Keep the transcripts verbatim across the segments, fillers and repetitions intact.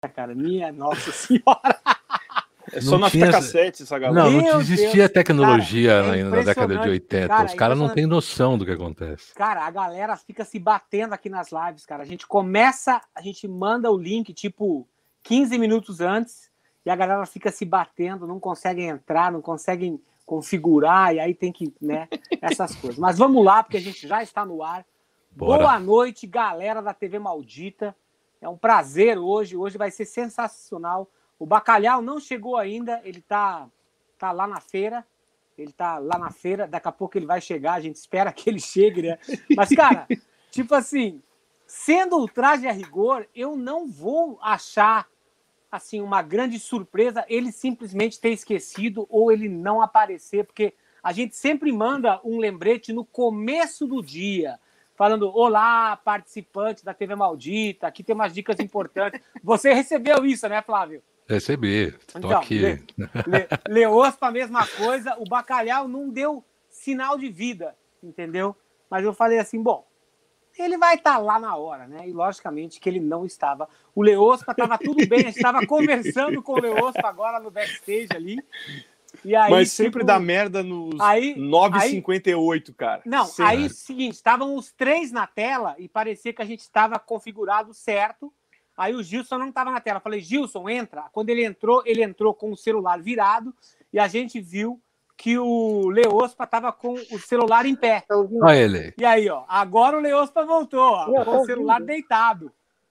cara, minha nossa senhora. É só na fita cassete essa galera. Não, não existia tecnologia cara, é na década de oitenta. Cara, Os caras não têm noção do que acontece. Cara, a galera fica se batendo aqui nas lives, cara. A gente começa, a gente manda o link, tipo, quinze minutos antes, e a galera fica se batendo, não conseguem entrar, não conseguem configurar, e aí tem que, né, essas coisas. Mas vamos lá, porque a gente já está no ar. Bora. Boa noite, galera da T V Maldita. É um prazer hoje, hoje vai ser sensacional. O Bacalhau não chegou ainda, ele tá, tá lá na feira, ele tá lá na feira, daqui a pouco ele vai chegar, a gente espera que ele chegue, né? Mas, cara, tipo assim, sendo o Traje a Rigor, eu não vou achar, assim, uma grande surpresa ele simplesmente ter esquecido ou ele não aparecer, porque a gente sempre manda um lembrete no começo do dia, falando, olá, participante da T V Maldita, aqui tem umas dicas importantes. Você recebeu isso, né, Flávio? Recebi, tô então, aqui. Le, Le, Leospa, a mesma coisa, o Bacalhau não deu sinal de vida, entendeu? Mas eu falei assim, bom, ele vai estar tá lá na hora, né? E logicamente que ele não estava. O Leospa estava tudo bem, a gente estava conversando com o Leospa agora no backstage ali. E aí, mas sempre tipo, dá merda nos nove e cinquenta e oito, cara. Não, sempre. Aí, seguinte, estavam os três na tela e parecia que a gente estava configurado certo. Aí o Gilson não estava na tela. Eu falei, Gilson, entra. Quando ele entrou, ele entrou com o celular virado e a gente viu que o Leospa estava com o celular em pé. Olha ele. E aí, ó, agora o Leospa voltou, ó, com o celular deitado.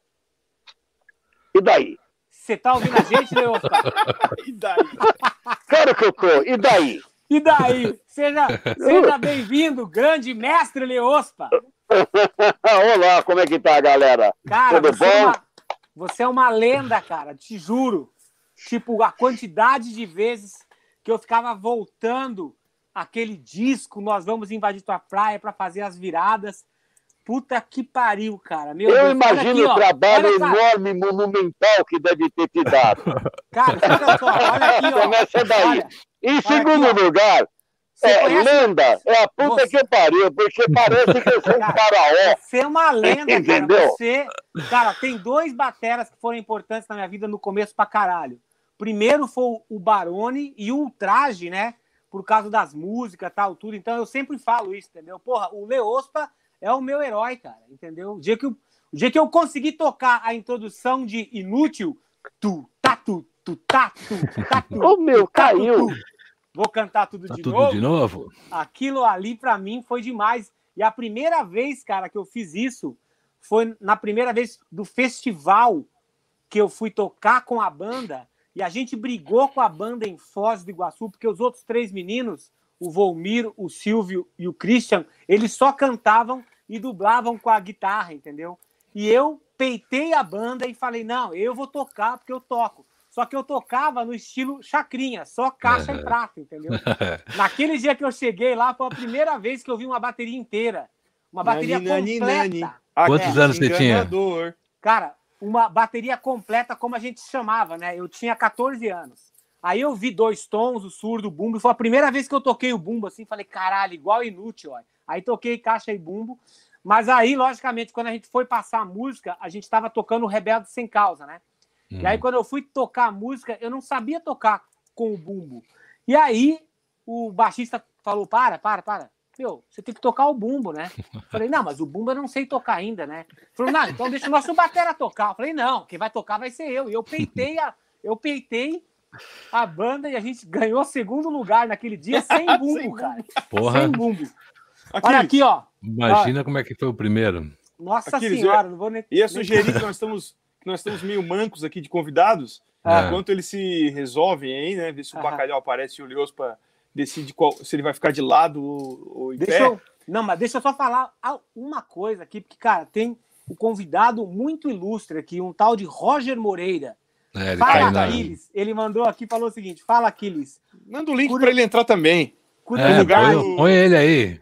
E daí? Você tá ouvindo a gente, Leospa? E daí? Claro que eu tô. E daí? E daí? Seja, seja bem-vindo, grande mestre Leospa. Olá, como é que tá, galera? Cara, Tudo você bom? É uma, você é uma lenda, cara, te juro. Tipo, a quantidade de vezes que eu ficava voltando aquele disco, Nós Vamos Invadir Tua Praia para fazer as viradas. Puta que pariu, cara. Meu eu Deus, imagino aqui, o ó, trabalho olha, enorme, monumental que deve ter te dado. Cara, olha só, olha aqui, ó. Começa daí. Olha, em segundo aqui, lugar, é, conhece... lenda, é a puta você... que pariu, porque parece que eu sou um faraó. Você é uma lenda, entendeu? Cara. Você, cara, tem dois bateras que foram importantes na minha vida no começo pra caralho. Primeiro foi o Barone e o Traje, né? Por causa das músicas e tal, tudo. Então eu sempre falo isso, entendeu? Porra, o Leospa é o meu herói, cara, entendeu? O dia que eu, o dia que eu consegui tocar a introdução de Inútil, tu, tá, tu, tu, tá, tu, tá, tu. Ô, meu, tu, tá, caiu. Tu, tu. Vou cantar tudo tá de tudo novo. de novo? Aquilo ali, pra mim, foi demais. E a primeira vez, cara, que eu fiz isso foi na primeira vez do festival que eu fui tocar com a banda e a gente brigou com a banda em Foz do Iguaçu, porque os outros três meninos, o Volmir, o Silvio e o Christian, eles só cantavam e dublavam com a guitarra, entendeu? E eu peitei a banda e falei, não, eu vou tocar porque eu toco. Só que eu tocava no estilo chacrinha, só caixa É. e prato, entendeu? Naquele dia que eu cheguei lá, foi a primeira vez que eu vi uma bateria inteira. Uma bateria nani, completa. Nani, nani. Quantos é, anos você tinha? Cara, uma bateria completa, como a gente chamava, né? Eu tinha catorze anos. Aí eu vi dois tons, o surdo, o bumbo, e foi a primeira vez que eu toquei o bumbo, assim, falei, caralho, igual Inútil, ó. Aí toquei caixa e bumbo, mas aí, logicamente, quando a gente foi passar a música, a gente tava tocando o Rebelde Sem Causa, né? Hum. E aí, quando eu fui tocar a música, eu não sabia tocar com o bumbo. E aí, o baixista falou, para, para, para. Meu, você tem que tocar o bumbo, né? Eu falei, não, mas o bumbo eu não sei tocar ainda, né? Ele falou, não, então deixa o nosso batera tocar. Eu falei, não, quem vai tocar vai ser eu. E eu peitei a, eu peitei a banda e a gente ganhou segundo lugar naquele dia sem bumbo, sem cara. Porra. Sem bumbo. Aqui, olha aqui, ó. Imagina ó. como é que foi o primeiro. Nossa Aquiles, senhora, eu não vou nem... ia sugerir que nós estamos, que nós estamos meio mancos aqui de convidados, é. enquanto eles se resolvem aí, né? Ver se o ah. Bacalhau aparece e o Leospa decide qual, se ele vai ficar de lado ou, ou em deixa pé. Eu... Não, mas deixa eu só falar uma coisa aqui, porque, cara, tem um convidado muito ilustre aqui, um tal de Roger Moreira. É, ele fala, tá Aquiles. Na... Ele mandou aqui, falou o seguinte, fala, Aquiles. Manda o link Curi... para ele entrar também. É, lugar põe, do... põe ele aí.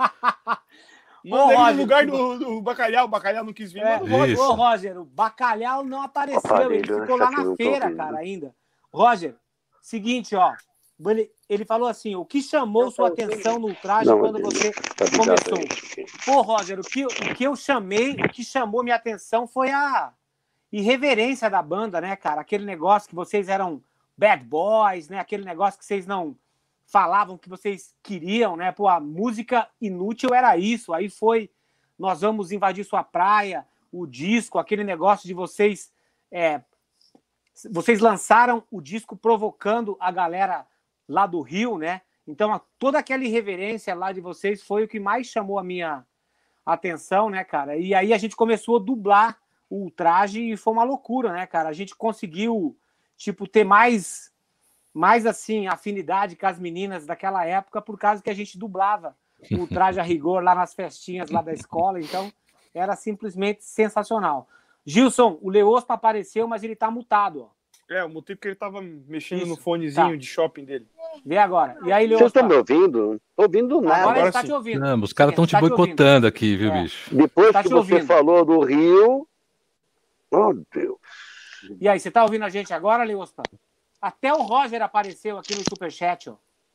Manda Ô, ele Roger, no lugar do, do Bacalhau, o Bacalhau não quis vir. É, Roger. Ô, Roger, o Bacalhau não apareceu, Opa, ele ficou lá na feira, cara, ainda. Roger, seguinte, ó, ele, ele falou assim, o que chamou sua atenção no traje não, quando você tá começou? Pô, Roger, o que, o que eu chamei, o que chamou minha atenção foi a... irreverência da banda, né, cara? Aquele negócio que vocês eram bad boys, né? Aquele negócio que vocês não falavam que vocês queriam, né? Pô, a música inútil era isso. Aí foi Nós Vamos Invadir Sua Praia, o disco, aquele negócio de vocês... É, vocês lançaram o disco provocando a galera lá do Rio, né? Então, toda aquela irreverência lá de vocês foi o que mais chamou a minha atenção, né, cara? E aí a gente começou a dublar o Ultraje e foi uma loucura, né, cara? A gente conseguiu, tipo, ter mais, mais assim, afinidade com as meninas daquela época por causa que a gente dublava o Ultraje a rigor lá nas festinhas lá da escola. Então, era simplesmente sensacional. Gilson, o Leospa apareceu, mas ele tá mutado, ó. É, o motivo que ele tava mexendo Isso, no fonezinho tá. de shopping dele. Vê agora. E aí, Vocês Leospa? estão me ouvindo? Tô ouvindo nada. Agora ele Agora tá sim. te ouvindo. Não, os caras estão Ele te tá te boicotando ouvindo. aqui, viu, É. bicho? Depois Tá que te você ouvindo. falou do Rio... Oh, Deus. E aí, você tá ouvindo a gente agora, Leospa? Até o Roger apareceu aqui no Superchat, ó.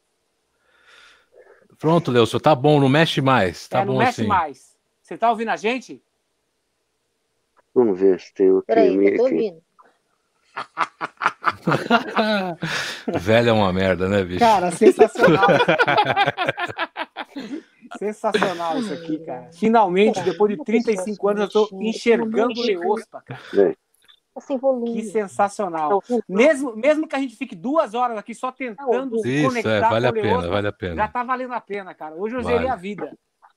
Pronto, Leoson, tá bom, não mexe mais. Tá é, não bom mexe assim. mais. Você tá ouvindo a gente? Vamos ver se tem o Peraí, crime eu tô aqui. ouvindo. Velho é uma merda, né, bicho? Cara, sensacional. Sensacional isso aqui, cara. Finalmente, depois de trinta e cinco anos, eu tô enxergando o Leospa, cara. Tá sem volume. Que sensacional. Mesmo, mesmo que a gente fique duas horas aqui só tentando se Isso, conectar é, vale com a o pena, Leospa, vale a já pena. tá valendo a pena, cara. Hoje eu Vale. zerei a vida.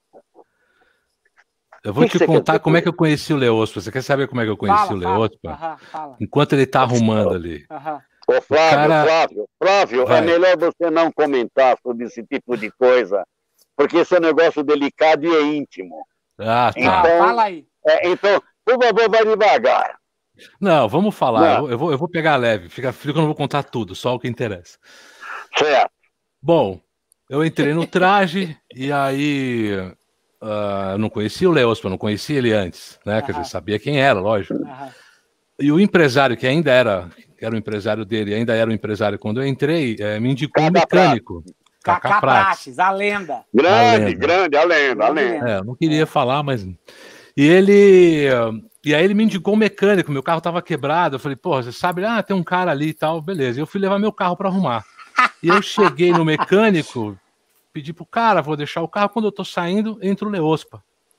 Eu vou Que que te você contar quer como é que eu conheci o Leospa. Você quer saber como é que eu conheci Fala, o fala. Leospa? Aham, fala. Enquanto ele tá arrumando ali. Aham. Ô, Flávio, cara- Flávio, Flávio, Vai. é melhor você não comentar sobre esse tipo de coisa, porque esse é um negócio delicado e é íntimo. Ah, Ah, tá. Então- fala aí. É, então, por favor, vai devagar. Não, vamos falar. Não. Eu, vou, eu vou pegar leve. Fica frio que eu não vou contar tudo, só o que interessa. Certo. Bom, eu entrei no traje e aí ah, eu não conhecia o Leospa, não conhecia ele antes, né? Quer Aham. dizer, sabia quem era, lógico. Aham. E o empresário, que ainda era, que era o empresário dele, ainda era o empresário quando eu entrei, eh, me indicou um Cacá mecânico. Cacá Cacá Prates. Prates, a lenda. Grande, lenda. grande, a lenda, a lenda. É, eu não queria falar, mas. E ele. E aí ele me indicou um mecânico, meu carro tava quebrado. Eu falei, pô, você sabe, ah, tem um cara ali e tal, beleza. E eu fui levar meu carro para arrumar. E eu cheguei no mecânico, pedi pro cara, vou deixar o carro, quando eu tô saindo, entra o Leospa.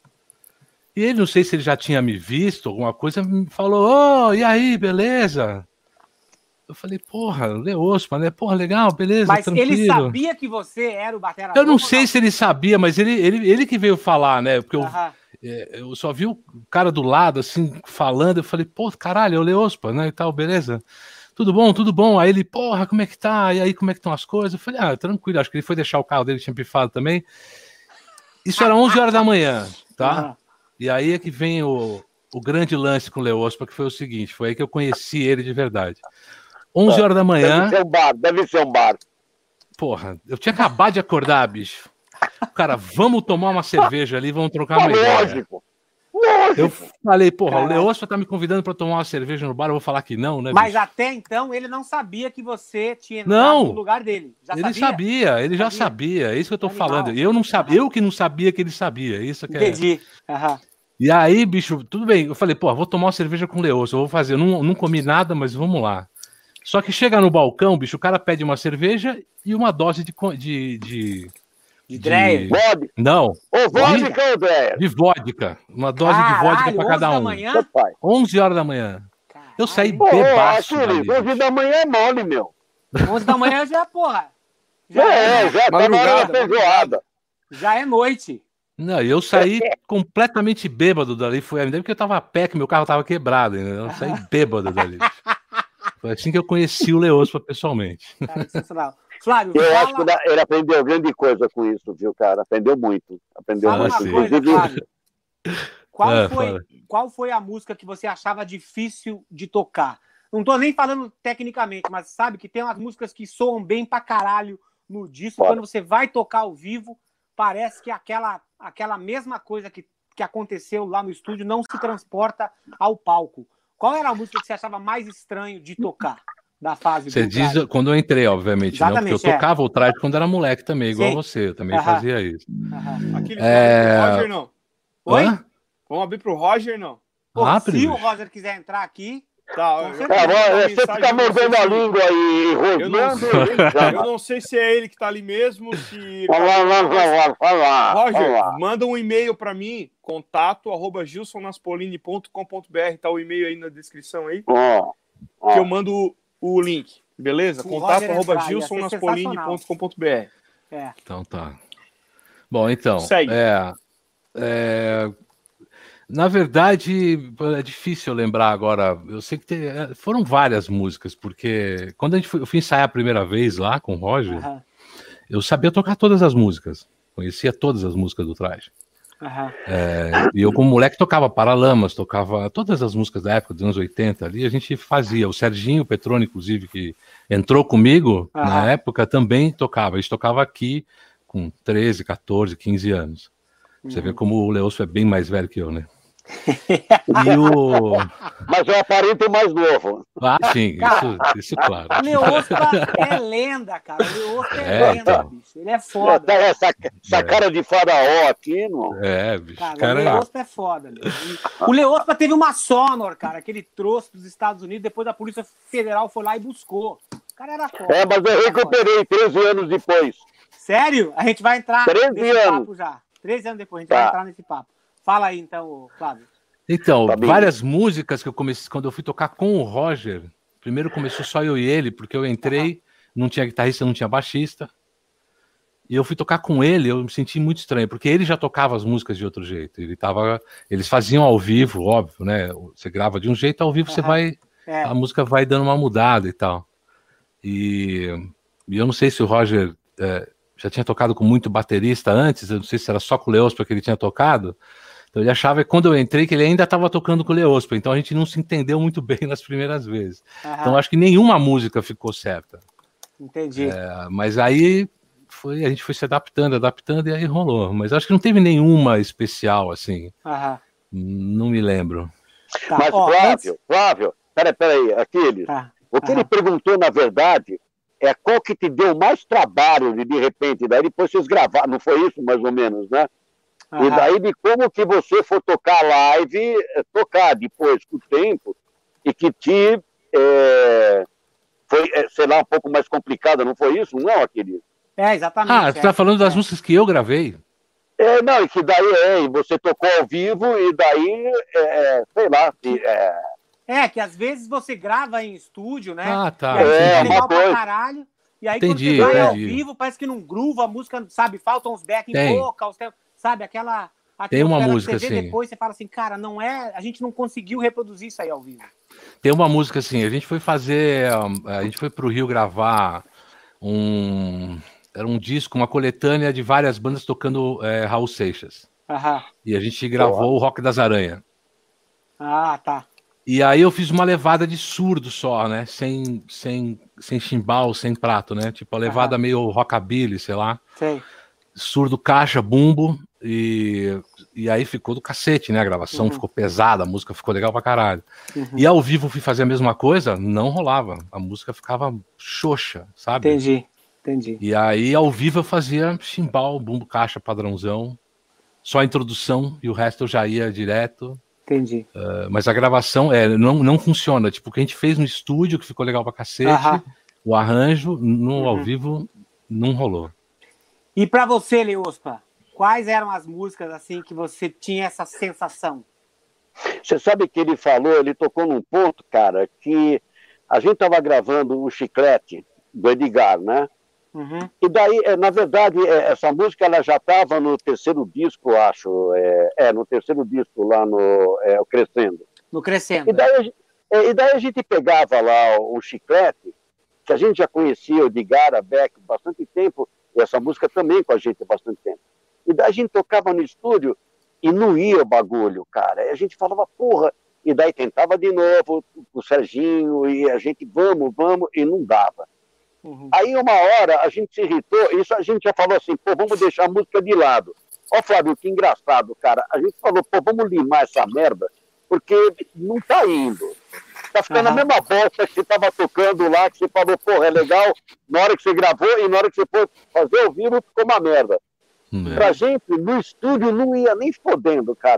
E ele, não sei se ele já tinha me visto, alguma coisa, me falou, ô, e aí, beleza? Eu falei, porra, Leospa, né? Porra, legal, beleza, Mas tranquilo. ele sabia que você era o batera Eu não novo ou sei se ele sabia, mas ele, ele, ele que veio falar, né? Porque eu, Aham. é, eu só vi o cara do lado, assim, falando, eu falei, pô, caralho, é o Leospa, né, e tal, beleza? Tudo bom, tudo bom? Aí ele, porra, como é que tá? E aí, como é que estão as coisas? Eu falei, ah, tranquilo, acho que ele foi deixar o carro dele, tinha pifado também. Isso era onze horas da manhã, tá? Aham. E aí é que vem o, o grande lance com o Leospa, que foi o seguinte, foi aí que eu conheci ele de verdade. onze horas da manhã... Deve ser um bar, deve ser um bar. Porra, eu tinha acabado de acordar, bicho. Cara, vamos tomar uma cerveja ali, vamos trocar uma Mas ideia. lógico, lógico. Eu falei, porra, Caralho. o Leospa tá me convidando pra tomar uma cerveja no bar, eu vou falar que não, né, Mas bicho? até então ele não sabia que você tinha entrado Não. no lugar dele. Já Ele sabia? sabia, ele já Sabia. sabia, é isso que eu tô Animal. falando. Eu não sabia, Aham. eu que não sabia que ele sabia, isso que é. Entendi. Aham. E aí, bicho, tudo bem, eu falei, pô, vou tomar uma cerveja com o Leospa, eu vou fazer, eu não, não comi nada, mas vamos lá. Só que chega no balcão, bicho, o cara pede uma cerveja e uma dose de... co- de, de, De Dreyer. Vodka. Não, Ô, vodka, André. de vodka. Uma dose de vodka pra cada da um. manhã? Seu pai. onze horas da manhã. Eu saí Caralho. Pô, bebaço Achille, dali, onze da manhã é mole, meu. onze da manhã já, porra. Já É, é, já tá na hora da Madrugada, feijoada. já é noite. Não, e eu saí completamente bêbado dali. Foi ainda porque eu tava a pé, que meu carro tava quebrado. Entendeu? Eu saí bêbado dali. Foi assim que eu conheci o Leospa pessoalmente. Cara, sensacional. Flávio, Eu fala, acho que da- ele aprendeu grande coisa com isso, viu, cara? Aprendeu muito. Aprendeu fala Ah, uma muito. sim. coisa, Inclusive, Flávio. Qual, Ah, foi, fala. qual foi a música que você achava difícil de tocar? Não tô nem falando tecnicamente, mas sabe que tem umas músicas que soam bem pra caralho no disco. Bora. Quando você vai tocar ao vivo, parece que aquela, aquela mesma coisa que, que aconteceu lá no estúdio não se transporta ao palco. Qual era a música que você achava mais estranho de tocar da fase Você do diz Ultraje? quando eu entrei, obviamente, não, porque eu Exatamente, é. tocava o traje quando era moleque também, igual Sim. você. Eu também Aham. fazia isso. Aham. Aquele É. pro Roger, não. Oi? Hã? Vamos abrir pro Roger, não. Pô, Abre, se o bicho. Roger quiser entrar aqui, Tá, Com eu- certeza. É, eu- você mensagem, fica eu não sei mordendo se- a língua e Eu não, rosnando. eu não sei se é ele que tá ali mesmo, se ele tá Vai lá, vai lá, vai lá, vai lá, vai Roger, lá. manda um e-mail para mim, contato arroba gilsonnaspolini ponto com ponto br, tá o e-mail aí na descrição aí, Ó, ó. que eu mando o, o link, beleza? Se o Contato Roger arroba entrar, ia ser gilsonnaspolini ponto com ponto br. é. Então tá. Bom, então. Segue. É, é, na verdade, é difícil lembrar agora. Eu sei que tem- é, foram várias músicas, porque quando a gente foi, eu fui ensaiar a primeira vez lá com o Roger, Aham, eu sabia tocar todas as músicas. Conhecia todas as músicas do Traje. aham. É, e eu, como moleque, tocava Paralamas, tocava todas as músicas da época dos anos oitenta ali, a gente fazia. O Serginho Petrone, inclusive, que entrou comigo Aham. na época, também tocava. A gente tocava aqui com treze, quatorze, quinze anos. Você vê como o Leôncio é bem mais velho que eu, né? E o. Mas eu aparento mais novo. Ah, sim, Cara, isso, isso claro. O Leospa é lenda, cara. O Leospa é, É, lenda, então. bicho. Ele é foda. Tá essa, essa É. cara de faraó aqui, não. É, bicho. Cara, Cara, o Leospa é foda. Meu. E o Leospa teve uma Sonor, cara, que ele trouxe dos Estados Unidos, depois a Polícia Federal foi lá e buscou. O cara era foda. É, mas eu recuperei treze anos depois. Sério? A gente vai entrar treze nesse anos. papo já. treze anos depois, a gente Tá. vai entrar nesse papo. Fala aí, então, Flávio. Então, Tá bem. várias músicas que eu comecei, quando eu fui tocar com o Roger, primeiro começou só eu e ele, porque eu entrei, não tinha guitarrista, não tinha baixista. E eu fui tocar com ele, eu me senti muito estranho, porque ele já tocava as músicas de outro jeito. Ele tava, eles faziam ao vivo, óbvio, né? Você grava de um jeito, ao vivo você Aham. vai, É. a música vai dando uma mudada e tal. E, e eu não sei se o Roger é, já tinha tocado com muito baterista antes, eu não sei se era só com o Leospa que ele tinha tocado. Então ele achava que quando eu entrei que ele ainda estava tocando com o Leospa, então a gente não se entendeu muito bem nas primeiras vezes. Aham, Então acho que nenhuma música ficou certa. entendi. É, mas aí foi, a gente foi se adaptando, adaptando e aí rolou. Mas acho que não teve nenhuma especial assim. Aham. Não me lembro. Tá, Mas, ó, Flávio, antes- Flávio, peraí, peraí, Aquiles. Tá. O que Aham. ele perguntou, na verdade, é qual que te deu mais trabalho de, de repente, daí depois vocês gravaram, não foi isso mais ou menos, né? E Aham. daí de como que você for tocar live, eh, tocar depois com o tempo, e que te eh, foi, eh, sei lá, um pouco mais complicado, não foi isso? Não, Aquiles? É, exatamente. Ah, é. você tá falando das É. músicas que eu gravei? É, não, e que daí é, e você tocou ao vivo, e daí, é, sei lá, que, é, É, que às vezes você grava em estúdio, né? Ah, E tá. aí É, fica uma legal pra coisa. caralho. E aí Entendi, quando você vai ao entendi. vivo, parece que não groova a música, sabe? Faltam uns backing Tem. vocals, tem- sabe? Aquela... Tem uma atmosfera que música, você vê assim. depois, você fala assim, cara, não é... A gente não conseguiu reproduzir isso aí ao vivo. Tem uma música assim, a gente foi fazer, um, a gente foi pro Rio gravar um, era um disco, uma coletânea de várias bandas tocando é, Raul Seixas. Aham. E a gente gravou o Rock das Aranhas. Ah, tá. E aí eu fiz uma levada de surdo só, né? Sem, sem, sem chimbal, sem prato, né? Tipo a levada Aham. meio rockabilly, sei lá. Sei. Surdo, caixa, bumbo. E, e aí ficou do cacete, né? A gravação Uhum. ficou pesada, a música ficou legal pra caralho. Uhum. E ao vivo fui fazer a mesma coisa, não rolava. A música ficava xoxa, sabe? Entendi, entendi. E aí ao vivo eu fazia chimbal, bumbo, caixa, padrãozão. Só a introdução e o resto eu já ia direto. Entendi. Uh, mas a gravação é, não, não funciona. Tipo, o que a gente fez no estúdio, que ficou legal pra cacete, Aham. o arranjo, no Uhum. ao vivo, não rolou. E pra você, Leospa, quais eram as músicas assim que você tinha essa sensação? Você sabe que ele falou, ele tocou num ponto, cara, que a gente estava gravando o Chiclete do Edgar, né? Uhum. E daí, é, na verdade, é, essa música ela já estava no terceiro disco, eu acho. É, é, no terceiro disco, lá no é, o Crescendo. No Crescendo. E daí, a gente- é, e daí a gente pegava lá o, o Chiclete, que a gente já conhecia o Edgar, a Beck, há bastante tempo, e essa música também com a gente há bastante tempo. E daí a gente tocava no estúdio e não ia o bagulho, cara. E a gente falava, porra, e daí tentava de novo o Serginho, e a gente, vamos, vamos, e não dava. Uhum. Aí uma hora a gente se irritou, isso a gente já falou assim, pô, vamos deixar a música de lado. Ó, Flávio, que engraçado, cara. A gente falou, pô, vamos limar essa merda, porque não tá indo. Tá ficando Aham. a mesma bosta que você tava tocando lá, que você falou, porra, é legal, na hora que você gravou e na hora que você foi fazer ao vivo ficou uma merda. É. Pra gente, no estúdio, não ia nem fodendo, cara.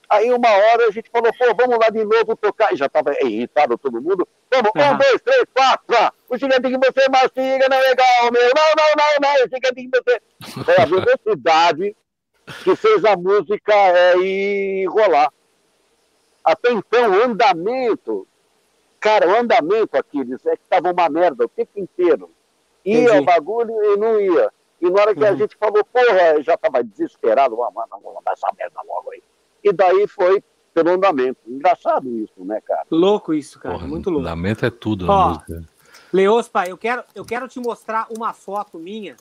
Aí uma hora a gente falou, pô, vamos lá de novo tocar. E já estava irritado todo mundo. Vamos, uhum. um, dois, três, quatro, lá. O gigante que você mastiga não é legal, meu. Não, não, não, não, o gigante que você... Foi a velocidade que fez a música é, ir rolar. Até então, o andamento... Cara, o andamento, Aquiles, é que estava uma merda o tempo inteiro. Ia Entendi. o bagulho e não ia. E na hora que uhum. a gente falou, porra, já estava desesperado, ah, mano, vamos mandar essa merda logo aí. E daí foi pelo andamento. Engraçado isso, né, cara? Louco isso, cara. Porra, muito louco. Andamento é tudo Ó, na música. Leospa, eu quero, eu quero te mostrar uma foto minha.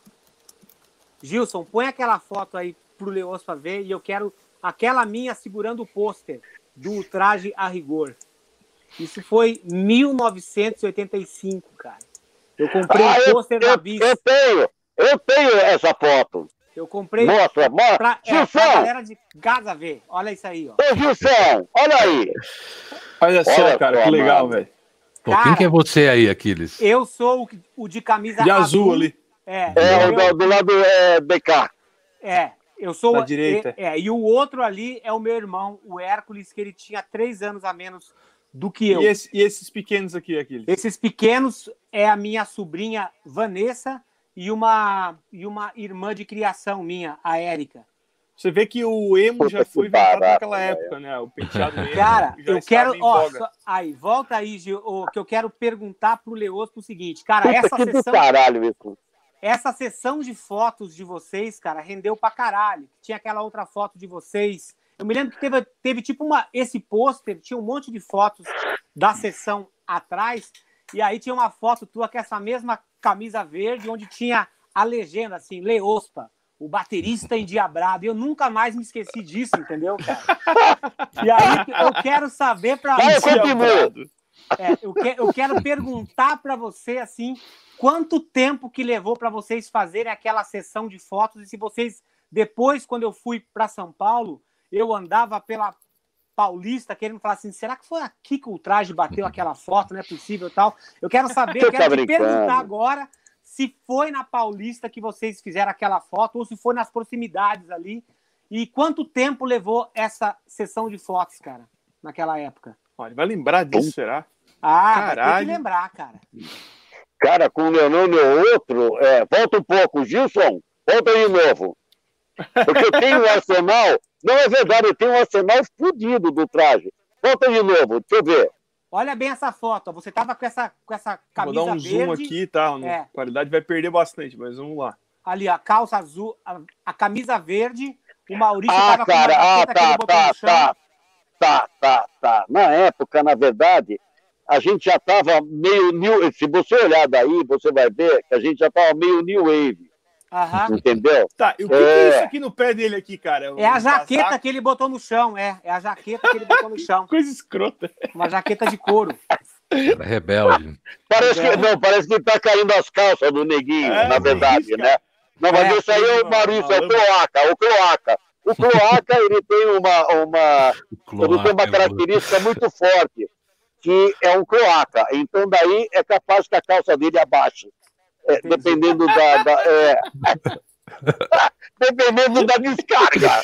Gilson, põe aquela foto aí pro Leospa ver e eu quero aquela minha segurando o pôster do Traje a Rigor. Isso foi mil novecentos e oitenta e cinco, cara. Eu comprei o ah, um pôster da Bis. Eu tenho, eu tenho essa foto. Eu comprei mostra, mostra. Pra, é, pra galera de casa ver. Olha isso aí, ó. Ô, Gilson, olha aí. Olha só, olha cara, só, que legal, velho. Quem que é você aí, Aquiles? Eu sou o, o de camisa de azul, azul ali. É, é eu, do, do lado é, B K. É, eu sou... Da direita. É, é, e o outro ali é o meu irmão, o Hércules, que ele tinha três anos a menos do que eu. E, esse, e esses pequenos aqui, Aquiles? Esses pequenos é a minha sobrinha Vanessa e uma, e uma irmã de criação minha, a Érica. Você vê que o emo Puta já foi inventado barato, naquela é. época, né? O penteado emo. Cara, já eu quero... Ó, só, aí, volta aí, Gil, ó, que eu quero perguntar pro Leospo o seguinte. Cara, Puta, essa que sessão... do caralho, isso. Essa sessão de fotos de vocês, cara, rendeu pra caralho. Tinha aquela outra foto de vocês. Eu me lembro que teve, teve tipo uma... Esse pôster, tinha um monte de fotos da sessão atrás, e aí tinha uma foto tua com essa mesma camisa verde, onde tinha a legenda, assim, Leospa, o baterista endiabrado. E eu nunca mais me esqueci disso, entendeu, cara? E aí eu quero saber pra você... É, eu, que, eu quero perguntar pra você, assim, quanto tempo que levou pra vocês fazerem aquela sessão de fotos, e se vocês, depois, quando eu fui pra São Paulo, eu andava pela Paulista querendo falar assim, será que foi aqui que o Traje bateu aquela foto? Não é possível e tal. Eu quero saber, eu quero te perguntar agora se foi na Paulista que vocês fizeram aquela foto ou se foi nas proximidades ali. E quanto tempo levou essa sessão de fotos, cara, naquela época? Olha, vai lembrar disso, será? Ah, Caralho. Vai ter que lembrar, cara. Cara, com o meu nome ou outro, é, volta um pouco, Gilson, volta aí de novo. Porque eu tenho um arsenal, não é verdade, eu tenho um arsenal fodido do Traje. Volta de novo, deixa eu ver. Olha bem essa foto, você tava com essa, com essa camisa verde. Vou dar um verde, zoom aqui e tal, é. A qualidade vai perder bastante, mas vamos lá. Ali, a calça azul, a, a camisa verde, o Maurício ah, tava cara, com uma ah, tá, tá, tá, tá, tá, tá. Na época, na verdade, a gente já tava meio new, se você olhar daí, você vai ver que a gente já tava meio new wave. Aham. Entendeu? Tá, e o que é... que é isso aqui no pé dele aqui, cara? É a jaqueta casaco? que ele botou no chão, é. É a jaqueta que ele botou no chão. Coisa escrota. Uma jaqueta de couro. Era rebelde. Parece que, não, parece que tá caindo as calças do neguinho, é, na verdade, isso, né? Não, mas é, isso aí é o Maurício, é o Cloaca, o Cloaca. O Cloaca, ele tem uma, uma, cloaca, ele tem uma característica muito forte, que é um cloaca. Então, daí, é capaz que a calça dele abaixe. É, dependendo da... da é... dependendo da descarga.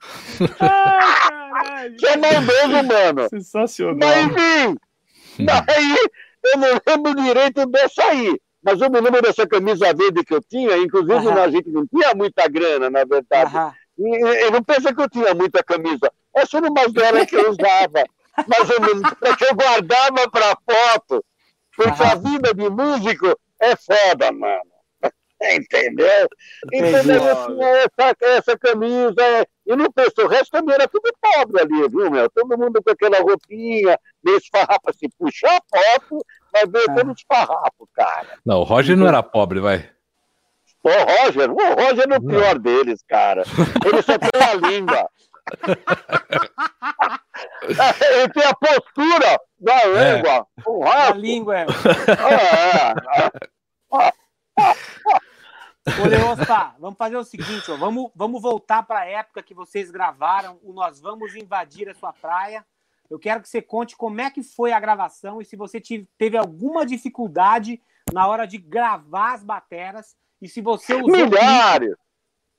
Ai, que é maldoso, mano. Sensacional. Mas, enfim, daí, eu não lembro direito dessa aí. Mas eu me lembro dessa camisa verde que eu tinha, inclusive uh-huh. a gente não tinha muita grana, na verdade. Uh-huh. E, eu não penso que eu tinha muita camisa. Essa era uma dela que eu usava. Mais ou menos, porque eu guardava pra foto. Porque uh-huh. a vida de músico é foda, mano. Entendeu? Então eu tinha essa, essa camisa. E não penso, o resto também era tudo pobre ali, viu, meu? Todo mundo com aquela roupinha, meio esfarrapo, assim, puxar a foto, vai ver todo esfarrapo, cara. Não, o Roger não era pobre, vai. O Roger, o Roger é o pior deles, cara. Ele só tem a língua. Ele tem a postura da língua. É. A língua, é. é. Ô, Leospa, vamos fazer o seguinte, ó, vamos, vamos voltar para a época que vocês gravaram o Nós Vamos Invadir a Sua Praia. Eu quero que você conte como é que foi a gravação e se você tive, teve alguma dificuldade na hora de gravar as bateras e se você usou... Milhares!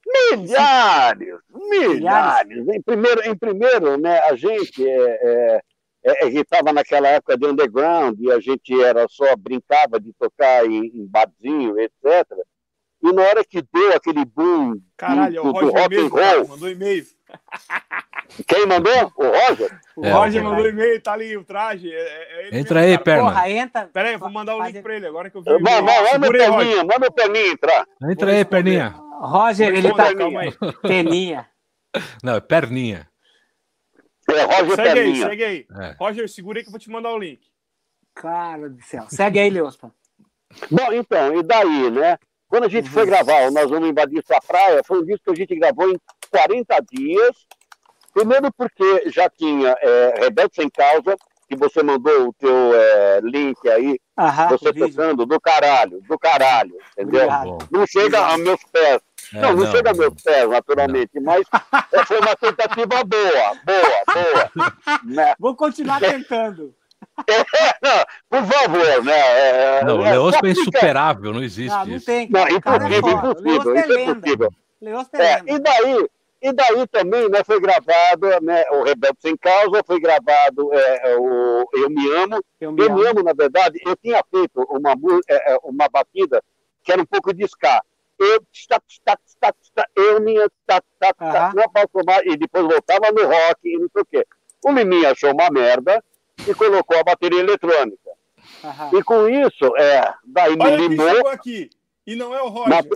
Milhares, milhares. Em primeiro, em primeiro, né, a gente é, é, é, estava naquela época de underground e a gente era só brincava de tocar em, em barzinho, etcétera. E na hora que deu aquele boom Caralho, do, o Roger do rock mesmo, and roll, cara, mandou e-mail. Quem mandou? O Roger? O É, Roger o mandou e-mail, tá ali o traje. É, é ele Entra mesmo, aí, cara. Perna. Porra, entra. Pera aí, eu vou mandar o link Faz- pra ele agora que eu vi o Não, e-mail. não, é meu Segura aí, Roger. perninha, manda meu perninha entrar. Entra Vou aí, responder. perninha. Roger, ele tá. Calma aí. Peninha. Não, é perninha. É Roger Segue aí, Perninha. segue aí. É. Roger, segura aí que eu vou te mandar o link. Cara do céu. Segue aí, Leospa. Bom, então, e daí, né? Quando a gente foi gravar o Nós Vamos Invadir Sua Praia, foi um disco que a gente gravou em quarenta dias. Primeiro porque já tinha é, Rebelde Sem Causa, que você mandou o teu é, link aí, Aham, você o vídeo. tocando do caralho, do caralho, entendeu? Obrigado. Bom. Não chega a meus pés. É, não, não, não, chega a não. meus pés, naturalmente, mas é, foi uma tentativa boa, boa, boa. Né? Vou continuar tentando. Não, por favor, né? É, Não, o é, Leospa é só fica- insuperável, não existe Não, não isso. tem. Não, Cara. O cara é impossível, foda. impossível, Leospa é isso é lenda. impossível. Leospa é É, lenda. e daí, e daí também, né, foi gravado, né, o Rebelde Sem Causa, foi gravado é, o Eu Me Amo. Eu Eu me Me amo. Amo, na verdade, eu tinha feito uma, mu- é, é, uma batida que era um pouco de ska. Eu, tsta, tsta, tsta, tsta, eu me tsta, tsta, tsta, Aham. não posso mais, e depois voltava no rock e não sei o quê. O Liminha achou uma merda e colocou a bateria eletrônica. Aham. E com isso, é, daí me Olha quem limou. chegou aqui. E não é o Roger. Na...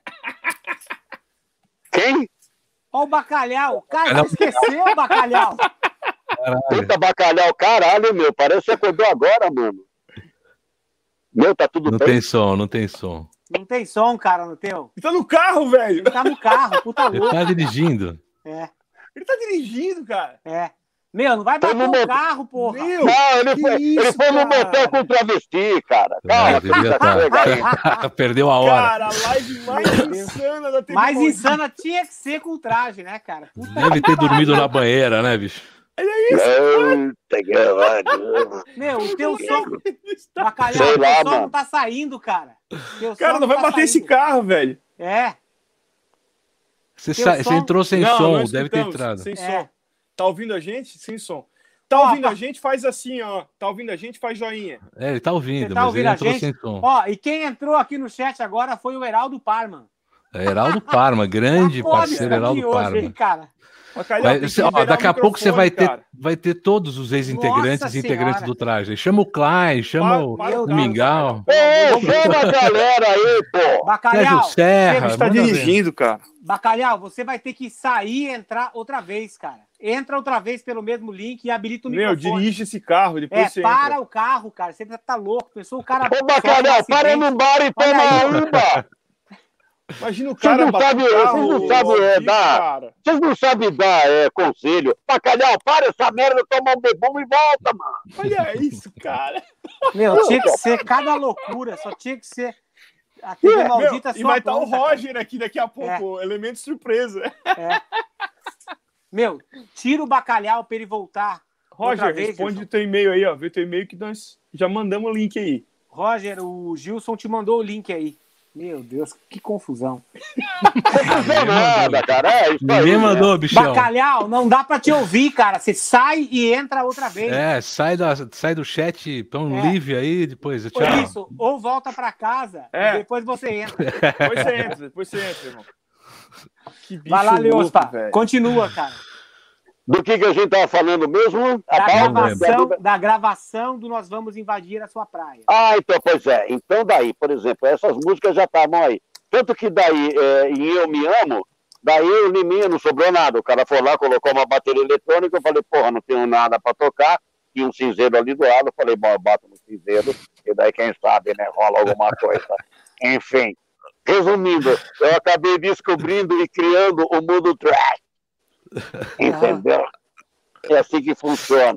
Quem? Ó o bacalhau. Cara, Não. você esqueceu o bacalhau. Puta bacalhau, caralho, meu. Parece que você acordou agora, mano. Meu, tá tudo Não bem? tem som, não tem som. Não tem som, cara, no teu. Ele tá no carro, velho. Ele tá no carro, puta Ele louco. tá dirigindo. É, Ele tá dirigindo, cara. é. Meu, não vai Foi bater no o mo- carro, porra. Meu, Não, ele que foi, isso, ele foi no cara? motel com travesti, cara. É, Calma, devia calma, chega aí. tá. Perdeu a hora. Cara, a live mais insana da T V Mais Maldita. insana tinha que ser com o traje, né, cara? Puta Deve ter dormido na banheira, né, bicho? Eita, que ódio. Meu, o teu som. Tá- Bacalhau, Sei o teu lá, som mano. não tá saindo, cara. Teu Cara, som não vai tá bater esse saindo. carro, velho. É, Você, Teu sa- som- você entrou sem Não, som, nós deve ter escutamos, entrado. Sem É. som. Tá ouvindo a gente? Sem som. Tá Ó, ouvindo pa- a gente? Faz assim, ó. Tá ouvindo a gente? Faz joinha. É, ele tá ouvindo, Você tá mas ouvindo ele a entrou gente? sem som. ó, e quem entrou aqui no chat agora foi o Heraldo Parman. É Heraldo Parma, grande Tá foda parceiro isso Heraldo aqui hoje, Parma. hein, cara. Bacalhau, Vai- tem que cê- ó, liberar daqui o a pouco você vai ter, microfone, cara. vai ter todos os ex-integrantes Nossa e integrantes Senhora. do traje. Chama o Klein, chama Para- o, para o carro, Mingau. Ô, Vamos- chama a galera aí, pô. Bacalhau, Sérgio Serra. Você tá manda ver. dirigindo, cara. Bacalhau, você vai ter que sair e entrar outra vez, cara. Entra outra vez pelo mesmo link e habilita o Meu, microfone. dirige esse carro, depois É, você para entra. o carro, cara. Você tá louco. Pensou o cara. Ô, Bacalhau, sofre um para acidente. no bar e Olha toma aí. uma. Imagina o Vocês cara não bater sabem- o carro. vocês não sabem, ao é, vivo, dar- cara. Vocês não sabem dar é, conselho. Bacalhau, para essa merda, toma um bebum e volta, mano. Olha isso, cara. Meu, tinha que ser cada loucura. Só tinha que ser. A T V Meu, maldita Meu, e só vai estar o pronta, Roger aqui daqui a pouco, elemento surpresa. cara. É. Meu, tira o bacalhau pra ele voltar. Outra Roger, vez, responde Gilson. o teu e-mail aí, ó. Vê o teu e-mail que nós já mandamos o link aí. Roger, o Gilson te mandou o link aí. Meu Deus, que confusão. Não tem nada, cara. É isso aí. Ninguém né? mandou, bichão. Bacalhau, não dá pra te ouvir, cara. Você sai e entra outra vez. É, sai, da, sai do chat, põe um É. livre aí, depois. Por Tchau. isso, ou volta pra casa, É. e depois você entra. Depois você entra, depois você entra, irmão. Que bicho Vai lá, louco, Leospa. velho. Continua, cara. Do que, que a gente tava falando mesmo? A Da pauta? gravação, da gravação do Nós Vamos Invadir a Sua Praia. Ah, então, pois é. Então, daí, por exemplo, essas músicas já estavam aí. Tanto que daí, é, em Eu Me Amo, daí o Liminha não sobrou nada. O cara foi lá, colocou uma bateria eletrônica, eu falei, porra, não tenho nada pra tocar. Tinha um cinzeiro ali do lado, eu falei, bom, eu boto no cinzeiro, e daí, quem sabe, né, rola alguma coisa. Enfim, resumindo, eu acabei descobrindo e criando o mundo trash. Entendeu? É assim que funciona.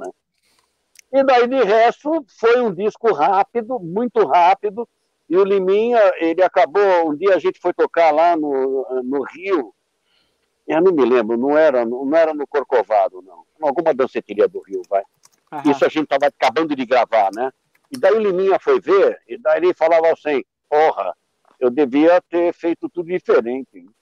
E daí, de resto, foi um disco rápido, muito rápido. E o Liminha, ele acabou. Um dia a gente foi tocar lá no, no Rio. Eu não me lembro, não era, não era no Corcovado, não. Alguma danceteria do Rio, vai. Aham. Isso a gente estava acabando de gravar, né? E daí o Liminha foi ver, e daí ele falava assim: porra, eu devia ter feito tudo diferente. Hein?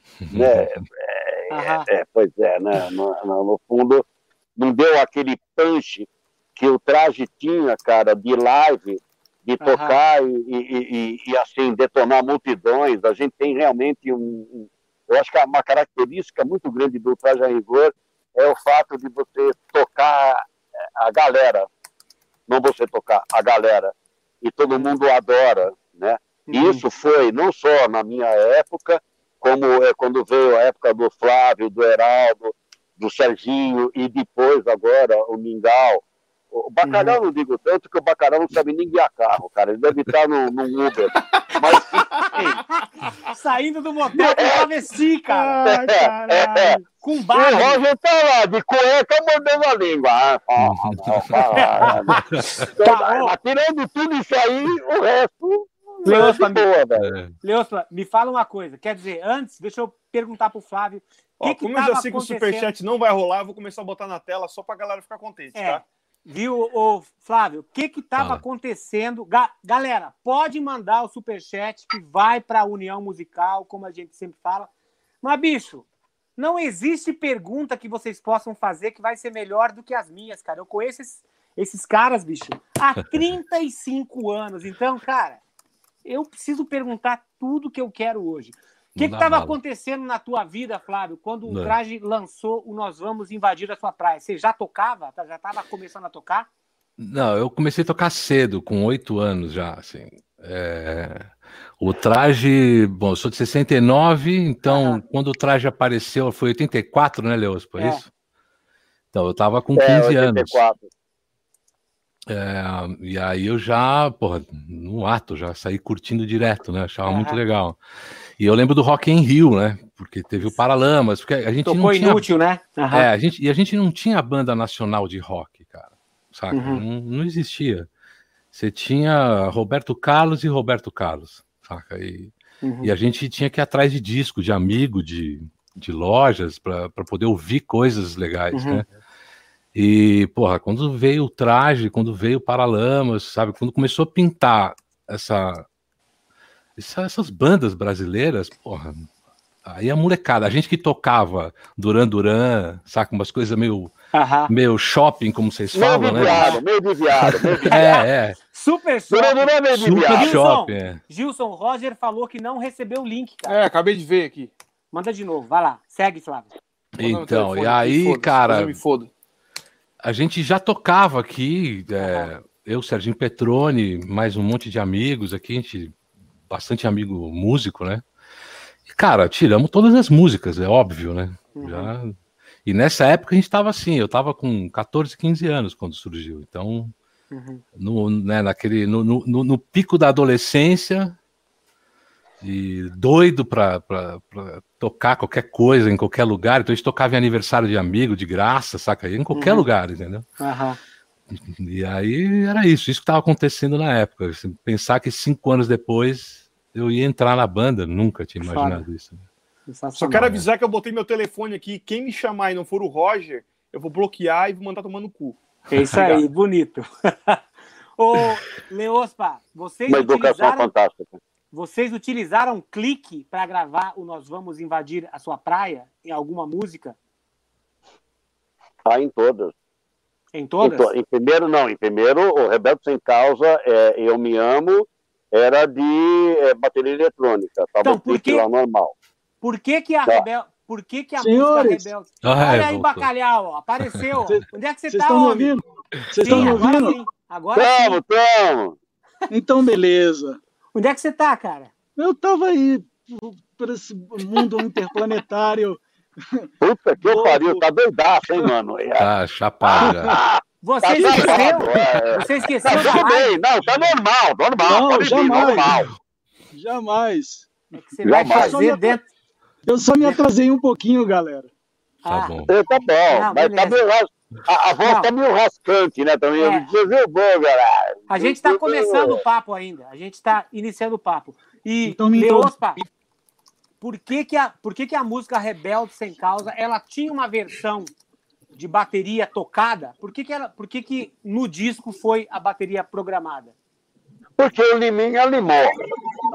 Né? É, Aham. é, pois é, né? No, no- no fundo, não deu aquele punch que o Traje tinha, cara, de live, de Aham. tocar e, e- e- e, assim, detonar multidões. A gente tem realmente um, um- eu acho que uma característica muito grande do Traje a Rigor é o fato de você tocar a galera, não você tocar a galera, e todo mundo adora, né? E Uhum. isso foi não só na minha época, como é quando veio a época do Flávio, do Heraldo, do Serginho, e depois agora o Mingau. O Bacalhau Uhum. não digo tanto, que o Bacalhau não sabe nem guiar carro, cara. Ele deve estar no, no Uber. Mas, enfim, Saindo do motel com travesti, cara. Ai, é, é. caralho. Com E o barba. Roger tá lá, de cueca, mordendo a língua. Ah, ah, ah, ah. Tá, ô. Mas tirando tudo isso aí, o resto Leospa, é de boa, velho. É. Leospa, me fala uma coisa. Quer dizer, antes, deixa eu perguntar pro Flávio. O Ó, que que como eu já tava sei que o acontecendo? superchat não vai rolar, eu vou começar a botar na tela só pra galera ficar contente, É, tá? viu, ô, Flávio? O que que tava Fala. acontecendo? Ga- galera, pode mandar o superchat que vai pra União Musical, como a gente sempre fala. Mas, bicho, não existe pergunta que vocês possam fazer que vai ser melhor do que as minhas, cara. Eu conheço esses, esses caras, bicho, há trinta e cinco anos. Então, cara, eu preciso perguntar tudo que eu quero hoje. O que Não dá estava bala. acontecendo na tua vida, Flávio, quando o Não. Traje lançou o Nós Vamos Invadir a Sua Praia? Você já tocava? Já estava começando a tocar? Não, eu comecei a tocar cedo, com oito anos já, assim. É, O Traje, bom, eu sou de sessenta e nove, então Aham. quando o Traje apareceu, foi oitenta e quatro, né, Leos? Foi É. isso? Então eu tava com É, quinze oitenta e anos. quatro. É, e aí eu já, porra, no ato, já saí curtindo direto, né? Achava Aham. muito legal. E eu lembro do Rock in Rio, né? Porque teve o Paralamas, porque a gente Tocou não tinha. inútil, né? Aham. É, a gente, e a gente não tinha banda nacional de rock, cara. Saca? Uhum. Não, não existia. Você tinha Roberto Carlos e Roberto Carlos, saca? E, Uhum. e a gente tinha que ir atrás de disco, de amigo, de, de lojas, para poder ouvir coisas legais, Uhum. né? E, porra, quando veio o Traje, quando veio o Paralamas, sabe? Quando começou a pintar essa, essa- essas bandas brasileiras, porra, aí a molecada, a gente que tocava Duran Duran, saca? Umas coisas meio, Aham. meio shopping, como vocês Meio falam, de né? viado, meio de viado, meio de viado. É, é. Super Duran shopping. Duran é meio de Super viado. Gilson. shopping, é. Gilson, Roger falou que não recebeu o link, cara. É, acabei de ver aqui. Manda de novo, vai lá. Segue, Flávio. Vou dar meu Então, telefone e aqui, aí, foda-se, cara, depois eu me fodo. a gente já tocava aqui, é, eu, Serginho Petrone, mais um monte de amigos aqui, a gente, bastante amigo músico, né? E, cara, tiramos todas as músicas, é óbvio, né? Uhum. Já... E nessa época a gente tava assim, eu tava com catorze, quinze anos quando surgiu, então, Uhum. no, né, naquele, no, no, no- no pico da adolescência, e doido pra, pra, pra tocar qualquer coisa em qualquer lugar, então a gente tocava em aniversário de amigo, de graça, saca? Em qualquer Uhum. lugar, entendeu? Aham. E aí era isso, isso que estava acontecendo na época. Assim, pensar que cinco anos depois eu ia entrar na banda, nunca tinha Foda. imaginado isso. Sensacional. Só quero avisar que eu botei meu telefone aqui. Quem me chamar e não for o Roger, eu vou bloquear e vou mandar tomar no cu. É isso aí, bonito. Ô, Leospa, vocês Uma educação utilizaram, fantástica. vocês utilizaram clique para gravar o Nós Vamos Invadir a Sua Praia em alguma música? Tá em todas. Em todas? Em, to- em primeiro, não. Em primeiro, o Rebelde Sem Causa, é, Eu Me Amo, era de é, bateria eletrônica. Tava Então, o por clipe que- lá normal. Por que que a Tá. Rebel... Por que que a Senhores. música Rebelde... Ah, Olha é, aí, voltou. Bacalhau, ó, apareceu. ó. Onde é que você Vocês tá, estão me homem? ouvindo? Vocês Sim, estão me agora ouvindo? sim. Agora sim. Tamo, tamo. Então, beleza. Onde é que você tá, cara? Eu tava aí por esse mundo interplanetário. Puta que Louco. pariu, tá doidaço, hein, mano? É. Tá chapado já. Você Tá esqueceu? chapado, é. Você esqueceu Não, da tudo live? bem. Não, tá normal, normal. Não, pode vir, jamais. normal. Jamais. É que você vai Jamais. fazer dentro... Eu só me atrasei um pouquinho, galera. Tá Ah, bom. É, tá bom, Não, mas tá beleza. meio ras... a, a voz Não. tá meio rascante, né? Também. É. Você viu, bom, galera? A gente está começando o papo ainda. A gente está iniciando o papo. E, Então me Leospa, por que que a, por que que a música Rebelde Sem Causa, ela tinha uma versão de bateria tocada? Por que que, ela, por que que no disco foi a bateria programada? Porque o Liminha limou.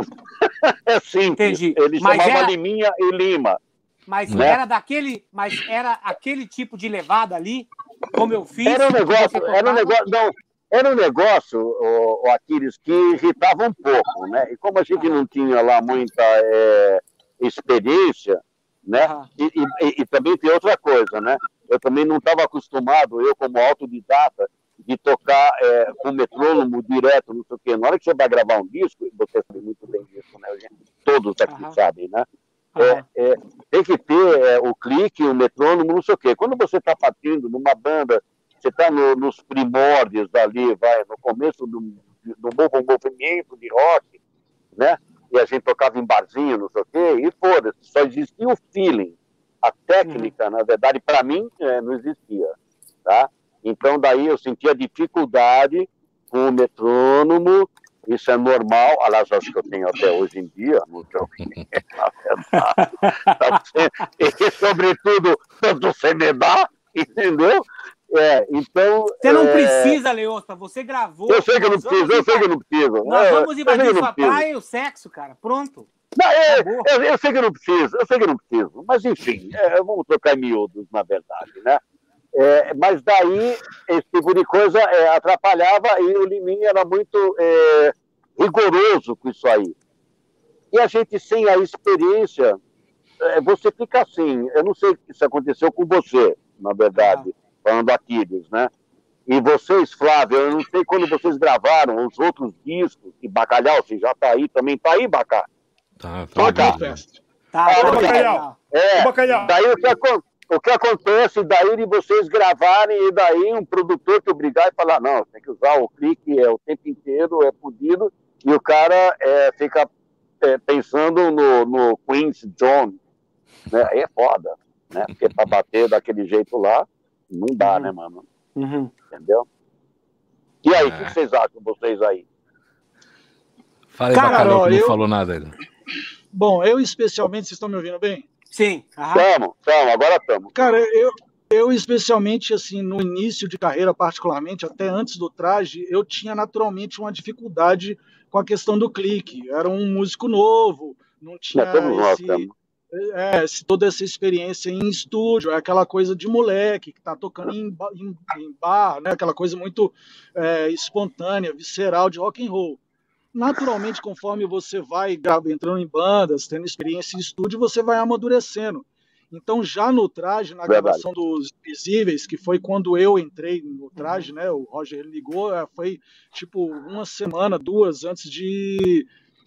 É simples. Entendi. Ele Mas chamava era- Liminha e Lima. Mas Né? era daquele, mas era aquele tipo de levada ali, como eu fiz. Era um que negócio, você era um tocava? negócio, não, era um negócio, o, o Aquiles, que irritava um pouco, né? E como a gente Aham. não tinha lá muita é, experiência, né? Aham. E, e- e também tem outra coisa, né? Eu também não estava acostumado, eu como autodidata, de tocar é, com metrônomo direto, não sei o quê. Na hora que você vai gravar um disco, e você sabe muito bem disso, né? Gente? Todos aqui Aham. sabem, né? Aham. É, é, tem que ter é, o clique, o metrônomo, não sei o quê. Quando você está partindo numa banda, você está no, nos primórdios ali, vai, no começo do, do novo movimento de rock, né? E a gente tocava em barzinho, não sei o quê, e foda-se, só existia o feeling. A técnica, uhum. na verdade, para mim, é, não existia, tá? Então, daí eu sentia dificuldade com o metrônomo. Isso é normal, aliás, acho que eu tenho até hoje em dia, no que eu e sobretudo, tanto você me dá, entendeu? É, então... Você não é... precisa, Leosta, você gravou... Eu sei que eu não preciso, eu sei que eu não preciso. Nós é, vamos invadir sua preciso. praia e o sexo, cara, pronto. Não, é, eu, eu sei que eu não preciso, eu sei que eu não preciso, mas enfim, é, vamos trocar em miúdos, na verdade, né? É, mas daí, esse tipo de coisa é, atrapalhava e o Liminha era muito é, rigoroso com isso aí. E a gente, sem a experiência, é, você fica assim. Eu não sei se aconteceu com você, na verdade, ah. falando Aquiles, né? E vocês, Flávio, eu não sei quando vocês gravaram os outros discos, e Bacalhau, você já tá aí também, tá aí, Bacá? Tá, tá. Bacalhau. Tá, ah, tá, Bacalhau. É, Bacalhau. Daí o que acontece? O que acontece daí de vocês gravarem e daí um produtor te obrigar e falar, não, tem que usar o clique é, o tempo inteiro, é fodido, e o cara é, fica é, pensando no, no Quincy Jones, né? Aí é foda, né? Porque pra bater daquele jeito lá, não dá, uhum. né, mano? Uhum. Entendeu? E aí, o é. que vocês acham, vocês aí? Fala aí, Cara, Bacalhau, que eu... não falou nada ainda. Bom, eu especialmente, vocês estão me ouvindo bem? Sim. Estamos, estamos, agora estamos. Cara, eu, eu especialmente, assim, no início de carreira, particularmente, até antes do Traje, eu tinha naturalmente uma dificuldade com a questão do clique. Eu era um músico novo, não tinha é, esse, é, esse, toda essa experiência em estúdio, é aquela coisa de moleque que está tocando em, em, em bar, né? Aquela coisa muito é, espontânea, visceral de rock and roll. Naturalmente, conforme você vai entrando em bandas, tendo experiência em estúdio, você vai amadurecendo. Então, já no Traje, na Verdade. gravação dos Invisíveis, que foi quando eu entrei no Traje, né? O Roger ligou, foi tipo uma semana, duas antes de,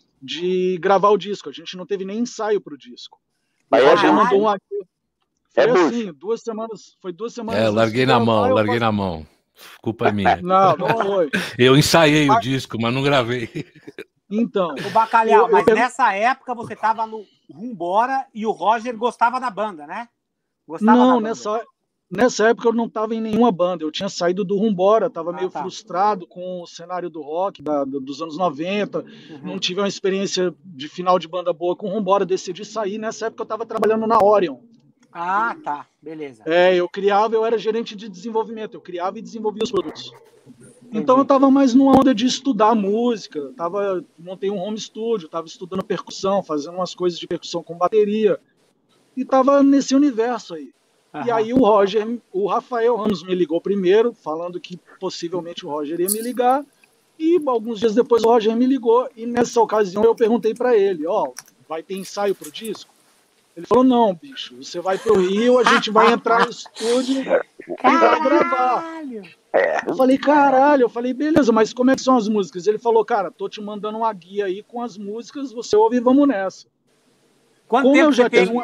de gravar o disco. A gente não teve nem ensaio para o disco. Mas o Roger é mandou um aqui. Foi é assim, duas semanas, foi duas semanas. É, eu larguei na mão, eu larguei faço... na mão. Culpa é minha. Não, não foi. Eu ensaiei mas... o disco, mas não gravei. Então. O Bacalhau, eu, mas eu... nessa época você tava no Rumbora e o Roger gostava da banda, né? Gostava não, da banda. nessa, nessa época eu não estava em nenhuma banda. Eu tinha saído do Rumbora, estava ah, meio tá. frustrado com o cenário do rock da, dos anos noventa. Uhum. Não tive uma experiência de final de banda boa com o Rumbora. Decidi sair. Nessa época eu estava trabalhando na Orion. Ah, tá. Beleza. É, eu criava, eu era gerente de desenvolvimento. Eu criava e desenvolvia os produtos. Entendi. Então eu estava mais numa onda de estudar música. Tava, montei um home studio, estava estudando percussão, fazendo umas coisas de percussão com bateria. E estava nesse universo aí. Aham. E aí o Roger, o Rafael Ramos me ligou primeiro, falando que possivelmente o Roger ia me ligar. E alguns dias depois o Roger me ligou. E nessa ocasião eu perguntei para ele, ó, oh, vai ter ensaio pro disco? Ele falou, não, bicho, você vai pro Rio, a gente vai entrar no estúdio e vai gravar. Eu falei, caralho, eu falei, beleza, mas como é que são as músicas? Ele falou, cara, tô te mandando uma guia aí com as músicas, você ouve e vamos nessa. Quanto como tempo eu já você tenho tem? Uma...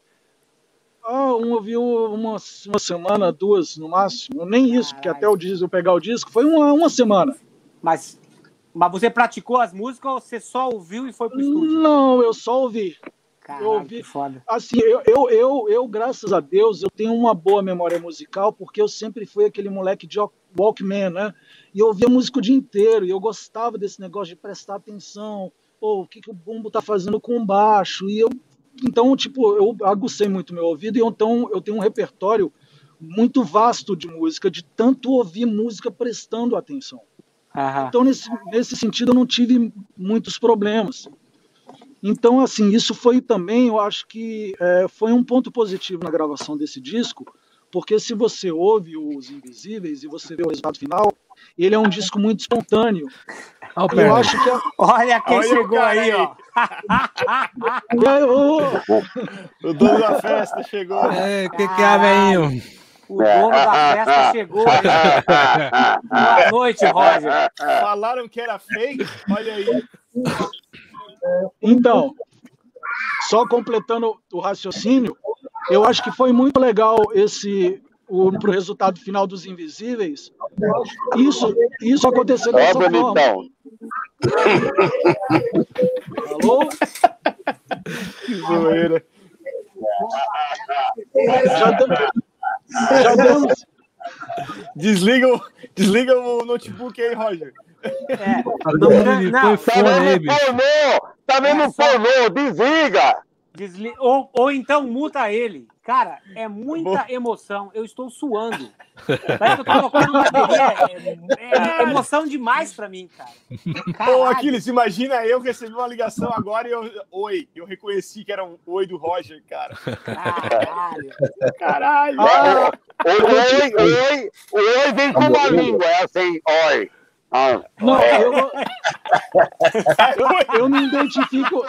Ah, um ouviu uma, uma semana, duas no máximo, nem isso, caralho. Porque até o disco, eu pegar o disco, foi uma, uma semana. Mas, mas você praticou as músicas ou você só ouviu e foi pro estúdio? Não, eu só ouvi. Caralho, eu ouvi, que foda. Assim, eu, eu, eu, eu, graças a Deus, eu tenho uma boa memória musical, porque eu sempre fui aquele moleque de Walkman, né? E eu ouvia música o dia inteiro, e eu gostava desse negócio de prestar atenção, pô, o que, que o bumbo tá fazendo com o baixo, e eu, então, tipo, eu agucei muito meu ouvido, e então eu tenho um repertório muito vasto de música, de tanto ouvir música prestando atenção. Aham. Então, nesse, nesse sentido, eu não tive muitos problemas. Então, assim, isso foi também, eu acho que é, foi um ponto positivo na gravação desse disco, porque se você ouve Os Invisíveis e você vê o resultado final, ele é um disco muito espontâneo. Oh, eu acho que é... Olha quem Olha chegou aí, aí, ó. O dono da festa chegou. É, que que é, velhinho? O dono da festa chegou aí. Boa noite, Roger. Falaram que era fake? Olha aí. Então, só completando o raciocínio, eu acho que foi muito legal esse para o resultado final dos Invisíveis. Isso, isso aconteceu dessa Ó, forma. bonitão. Alô? Que zoeira. Já, deu- já demos. Desliga o, desliga o notebook aí, Roger. É, Todo mundo ele não, põe Tá fone aí, vendo bicho. pornô? Tá vendo É só- pornô? Desliga! desli... ou, ou então muta ele. Cara, é muita emoção. Eu estou suando. Parece que eu tô tocando bateria. É, é emoção demais pra mim, cara. Ô, Caralho. Aquiles, imagina eu recebi uma ligação agora e eu. Oi, eu reconheci que era um oi do Roger, cara. Caralho. Caralho! Ah, oi, oi, oi vem com uma língua, é assim, oi. Ah, Não, eu, eu, eu me identifico.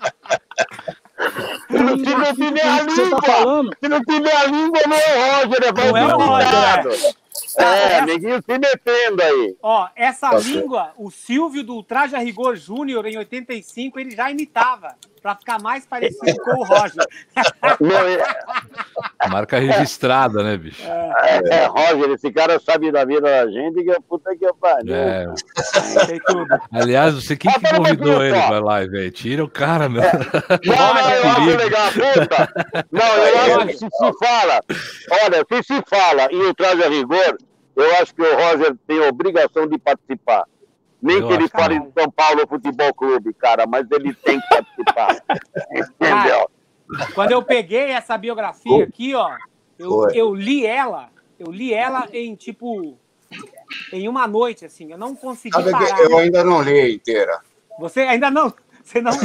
Eu me Se não identifico tiver com a isso que você língua, tá falando. se não tiver a língua, não é o Roger, é Não é o Roger, falsificado. É, Essa- neguinho se metendo aí. Ó, essa Tá língua, o Silvio do Traje a Rigor Júnior, em oitenta e cinco, ele já imitava, pra ficar mais parecido com o Roger. Não, é, Marca registrada, né, bicho? é, é, Roger, esse cara sabe da vida da gente, que é puta que pariu. É. Sei tudo. Aliás, você quem que Ah, pera um convidou pouquinho ele só. pra live, velho? Tira o cara, meu. Não, não, eu acho legal, puta. Não, eu acho que se se fala, olha, se se fala em o traje a rigor, eu acho que o Roger tem a obrigação de participar. Nem Eu que ele acho fale também. de São Paulo Futebol Clube, cara, mas ele tem que participar. Entendeu? Quando eu peguei essa biografia aqui, ó, eu, Oi. eu li ela, eu li ela em, tipo, em uma noite, assim, eu não consegui Sabe parar. que eu ainda não li inteira. Você ainda não, você não...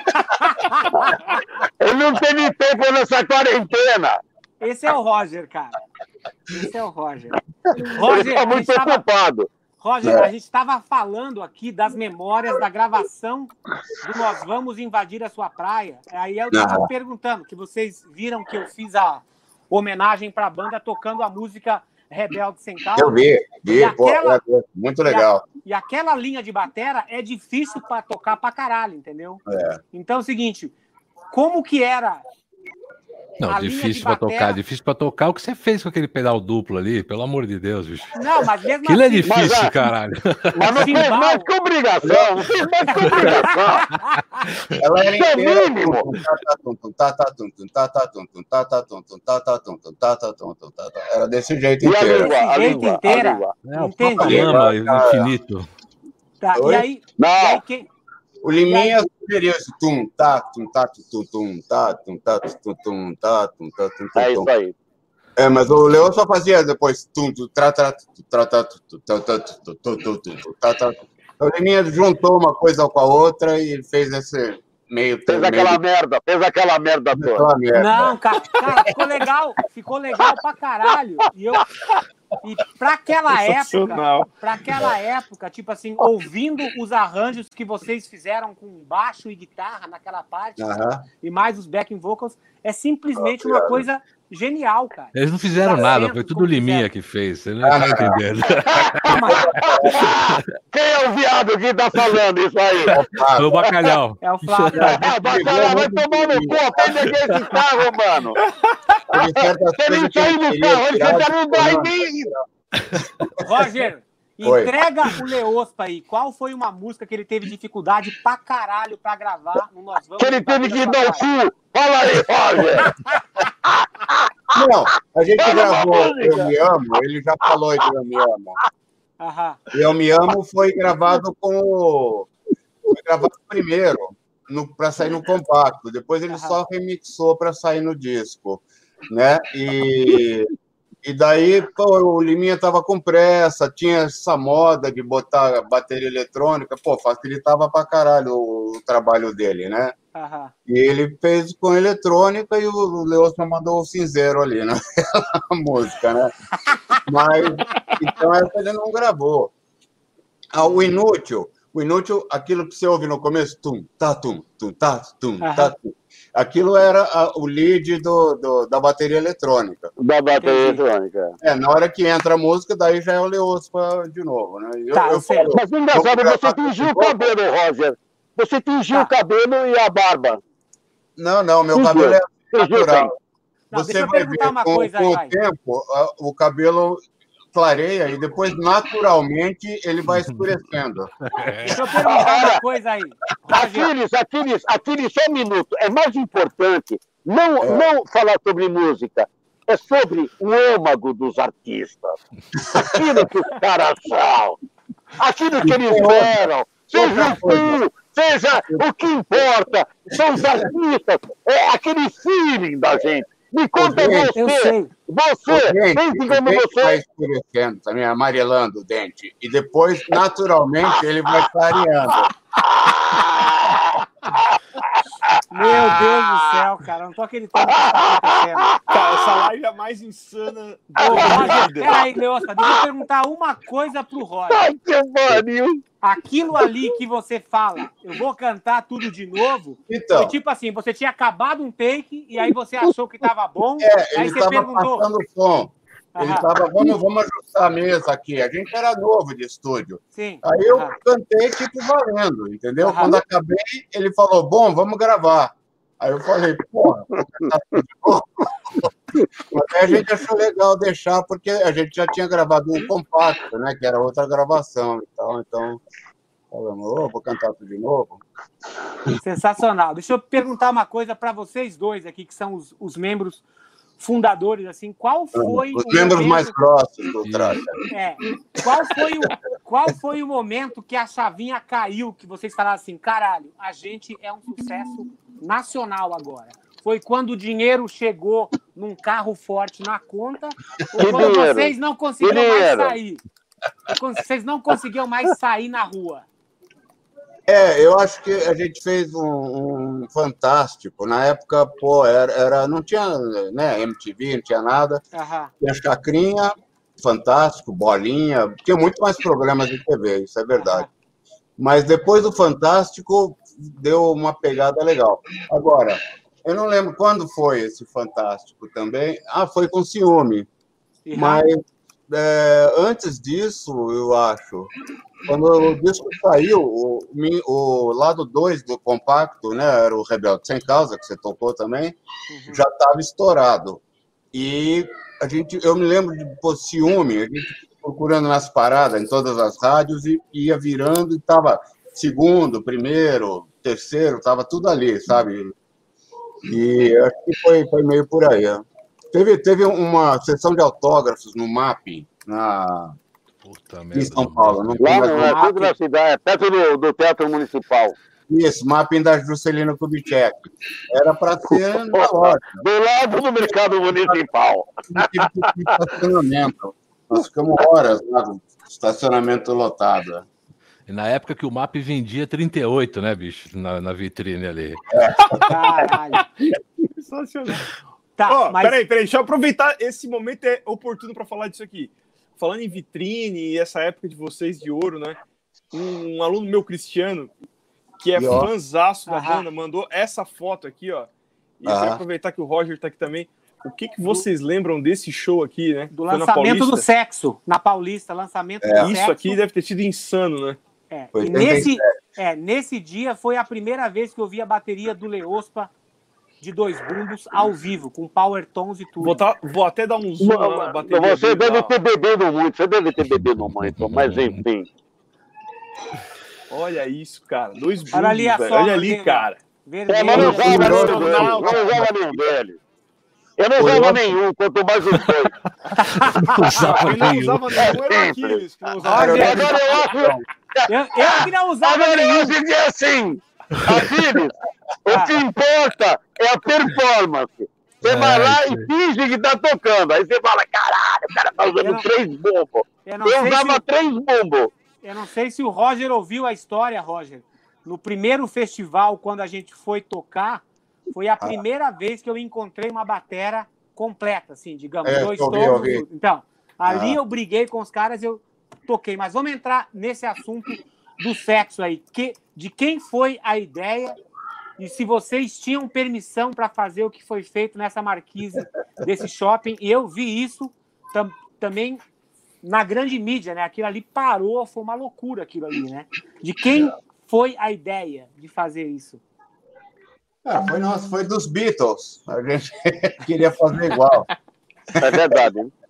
Ele não teve tempo nessa quarentena. Esse é o Roger, cara. Esse é o Roger. Ele Roger, está a muito gente tava... ocupado. Roger, a gente estava falando aqui das memórias da gravação do Nós Vamos Invadir a Sua Praia. Aí eu estava perguntando, que vocês viram que eu fiz a homenagem para a banda tocando a música Rebelde Sem Causa. Eu vi, vi, E pô, aquela- é, muito legal. E aquela linha de batera é difícil para tocar para caralho, entendeu? É. Então é o seguinte, como que era... Não, a linha de difícil pra batera- tocar, difícil pra tocar. O que você fez com aquele pedal duplo ali? Pelo amor de Deus, bicho. Não, mas mesmo Aquilo é assim... difícil, Mas, ah, caralho. Mas não fez Chimbal. mais que obrigação. Não fez mais que obrigação. Ela era Isso é inteira. mínimo. Era desse jeito E a inteiro. língua? A Jeito língua? A inteira. língua. É, o Entendi. Papa-Lama infinito. Tá, e Oi? aí... E Não, aí quem... O Liminha sugeriu esse tum, tá, tum, tá, tum, tum, tá, tum, tá, tum, tum, tá, tum, tá, tum, é tum. isso aí. É, mas o Leão só fazia depois tum, tum, tra, tra, tu, tra, tra, tu, tu, tra, tra, tu, tu, tu, tu, tu, tu, tá, tá. O Liminha juntou uma coisa com a outra e ele fez esse meio Fez termo, aquela meio- merda, fez aquela merda toda. aquela merda. Não, cara, cara, ficou legal, ficou legal pra caralho. E eu e pra aquela época, Sensacional. pra aquela época, tipo assim, ouvindo os arranjos que vocês fizeram com baixo e guitarra naquela parte Aham. e mais os backing vocals, é simplesmente uma coisa genial, cara. Eles não fizeram Tá nada, vendo foi tudo como Liminha fizeram. que fez. Você não tá entendendo. Ah, mas Quem é o viado que tá falando isso aí? Foi o bacalhau. é o Flávio. Ah, bacana, vai tomar no cu, aprende aqui esse carro, mano. Teve certas Se ele coisas que sair eu do queria carro, ele tirar já de não vai nem. Roger, Oi. entrega o Leospa aí. Qual foi uma música que ele teve dificuldade pra caralho pra gravar no Nós Vamos Que ele teve Invadir que a dar Sua o Praia? cu. Fala aí, Roger. Não, a gente Fala uma gravou música. Eu Me Amo, ele já falou de Eu Me Amo. Aham. Eu Me Amo foi gravado com o... Foi gravado primeiro, para sair no compacto. Depois ele Aham. só remixou para sair no disco, né? E, e daí, pô, o Liminha tava com pressa, tinha essa moda de botar bateria eletrônica, pô, facilitava pra caralho o, o trabalho dele, né? Aham. E ele fez com eletrônica e o Leosma mandou o cinzeiro ali, né? A música, né? Mas, então essa ele não gravou. Ah, o Inútil, o Inútil, aquilo que você ouve no começo, tum, tá, tum, tum, tá, tum, tá, tum. Aquilo era a, o lead do, do, da bateria eletrônica. Da bateria eletrônica. É, na hora que entra a música, daí já é o Leospa de novo, né? Eu, Tá, eu certo. falo, Mas engraçado, vamos você tingiu o cabelo, Roger. Você tingiu Tá. o cabelo e a barba. não, não, meu Tingiu. cabelo é Tingiu, natural. Não, Você deixa eu vai perguntar ver, uma com, coisa com aí, o vai. tempo, a- o cabelo clareia e depois, naturalmente, ele vai escurecendo. Deixa eu perguntar uma coisa aí. Roger, Aquiles, Aquiles, Aquiles, só um minuto. É mais importante não, É. não falar sobre música, é sobre o âmago dos artistas. Aquilo que os caras são, aquilo que eles eram, seja tu, seja o que importa, são os artistas, é aquele feeling da gente. Me conta gente, eu você, sei. você, O dente, pense o como dente vai você. escurecendo também, amarelando o dente. E depois, naturalmente, ele vai clareando. Meu Deus do céu, cara. Não tô acreditando que isso tá acontecendo. Cara, essa live é a mais insana Ô, da minha Roger, vida. peraí, Leospa, deixa eu perguntar uma coisa pro Roger. Ai, que pariu. Aquilo ali que você fala, eu vou cantar tudo de novo, Então, foi tipo assim, você tinha acabado um take e aí você achou que tava bom, é, aí ele você estava perguntou. passando o som. Ele Aham, estava, vamos, vamos ajustar a mesa aqui. A gente era novo de estúdio. sim. Aí eu Aham. cantei, tipo, valendo, entendeu? Aham. Quando acabei, ele falou, bom, vamos gravar. Aí eu falei, porra, vou cantar tudo de novo. Mas aí a gente achou legal deixar, porque a gente já tinha gravado um compacto, né? Que era outra gravação e tal. Então, falamos, oh, vou cantar tudo de novo. Sensacional. Deixa eu perguntar uma coisa para vocês dois aqui, que são os, os membros fundadores, assim, qual foi Os o membros momento... mais próximos do traje. É, qual foi, o, qual foi o momento que a chavinha caiu, que vocês falaram assim, caralho, a gente é um sucesso nacional agora? Foi quando o dinheiro chegou num carro forte na conta, ou Que quando dinheiro? vocês não conseguiam Que mais dinheiro? sair? Ou quando vocês não conseguiam mais sair na rua? É, eu acho que a gente fez um, um fantástico. Na época, pô, era, era, não tinha, né, M T V, não tinha nada. Aham. Tinha Chacrinha, Fantástico, Bolinha, tinha muito mais programas de T V, isso é verdade. Mas depois do Fantástico, deu uma pegada legal. Agora, eu não lembro quando foi esse Fantástico também. Ah, foi com Ciúme. Mas é, antes disso, eu acho, quando o disco saiu, o, o lado dois do compacto, né, era o Rebelde Sem Causa, que você tocou também, Uhum. já estava estourado. E a gente, eu me lembro de pô, Ciúme, a gente procurando nas paradas, em todas as rádios, e ia virando, e estava segundo, primeiro, terceiro, estava tudo ali, sabe? E acho que foi, foi meio por aí. Ó. Teve, teve uma sessão de autógrafos no M A P, na, Puta em merda. São Paulo. Não tem Lá mais no, um é M A P. tudo na cidade, perto do, do Teatro Municipal. Isso, mapping da Juscelina Kubitschek. Era para ser na loja. Do lado do Mercado Municipal. Não tive que ir pro estacionamento. Nós ficamos horas lá no estacionamento lotado. E na época que o M A P vendia trinta e oito, né, bicho? Na, na vitrine ali. Caralho. Sensacional. Tá, Ó, mas... peraí, peraí, deixa eu aproveitar. Esse momento é oportuno para falar disso aqui. Falando em vitrine e essa época de vocês de ouro, né? Um, um aluno meu, Cristiano, que é E, ó. fãzaço da Aham. banda, mandou essa foto aqui, ó. E eu Aham. quero aproveitar que o Roger tá aqui também. O que, que vocês lembram desse show aqui, né? Do Foi na lançamento do Paulista? sexo, na Paulista, lançamento do sexo. Isso aqui deve ter sido insano, né? É, Foi e oitenta e nesse, sete. é, nesse dia foi a primeira vez que eu vi a bateria do Leospa de dois bumbos ao vivo, com power tones e tudo. Vou, tá- vou até dar um zoom lá na bateria. Você dele, deve lá. ter bebido muito, você deve ter bebido muito, mas enfim. Olha isso, cara. Dois bumbos, Olha ali a velho. sola Olha ali, dele. cara. É, mas não Vermelho, usava Leandro, nenhum deles, não, não usava nenhum deles. Eu não Foi usava outro. nenhum, quanto mais os dois. Usava Quem não nenhum. usava nenhum era o Aquiles. Que não usava Olha, nenhum. Agora eu acho, eu, eu que não usava agora eu nenhum. acho que é assim. Aquiles, o que importa é a performance. Você É, vai lá isso e finge que tá tocando. Aí você fala, caralho, o cara tá Eu usando não- três bombos. Eu não, Eu sei usava se, três bombos. eu não sei se o Roger ouviu a história, Roger, no primeiro festival, quando a gente foi tocar, foi a primeira vez que eu encontrei uma batera completa, assim, digamos, É, dois eu vi, tons. eu vi. Então, ali Ah. eu briguei com os caras, eu toquei. Mas vamos entrar nesse assunto do sexo aí. Que, de quem foi a ideia e se vocês tinham permissão para fazer o que foi feito nessa marquise desse shopping. E eu vi isso tam, também na grande mídia, né? Aquilo ali parou, foi uma loucura aquilo ali, né? De quem foi a ideia de fazer isso? Ah, foi nosso, foi dos Beatles. A gente queria fazer igual. É verdade, hein?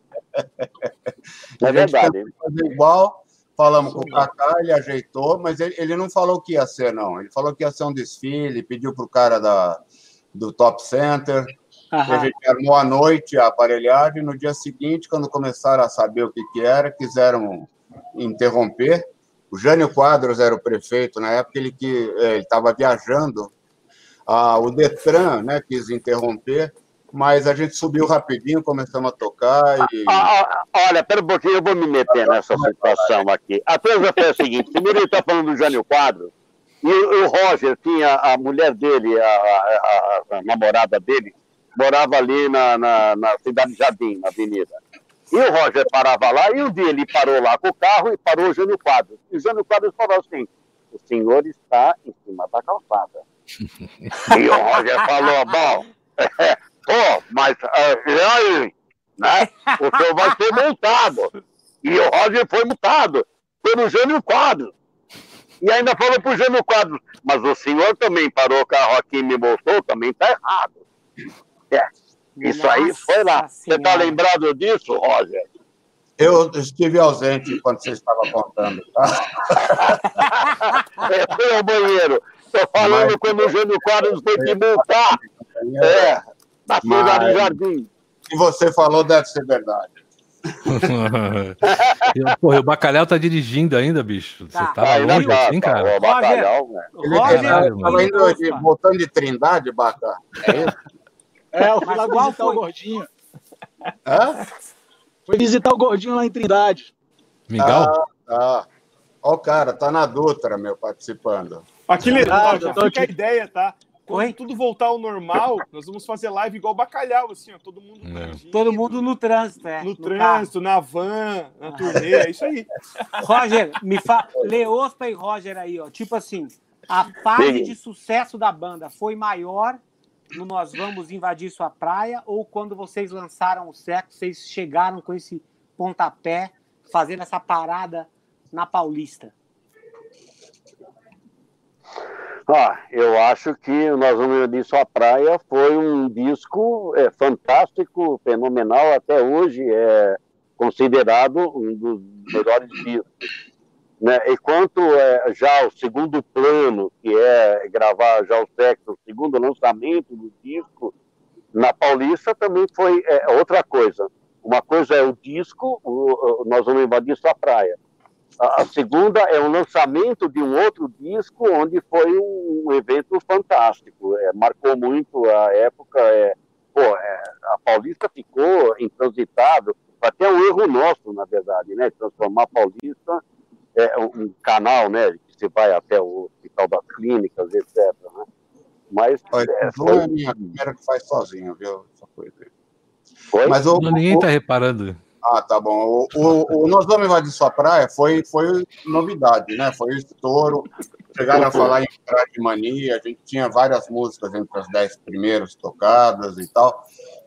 É verdade. Fazer igual, falamos com o Kaká, ele ajeitou, mas ele, ele não falou o que ia ser, não. Ele falou que ia ser um desfile, pediu para o cara da, do Top Center. Aham. A gente armou à noite a aparelhagem. No dia seguinte, quando começaram a saber o que, que era, quiseram interromper. O Jânio Quadros era o prefeito na época, ele estava viajando. Ah, o Detran, né, quis interromper, mas a gente subiu rapidinho, começamos a tocar e... Ah, ah, olha, pera um pouquinho, eu vou me meter nessa situação aqui. A coisa foi a seguinte, primeiro ele está falando do Jânio Quadros, e o, o Roger tinha a mulher dele, a, a, a, a namorada dele, morava ali na, na, na Cidade Jardim, na avenida. E o Roger parava lá, e um dia ele parou lá com o carro e parou o Jânio Quadros. E o Jânio Quadros falou assim, o senhor está em cima da calçada. E o Roger falou, bom, é, pô, mas é, e aí, né? O senhor vai ser multado. E o Roger foi multado pelo Jânio Quadros. E ainda falou pro Jânio Quadros, mas o senhor também parou o carro aqui e me mostrou, também tá errado. É, isso Nossa aí foi lá. Você tá Senhora. lembrado disso, Roger? Eu estive ausente quando você estava contando, tá? É, foi ao banheiro. Tô falando Mas- quando o Jânio Quadros foi te multar. É, na Cidade Mas- Jardim. O que você falou deve ser verdade. E, porra, o Bacalhau tá dirigindo ainda, bicho. Você Tá. tava Ainda longe tá, assim, cara? O bacalhau, né? Ele Roger, estava indo, Opa. de- voltando de Trindade, Baca. É isso? É, eu fui Mas lá qual visitar foi? o Gordinho. Hã? Foi visitar o Gordinho lá em Trindade. Mingau? Tá. Ó, o cara, tá na Dutra, meu, participando. Aqui, legal, Nada, já tô fica a aqui. ideia, tá? Quando Oi? tudo voltar ao normal, nós vamos fazer live igual bacalhau, assim, ó. Todo mundo, É. dirigindo, Todo mundo no trânsito, é. no, no trânsito, na van, na turnê, é isso aí. carro. Roger, me fa... Leospa e Roger aí, ó. Tipo assim, a fase Sim. de sucesso da banda foi maior no Nós Vamos Invadir Sua Praia ou quando vocês lançaram o sexo, vocês chegaram com esse pontapé fazendo essa parada na Paulista? Ah, eu acho que Nós Vamos Invadir Sua Praia foi um disco é, fantástico, fenomenal, até hoje é considerado um dos melhores discos. Né? Enquanto é, já o segundo plano, que é gravar já o sexo, o segundo lançamento do disco, na Paulista também foi é, outra coisa. Uma coisa é o disco, o, o, Nós Vamos Invadir Sua Praia. A segunda é o lançamento de um outro disco, onde foi um evento fantástico. É, marcou muito a época. É, pô, é, a Paulista ficou intransitável. Até um erro nosso, na verdade, né? Transformar a Paulista é um canal, né? Que se vai até o Hospital das Clínicas, etcétera. Né? Mas Olha, é, não foi, é a minha câmera que faz sozinho, viu? Essa coisa aí. foi Mas o, Não, ninguém o- tá reparando. Ah, tá bom. O, o, o Nós Vamos Invadir Sua Praia foi, foi novidade, né? Foi estouro. Chegaram a falar em Grade Mania, a gente tinha várias músicas entre as dez primeiras tocadas e tal.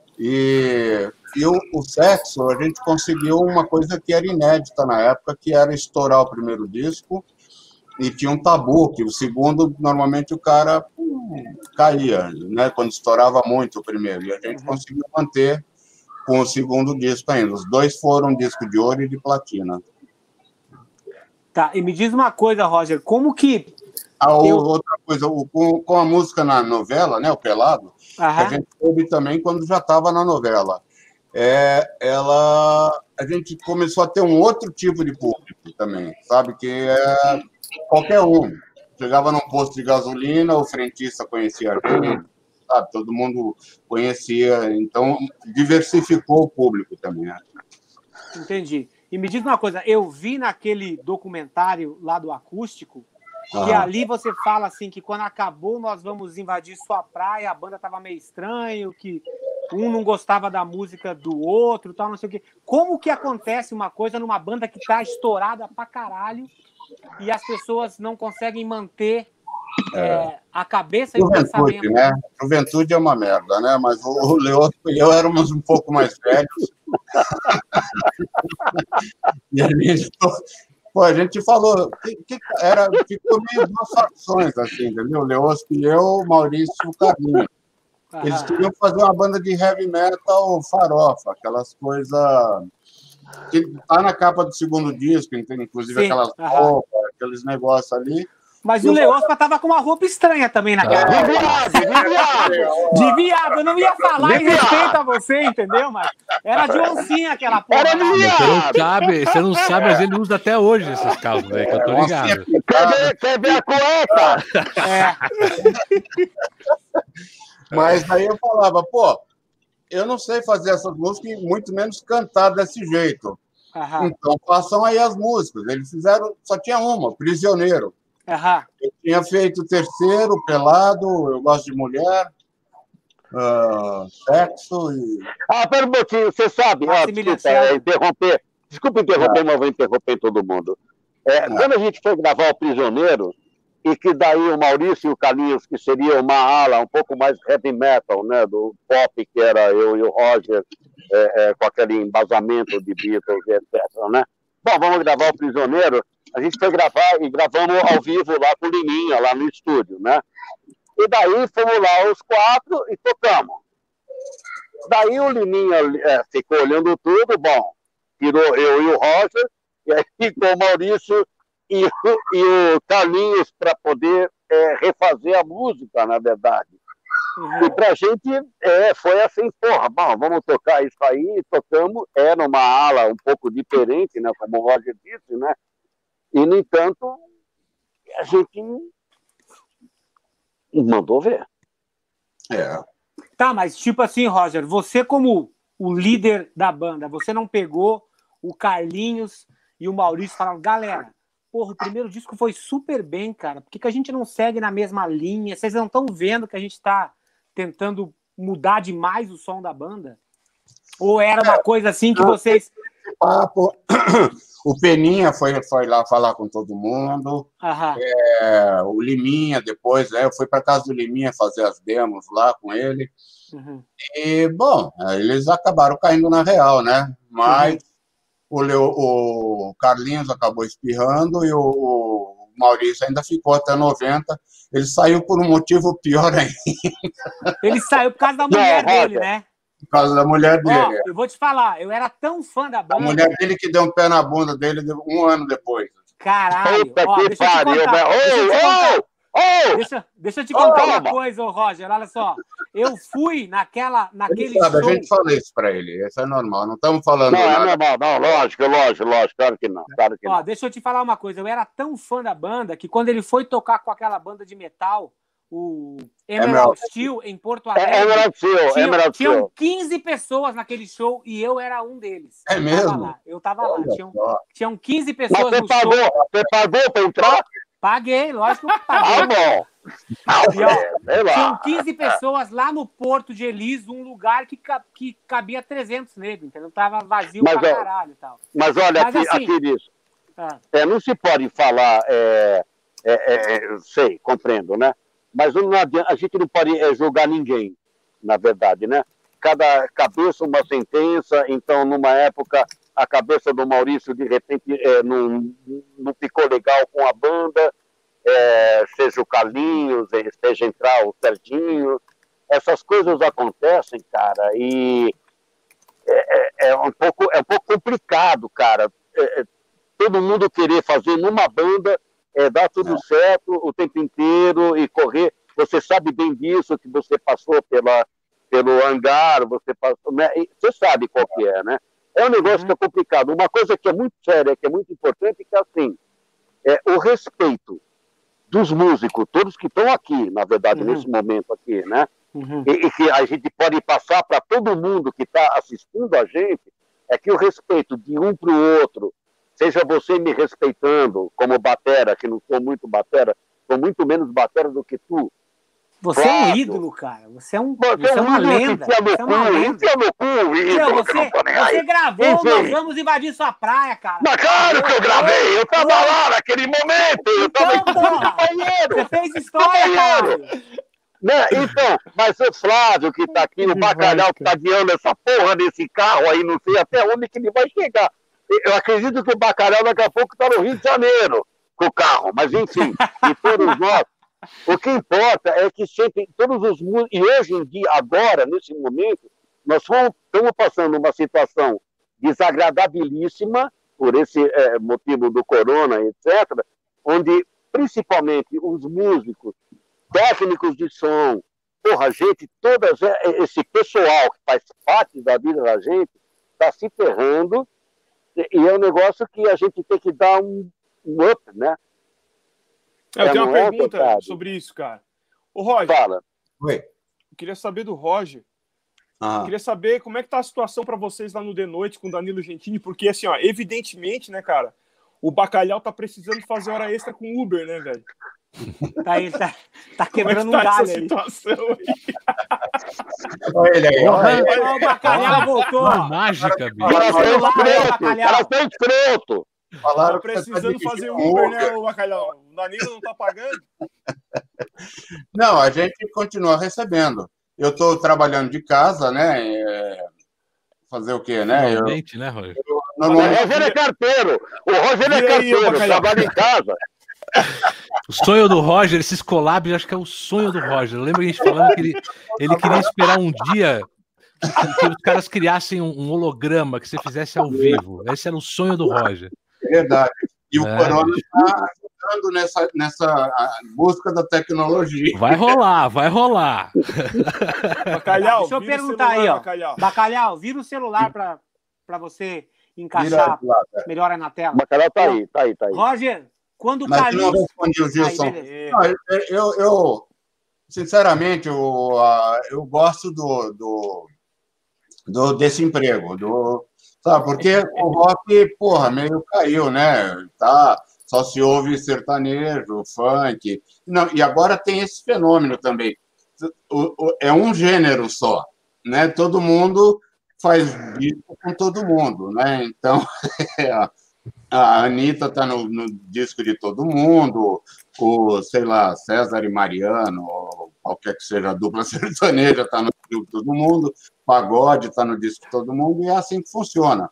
E, e o, o sexo, a gente conseguiu uma coisa que era inédita na época, que era estourar o primeiro disco e tinha um tabu, que o segundo, normalmente o cara hum, caía, né? Quando estourava muito o primeiro. E a gente conseguiu manter com o segundo disco ainda. Os dois foram disco de ouro e de platina. Tá, e me diz uma coisa, Roger, como que... Ah, o- Eu- outra coisa, o- com, com a música na novela, né, o Pelado, a Aham. gente soube também quando já estava na novela. É, ela, a gente começou a ter um outro tipo de público também, sabe? Que é qualquer um. Chegava num posto de gasolina, o frentista conhecia a gente, sabe? Todo mundo conhecia, então diversificou o público também, né? Entendi. E me diz uma coisa, eu vi naquele documentário lá do Acústico Que ali você fala assim, que quando acabou nós vamos invadir sua praia, a banda tava meio estranho, que um não gostava da música do outro, tal, não sei o quê. Como que acontece uma coisa numa banda que tá estourada pra caralho e as pessoas não conseguem manter é, a cabeça e o pensamento? Né? Juventude é uma merda, né? Mas o Leôncio e eu éramos um pouco mais velhos. E a gente... Pô, a gente falou, que, que era, ficou meio duas facções, assim, entendeu? O Leôncio e eu, o Maurício e o Carlinhos. Eles queriam fazer uma banda de heavy metal farofa, aquelas coisas que tá na capa do segundo disco, inclusive Sim. aquelas roupas, aqueles negócios ali. Mas o Leôncio tava com uma roupa estranha também na cara. De viado, de viado. De viado, eu não ia falar em respeito a você, entendeu? Mas era de oncinha aquela porra. Era de viado. Você não sabe, você não sabe, mas ele usa até hoje esses calços aí, que eu tô ligado. Quer ver, quer ver a cueca? É. Mas aí eu falava, pô, eu não sei fazer essas músicas e muito menos cantar desse jeito. Aham. Então façam aí as músicas. Eles fizeram, só tinha uma, Prisioneiro. Aham. Eu tinha feito o terceiro, Pelado, Eu Gosto de Mulher, uh, Sexo e... Ah, pera um pouquinho, você sabe, ó, desculpa é, interromper, desculpa interromper, ah. mas vou interromper todo mundo. É, ah. Quando a gente foi gravar o Prisioneiro, e que daí o Maurício e o Carlinhos, que seria uma ala um pouco mais heavy metal, né, do pop, que era eu e o Roger, é, é, com aquele embasamento de Beatles, etcétera, né? Bom, vamos gravar o Prisioneiro. A gente foi gravar e gravamos ao vivo lá com o Liminha, lá no estúdio, né? E daí fomos lá os quatro e tocamos. Daí o Liminha é, ficou olhando tudo, bom, tirou eu e o Roger, e aí ficou o Maurício e, e o Carlinhos para poder é, refazer a música, na verdade. Uhum. E pra gente é, foi assim, porra, bom, vamos tocar isso aí, tocamos, era uma ala um pouco diferente, né, como o Roger disse, né? E, no entanto, a gente mandou ver. É. Tá, mas tipo assim, Roger, você como o líder da banda, você não pegou o Carlinhos e o Maurício e falaram, galera, porra, o primeiro disco foi super bem, cara, por que, que a gente não segue na mesma linha? Vocês não estão vendo que a gente tá tentando mudar demais o som da banda? Ou era uma coisa assim que vocês... Papo. O Peninha foi, foi lá falar com todo mundo. É, o Liminha depois, né, eu fui para casa do Liminha fazer as demos lá com ele. Uhum. E, bom, eles acabaram caindo na real, né? Mas uhum. o, Leo, o Carlinhos acabou espirrando e o, o Maurício ainda ficou até noventa. Ele saiu por um motivo pior ainda. Ele saiu por causa da mulher Não, dele, né? Por causa da mulher dele. Ó, eu vou te falar, eu era tão fã da banda. A mulher dele que deu um pé na bunda dele um ano depois. Caralho. Eita, ó, que deixa, eu pariu, contar, oh, deixa eu te contar. Oh, oh, deixa, deixa eu te contar oh, uma coisa, ô Roger. Olha só. Eu fui naquela, naquele sabe, show... A gente fala isso pra ele, isso é normal. Não estamos falando Não, nada. é normal, não, lógico, lógico, lógico, claro que não. Claro que ó, não. deixa eu te falar uma coisa. Eu era tão fã da banda que quando ele foi tocar com aquela banda de metal, o Emerald, Emerald Steel, em Porto Alegre. É, Emerald Steel, tinha, Emerald tinham Steel. quinze pessoas naquele show e eu era um deles. É eu mesmo? Tava lá, eu tava lá. Olha Tinham, só. tinham quinze Mas pessoas você no pagou, show. você pagou para entrar? Paguei, lógico que eu Ah, paguei. bom. E, ó, Sei lá. tinham quinze pessoas lá no Porto de Elis, um lugar que, ca- que cabia trezentos negros, entendeu? Tava vazio Mas, pra ó, caralho e tal. Mas olha, Mas, aqui, assim, aqui disso. Ah, É, não se pode falar, é, é, é, sei, compreendo, né? Mas não adianta, a gente não pode é, julgar ninguém, na verdade, né? Cada cabeça uma sentença, então, numa época, a cabeça do Maurício, de repente, é, não, não ficou legal com a banda, é, seja o Carlinhos, seja entrar o Serginho, essas coisas acontecem, cara, e é, é, é, um, pouco, é um pouco complicado, cara. É, todo mundo querer fazer numa banda, é, dar tudo é. certo o tempo inteiro e correr. Você sabe bem disso, que você passou pela, pelo hangar, você passou, né? E você sabe qual que é, né? É um negócio uhum. que é complicado. Uma coisa que é muito séria, que é muito importante, que é assim, é o respeito dos músicos, todos que estão aqui, na verdade, uhum. nesse momento aqui, né? Uhum. E, e que a gente pode passar para todo mundo que está assistindo a gente, é que o respeito de um para o outro, seja você me respeitando como batera, que não sou muito batera, sou muito menos batera do que tu. Você Flávio, é um ídolo, cara. Você é, um, você você é uma lenda. Enfia Você é no uma cu, lenda. enfia no cu, ídolo, Meu, que você, eu não tô nem você aí. gravou, Enfim. nós vamos invadir sua praia, cara. Mas claro que eu gravei, eu tava Ô, lá naquele momento, eu tava Então, porra, no banheiro. você fez história, No caralho. banheiro. Né? Então, mas o Flávio que tá aqui, o Bacalhau que tá guiando essa porra desse carro aí, não sei até onde que ele vai chegar. Eu acredito que o Bacalhau daqui a pouco tá no Rio de Janeiro com o carro, mas enfim, e todos nós, o que importa é que sempre, todos os músicos, e hoje em dia, agora, nesse momento, nós fomos, estamos passando uma situação desagradabilíssima, por esse é, motivo do corona, etcétera, onde, principalmente, os músicos, técnicos de som, porra, gente, todas esse pessoal que faz parte da vida da gente está se ferrando, e é um negócio que a gente tem que dar um, um up, né? Eu é, tenho uma é pergunta verdade. sobre isso, cara. Ô, Roger, Fala. Oi. eu queria saber do Roger. Ah. Eu queria saber como é que tá a situação para vocês lá no The Noite com o Danilo Gentili, porque, assim, ó, evidentemente, né, cara, o Bacalhau tá precisando fazer hora extra com Uber, né, velho? Tá, aí, tá, tá Como é que quebrando tá um galho essa aí. situação aí? Olha ele aí, olha ele aí. Ó, o Bacalhau voltou. Uma mágica, Os bicho. caras são celular, escroto, os Bacalhau. caras são escroto. Falaram Tá que você precisando tá fazer dirigindo Uber, né, o Bacalhau? O Danilo não tá pagando? Não, a gente continua recebendo. Eu estou trabalhando de casa, né? É, fazer o quê, né? Eu, Finalmente, né, Roger? eu, O normalmente, Roger é carteiro. O Roger é Vira aí, ô, carteiro, Bacalhau. trabalha em casa. O sonho do Roger, esses collabs, acho que é o sonho do Roger. Eu lembro a gente falando que ele, ele queria esperar um dia que, que os caras criassem um, um holograma que você fizesse ao vivo. Esse era o sonho do Roger. é verdade. E o É, Corona bicho. está ajudando nessa, nessa ah, busca da tecnologia. Vai rolar, vai rolar. Bacalhau, Deixa eu vira o perguntar celular, aí, ó. Bacalhau. Bacalhau, vira o celular pra, pra você Vira encaixar de lado, é. melhor aí na O tela. Bacalhau tá aí, tá aí, tá aí. Roger, quando o Mas eu não Carlinhos... respondi o Aí, Gilson. beleza. Não, eu, eu, eu, sinceramente, eu, ah, eu gosto do, do, do- desse emprego, do, sabe? Porque o rock, porra, meio caiu, né? Tá, só se ouve sertanejo, funk. Não, e agora tem esse fenômeno também. O- o- é um gênero só, né? Todo mundo faz disco com todo mundo, né? Então, a Anitta está no, no disco de todo mundo, o, sei lá, César e Mariano, ou qualquer que seja a dupla sertaneja, está no disco de todo mundo, Pagode está no disco de todo mundo, e é assim que funciona.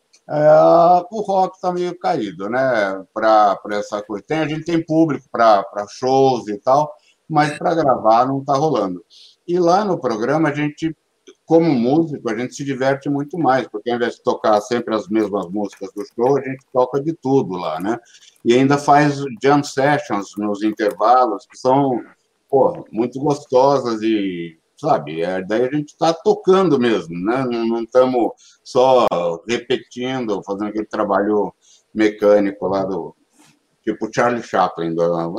É, o rock está meio caído, né, para essa coisa. Tem, a gente tem público para shows e tal, mas para gravar não está rolando. E lá no programa, a gente, como músico, a gente se diverte muito mais, porque ao invés de tocar sempre as mesmas músicas do show, a gente toca de tudo lá, né? E ainda faz jam sessions nos intervalos, que são, pô, muito gostosas e, sabe, é, daí a gente está tocando mesmo, né? Não estamos só repetindo, fazendo aquele trabalho mecânico lá do... Tipo Charlie Chaplin. Do...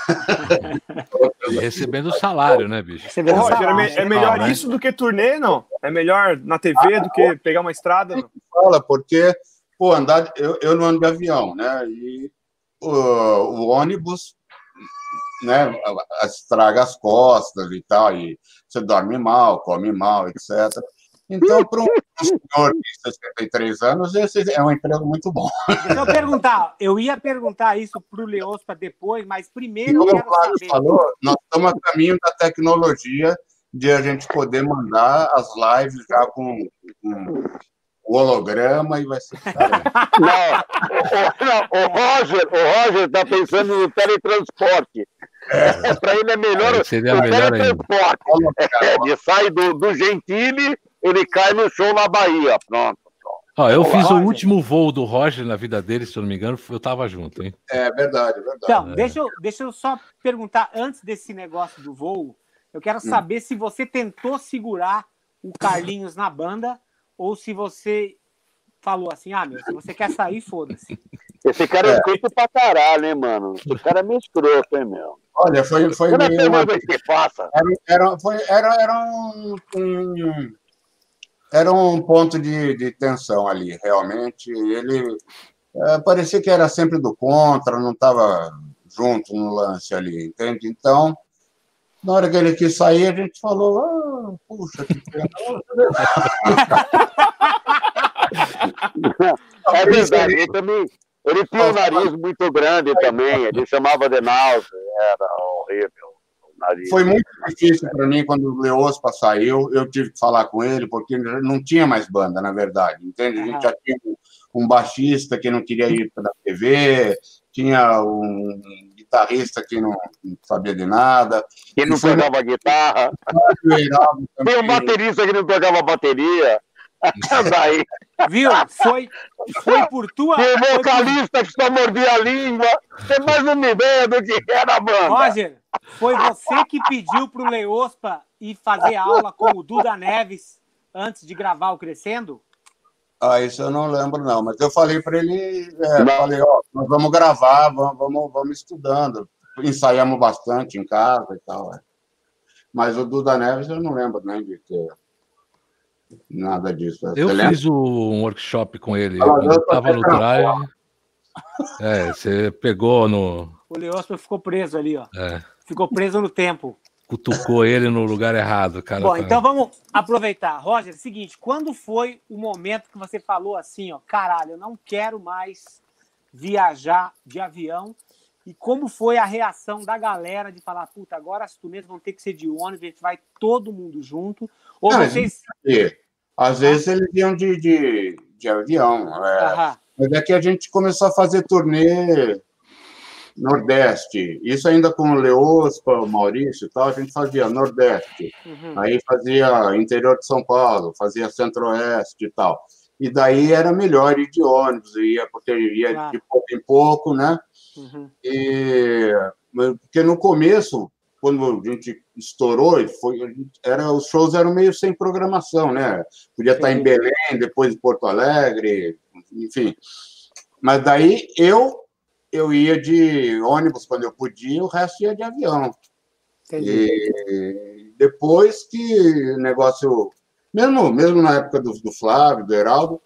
E recebendo o salário, né, bicho? Você vê Ô, no Roger, é, salário, me- é né? melhor né? isso do que turnê, não? É melhor na T V do que pegar uma estrada? Não? Fala, porque, pô, andar, eu, eu não ando de avião, né? E o, o ônibus, né, estraga as costas e tal, e você dorme mal, come mal, etcétera. Então, para um senhor de sessenta e três anos, esse é um emprego muito bom. Deixa eu perguntar, eu ia perguntar isso pro Leospa depois, mas E primeiro eu como o quero Flávio saber. falou, nós estamos a caminho da tecnologia de a gente poder mandar as lives já com, com o holograma e vai ser... Não, o, não, o Roger, o Roger está pensando no teletransporte. É. Para ele é melhor Aí seria o melhor teletransporte. É, ele sai do, do Gentili, ele cai no show na Bahia. Pronto. Ó, eu fiz o Roger. último voo do Roger na vida dele, se eu não me engano, eu tava junto, hein? É verdade, é verdade. Então, deixa eu, deixa eu só perguntar, antes desse negócio do voo, eu quero saber se você tentou segurar o Carlinhos na banda ou se você falou assim, ah, meu, se você quer sair, foda-se. Esse cara é escroto pra caralho, hein, mano? Esse cara é meio escroto, hein, meu? Olha, foi, foi Você não é meio... uma vez que passa. Era, era, foi, era, era um, um- era um ponto de, de tensão ali, realmente. Ele, é, parecia que era sempre do contra, não estava junto no lance ali, entende? Então, na hora que ele quis sair, a gente falou, ah, puxa, que pena. É verdade, ele também. Ele tinha um nariz muito grande também, ele chamava de náusea, era horrível o nariz. Foi muito difícil para mim quando o Leospa saiu, eu tive que falar com ele, porque não tinha mais banda, na verdade, entende? A gente já tinha um baixista que não queria ir para a T V, tinha um guitarrista que não, não sabia de nada. Que não tocava guitarra. Tem um baterista que não tocava bateria. Daí. Viu? Foi, foi por tua... Tem um vocalista por... que só mordia a língua. Tem mais uma ideia do que era a banda. Roger, foi você que pediu pro Leospa ir fazer aula com o Duda Neves antes de gravar o Crescendo? Ah, isso eu não lembro, não. Mas eu falei para ele, é, falei, ó, nós vamos gravar, vamos, vamos, vamos estudando. Ensaiamos bastante em casa e tal. É. Mas o Duda Neves eu não lembro nem de ter nada disso. Eu você fiz lembra? um workshop com ele. Ah, quando eu eu estava no drive. É, você pegou no... O Leospa ficou preso ali, ó. É. Ficou preso no tempo. Cutucou ele no lugar errado, cara. Bom, então vamos aproveitar. Roger, seguinte, quando foi o momento que você falou assim, ó, caralho, eu não quero mais viajar de avião, e como foi a reação da galera de falar, puta, agora as turnês vão ter que ser de ônibus, a gente vai todo mundo junto, ou Não, vocês... Às vezes eles iam de, de, de avião, é. Mas é que a gente começou a fazer turnê Nordeste, isso ainda com o Leospa, o Maurício e tal, a gente fazia Nordeste, uhum. Aí fazia interior de São Paulo, fazia Centro-Oeste e tal, e daí era melhor ir de ônibus, ia, porque ia claro. De pouco em pouco, né? Uhum. E, porque no começo, quando a gente estourou, foi, era, os shows eram meio sem programação, né? Podia Sim. estar em Belém, depois em Porto Alegre, enfim. Mas daí eu eu ia de ônibus quando eu podia, o resto ia de avião. Entendi. E depois que o negócio, mesmo, mesmo na época do, do Flávio, do Heraldo,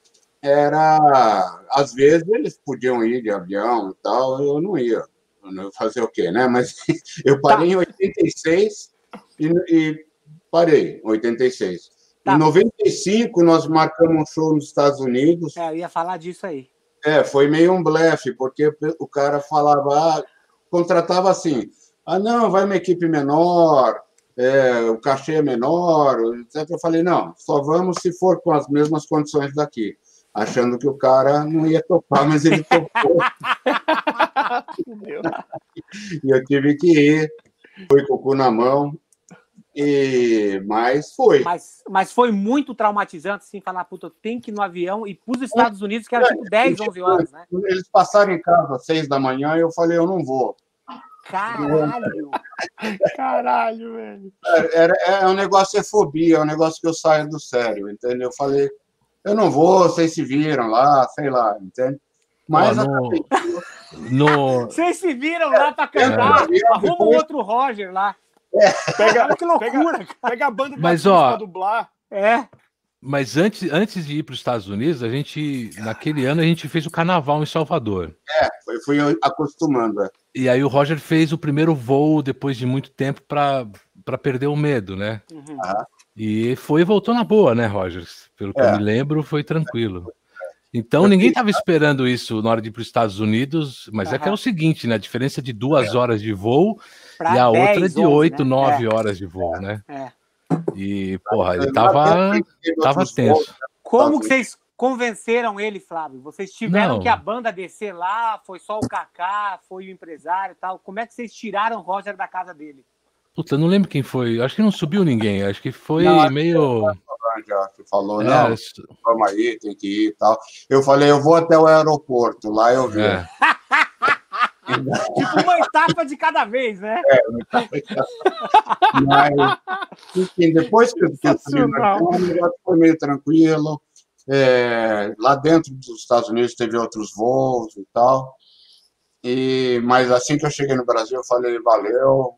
era, às vezes eles podiam ir de avião e tal, eu não ia. Eu não ia fazer o quê, né? Mas eu parei tá. em oitenta e seis e, e parei em oitenta e seis. Tá. Em noventa e cinco, nós marcamos um show nos Estados Unidos. É, eu ia falar disso aí. É, foi meio um blefe, porque o cara falava, ah, contratava assim, ah, não, vai uma equipe menor, é, o cachê é menor, etcétera. Eu falei, não, só vamos se for com as mesmas condições daqui, achando que o cara não ia topar, mas ele topou. E eu tive que ir, fui com o cu na mão, e... mas foi. Mas, mas foi muito traumatizante, assim, falar, puta, eu tenho que ir no avião e para os Estados Unidos, que era tipo dez, onze horas, né? Eles passaram em casa às seis da manhã e eu falei, eu não vou. Caralho! Caralho, velho! É, é, é um negócio, é fobia, é um negócio que eu saio do sério, entendeu? Eu falei, eu não vou, vocês se viram lá, sei lá, entende? Mas oh, acabei... no... Vocês se viram lá para cantar, é, arruma depois... outro Roger lá. É. Pega, que loucura, pega, pega a banda mas, ó, para dublar. É. Mas antes, antes de ir para os Estados Unidos, a gente, naquele ano, a gente fez o carnaval em Salvador. É, foi, fui acostumando. E aí o Roger fez o primeiro voo depois de muito tempo para para perder o medo, né? Uhum. E foi e voltou na boa, né, Roger? Pelo que é. eu me lembro, foi tranquilo. Então ninguém estava esperando isso na hora de ir para os Estados Unidos, mas uhum. é que é o seguinte, né? A diferença de duas é. horas de voo pra e a dez, outra de oito, nove né? horas de voo, né? É. E, porra, ele tava, tava tenso. Como que vocês convenceram ele, Flávio? Vocês tiveram Não. que a banda descer lá, foi só o Kaká, foi o empresário e tal. Como é que vocês tiraram o Roger da casa dele? Puta, eu não lembro quem foi. Acho que não subiu ninguém. Acho que foi não, meio... Já que falou, é, não, vamos aí, tem que ir e tal. Eu falei, eu vou até o aeroporto, lá eu vi. É. Tipo uma etapa de cada vez, né? É, uma etapa de cada vez. Mas, enfim, depois que eu subi o negócio foi meio tranquilo. É, lá dentro dos Estados Unidos teve outros voos e tal. E, mas assim que eu cheguei no Brasil, eu falei, valeu,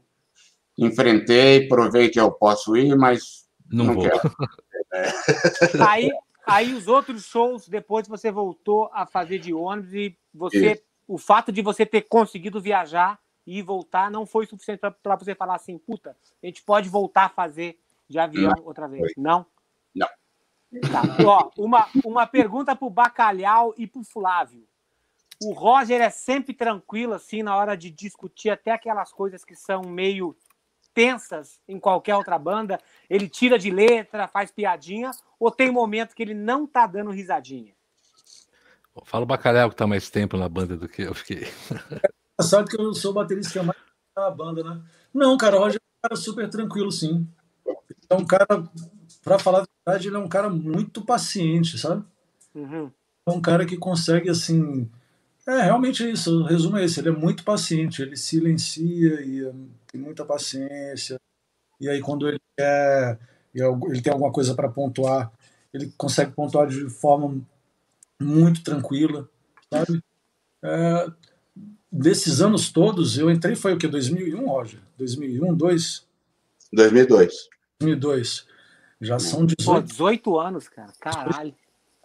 enfrentei, provei que eu posso ir, mas não, não quero. É. Aí, aí os outros shows, depois você voltou a fazer de ônibus e você, Isso. o fato de você ter conseguido viajar e voltar não foi suficiente para você falar assim, puta, a gente pode voltar a fazer de avião Não, outra vez. foi. Não? Não. Tá. Ó, uma, uma pergunta pro Bacalhau e pro Flávio. O Roger é sempre tranquilo, assim, na hora de discutir até aquelas coisas que são meio tensas em qualquer outra banda? Ele tira de letra, faz piadinha, ou tem momento que ele não tá dando risadinha? Fala o Bacalhau que tá mais tempo na banda do que eu fiquei. Sabe que eu sou o baterista que é mais da banda, né? Não, cara, o Roger é um cara super tranquilo, sim. É um cara, pra falar a verdade, ele é um cara muito paciente, sabe? Uhum. É um cara que consegue, assim... É, realmente é isso, o resumo é esse, ele é muito paciente, ele silencia e hum, tem muita paciência, e aí quando ele quer, e ele tem alguma coisa para pontuar, ele consegue pontuar de forma muito tranquila, sabe? É, desses anos todos, eu entrei, foi o que, dois mil e um, Roger? dois mil e um, dois? dois mil e dois. dois mil e dois. Já são Pô, dezoito. dezoito anos, cara. Caralho.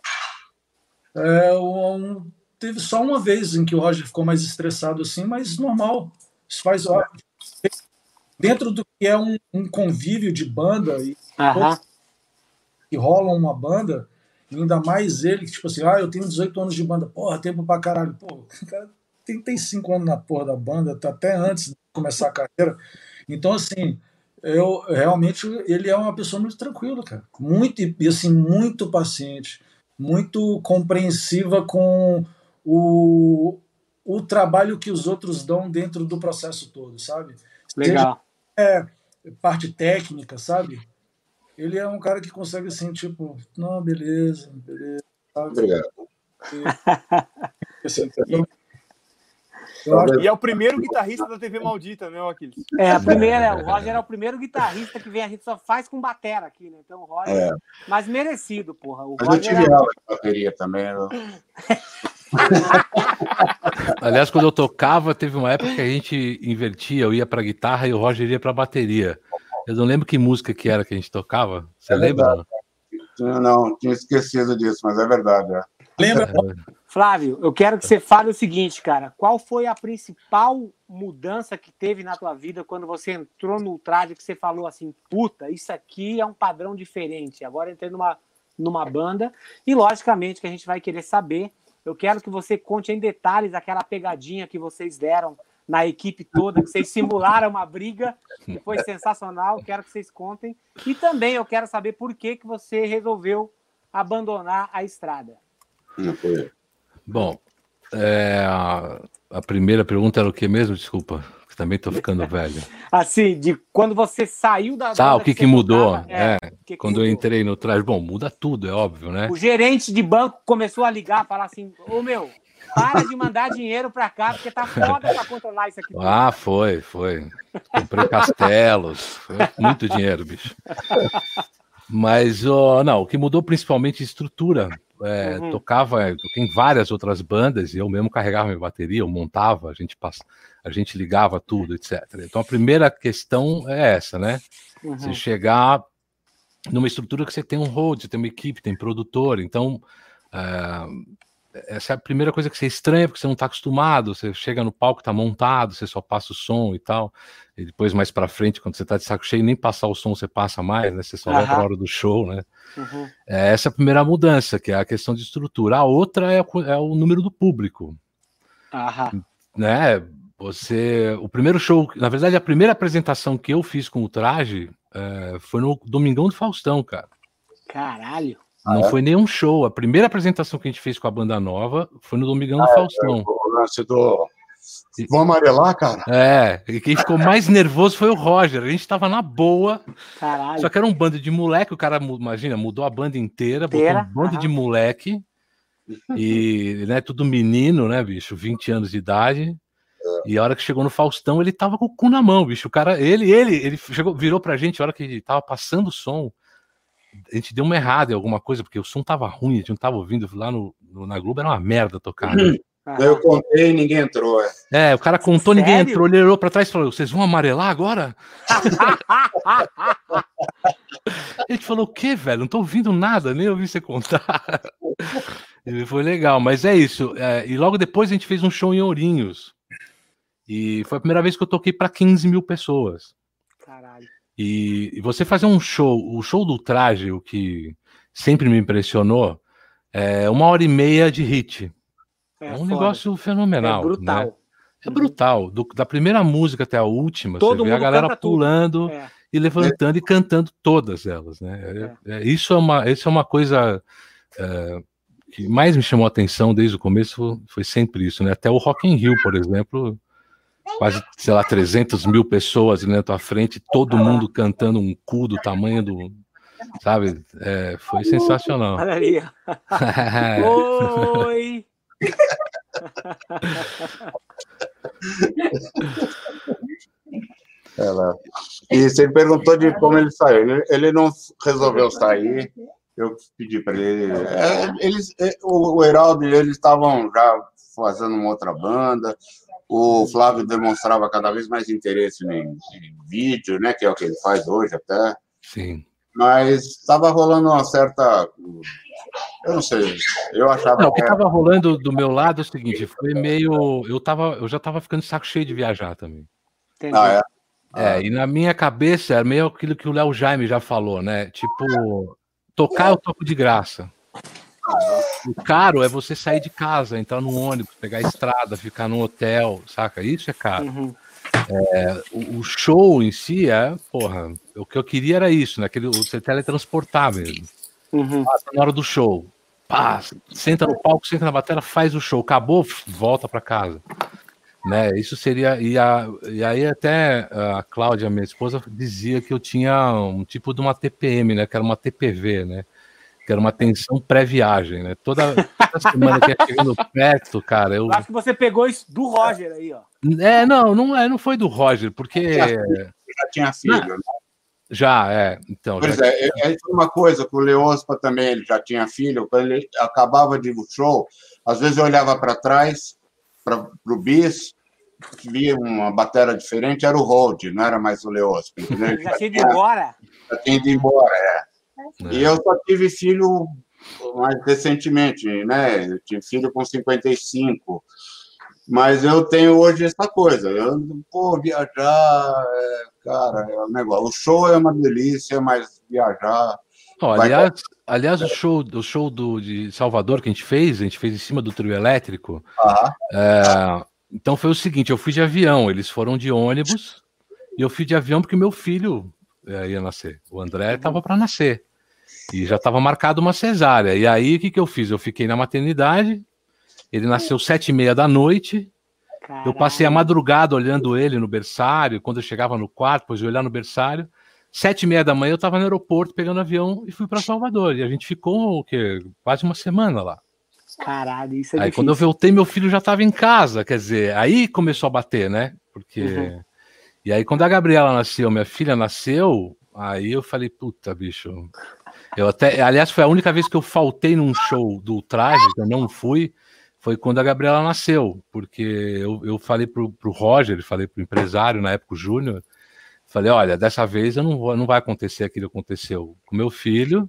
É, um, teve só uma vez em que o Roger ficou mais estressado assim, mas normal. Isso faz ó, dentro do que é um, um convívio de banda e Aham. que rola uma banda, ainda mais ele que tipo assim, ah, eu tenho dezoito anos de banda, porra, tempo pra caralho. Pô, o cara tem, tem cinco anos na porra da banda, tá até antes de começar a carreira. Então, assim, eu realmente ele é uma pessoa muito tranquila, cara. Muito, e assim, muito paciente, muito compreensiva com o, o trabalho que os outros dão dentro do processo todo, sabe? Legal. Seja, é, parte técnica, sabe? Ele é um cara que consegue, assim, tipo, não, beleza, beleza. Sabe? Obrigado. E, assim, eu, eu acho... E é o primeiro guitarrista da T V Maldita, né, Aquiles? É, a primeira, o Roger é o primeiro guitarrista que vem, a gente só faz com batera aqui, né? Então o Roger, é. Mas merecido, porra. O mas Roger eu tive é... aula de bateria também. Eu... Aliás, quando eu tocava, teve uma época que a gente invertia, eu ia pra guitarra e o Roger ia pra bateria. Eu não lembro que música que era que a gente tocava. Você é lembra? Não? não, tinha esquecido disso, mas é verdade. É. Lembra? É. Flávio, eu quero que você fale o seguinte, cara. Qual foi a principal mudança que teve na tua vida quando você entrou no Ultraje, que você falou assim, puta, isso aqui é um padrão diferente. Agora entrei numa, numa banda e, logicamente, que a gente vai querer saber. Eu quero que você conte em detalhes aquela pegadinha que vocês deram na equipe toda, que vocês simularam uma briga, que foi sensacional. Quero que vocês contem. E também eu quero saber por que, que você resolveu abandonar a estrada. Não foi. Bom, é, a, a primeira pergunta era o que mesmo? Desculpa, que também estou ficando velho. Assim, de quando você saiu da... Ah, o que que, que mudou? Tocava, é, é que quando que eu mudou? entrei no Ultraje, bom, muda tudo, é óbvio, né? O gerente de banco começou a ligar, falar assim, ô meu, para de mandar dinheiro para cá, porque tá foda para controlar isso aqui. Ah, foi, foi. Comprei castelos, foi muito dinheiro, bicho. Mas, oh, não, o que mudou principalmente a estrutura. É, uhum. Tocava em várias outras bandas, e eu mesmo carregava minha bateria, eu montava, a gente, passa, a gente ligava tudo, etcétera. Então a primeira questão é essa, né? Uhum. Você chegar numa estrutura que você tem um hold, você tem uma equipe, tem produtor, então é, essa é a primeira coisa que você estranha, porque você não está acostumado, você chega no palco, está montado, você só passa o som e tal, e depois mais para frente, quando você está de saco cheio, nem passar o som você passa mais, né? Você só vai para a hora do show, né? Uhum. É essa é a primeira mudança, que é a questão de estrutura. A outra é, é o número do público. Aham. Né? Você, o primeiro show, na verdade, a primeira apresentação que eu fiz com o Ultraje é, foi no Domingão do Faustão, cara. Caralho. Não ah, é? Foi nenhum show. A primeira apresentação que a gente fez com a banda nova foi no Domingão ah, do Faustão. É, o lance do... Vão amarelar, cara? É, e quem ficou mais nervoso foi o Roger. A gente tava na boa. Caralho. Só que era um bando de moleque. O cara, imagina, mudou a banda inteira, inteira? botou um bando uhum. de moleque. E, né, tudo menino, né, bicho? vinte anos de idade. É. E a hora que chegou no Faustão, ele tava com o cu na mão, bicho. O cara, ele, ele, ele chegou, virou pra gente, a hora que ele tava passando o som. A gente deu uma errada em alguma coisa, porque o som tava ruim, a gente não tava ouvindo. Lá no, no, na Globo era uma merda tocar, né? Eu contei e ninguém entrou. É, é o cara contou, ninguém entrou. Ele olhou pra trás e falou: vocês vão amarelar agora? A gente falou, o quê, velho? Não tô ouvindo nada, nem ouvi você contar. E foi legal, mas é isso. É, e logo depois a gente fez um show em Ourinhos. E foi a primeira vez que eu toquei para quinze mil pessoas. Caralho. E, e você fazer um show, o show do Traje, o que sempre me impressionou, é uma hora e meia de hit. É, é um foda. Negócio fenomenal. É brutal. Né? É brutal. Do, da primeira música até a última, Todo você vê a galera pulando é. e levantando é. e cantando todas elas. Né? É. É, isso, é uma, isso é uma coisa é, que mais me chamou a atenção desde o começo, foi sempre isso. Né? Até o Rock in Rio, por exemplo, quase, sei lá, trezentas mil pessoas ali na tua frente, todo mundo cantando um cu do tamanho do... Sabe? É, foi sensacional. Olha ali. Oi! Ela... E você perguntou de como ele saiu. Ele, ele não resolveu sair. Eu pedi para ele. É, eles, o, o Heraldo e eles estavam já fazendo uma outra banda. O Flávio demonstrava cada vez mais interesse em, em vídeo, né? Que é o que ele faz hoje até. Sim. Mas estava rolando uma certa... Eu não sei, eu achava... Não, o que estava era... rolando do meu lado é o seguinte, foi meio... Eu, tava, eu já estava ficando de saco cheio de viajar também. Entendi. Ah, é? É, ah. E na minha cabeça era meio aquilo que o Léo Jaime já falou, né? Tipo, tocar eu toco de graça. O caro é você sair de casa, entrar no ônibus, pegar a estrada, ficar no hotel, saca? Isso é caro. Uhum. É, o, o show em si é, porra, o que eu queria era isso, né? Aquele, você teletransportar mesmo. Uhum. Passa na hora do show, pá, senta no palco, senta na bateria, faz o show, acabou, volta para casa. Né? Isso seria. E, a, e aí, até a Cláudia, minha esposa, dizia que eu tinha um tipo de uma T P M, né? Que era uma T P V, né? Que era uma tensão pré-viagem, né? Toda, toda semana que ia chegando perto, cara. Eu... eu acho que você pegou isso do Roger aí, ó. É, não, não, é, não foi do Roger, porque. Já, já tinha filho, né? Já, é. Então, pois já... é, é uma coisa, com o Leospa também, ele já tinha filho, quando ele acabava de ir no show, às vezes eu olhava para trás, para o bis, via uma bateria diferente, era o Hold, não era mais o Leospa. Ele já, já tinha ido embora? Já tinha ido embora, é. é. E eu só tive filho mais recentemente, né? Eu tive filho com cinquenta e cinco. Mas eu tenho hoje essa coisa, eu, pô, viajar, é, cara, é um negócio. O show é uma delícia, mas viajar... Oh, aliás, vai... aliás, o show, o show do, de Salvador que a gente fez, a gente fez em cima do trio elétrico. Ah. É, então foi o seguinte, eu fui de avião, eles foram de ônibus, e eu fui de avião porque meu filho é, ia nascer. O André estava para nascer. E já estava marcado uma cesárea. E aí, o que, que eu fiz? Eu fiquei na maternidade... Ele nasceu sete e meia da noite. Caralho. Eu passei a madrugada olhando ele no berçário. Quando eu chegava no quarto, depois de olhar no berçário. Sete e meia da manhã eu estava no aeroporto pegando avião e fui para Salvador. E a gente ficou o quê? Quase uma semana lá. Caralho, isso é Aí difícil. Quando eu voltei, meu filho já estava em casa. Quer dizer, aí começou a bater, né? Porque... Uhum. E aí quando a Gabriela nasceu, minha filha nasceu, aí eu falei, puta, bicho... Eu até... Aliás, foi a única vez que eu faltei num show do Traje, que eu não fui... Foi quando a Gabriela nasceu, porque eu, eu falei pro, pro Roger, falei pro empresário, na época o Júnior, falei, olha, dessa vez eu não, vou, não vai acontecer aquilo que aconteceu com meu filho,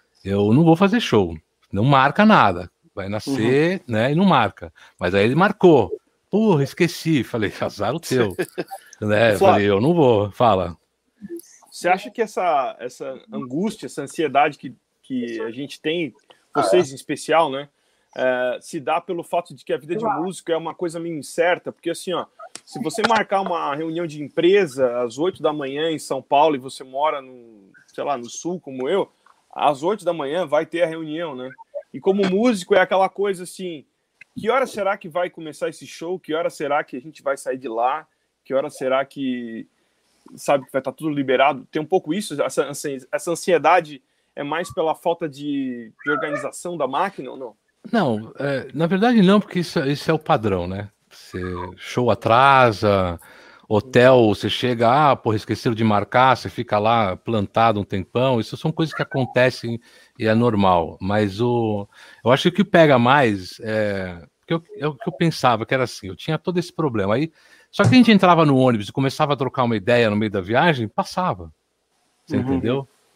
eu não vou fazer show, não marca nada, vai nascer, uhum. né, e não marca. Mas aí ele marcou, porra, esqueci, falei, azar o teu, né, falei, eu não vou, fala. Você acha que essa, essa angústia, essa ansiedade que, que a gente tem, vocês em especial, né, É, se dá pelo fato de que a vida de músico é uma coisa meio incerta, porque assim, ó, se você marcar uma reunião de empresa às oito da manhã em São Paulo e você mora no, sei lá, no sul como eu, às oito da manhã vai ter a reunião, né? E como músico é aquela coisa assim, que hora será que vai começar esse show? Que hora será que a gente vai sair de lá? Que hora será que, sabe, que vai estar tudo liberado? Tem um pouco isso, essa, essa ansiedade é mais pela falta de, de organização da máquina ou não? Não, é, na verdade não, porque isso, isso é o padrão, né? Você, show atrasa, hotel, você chega, ah, porra, esqueceram de marcar, você fica lá plantado um tempão, isso são coisas que acontecem e é normal, mas o, eu acho que o que pega mais é, porque eu, é o que eu pensava, que era assim, eu tinha todo esse problema, aí, só que a gente entrava no ônibus e começava a trocar uma ideia no meio da viagem, passava, você uhum. entendeu?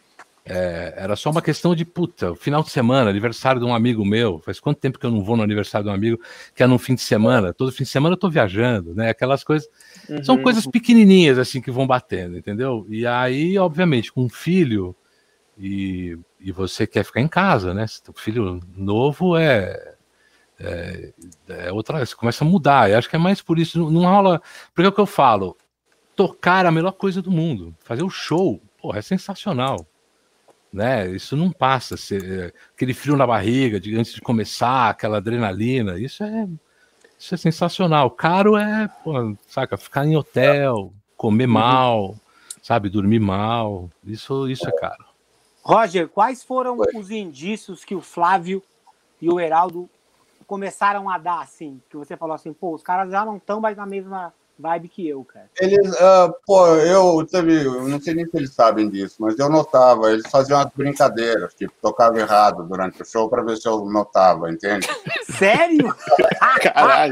É, era só uma questão de, puta, final de semana, aniversário de um amigo meu, faz quanto tempo que eu não vou no aniversário de um amigo, que é no fim de semana, todo fim de semana eu tô viajando, né, aquelas coisas, uhum. São coisas pequenininhas, assim, que vão batendo, entendeu? E aí, obviamente, com um filho, e, e você quer ficar em casa, né, o filho novo é, é, é outra, você começa a mudar, eu acho que é mais por isso, não, não rola, porque é o que eu falo, tocar é a melhor coisa do mundo, fazer o show, porra, é sensacional. Né? Isso não passa, se, aquele frio na barriga de, antes de começar, aquela adrenalina, isso é, isso é sensacional. Caro é, pô, saca, ficar em hotel, comer mal, sabe, dormir mal, isso, isso é caro. Roger, quais foram os indícios que o Flávio e o Heraldo começaram a dar, assim, que você falou assim, pô, os caras já não estão mais na mesma vibe que eu, cara? Eles, uh, pô, eu teve, eu não sei nem se eles sabem disso, mas eu notava, eles faziam umas brincadeiras, tipo, tocavam errado durante o show para ver se eu notava, entende? Sério? Caralho.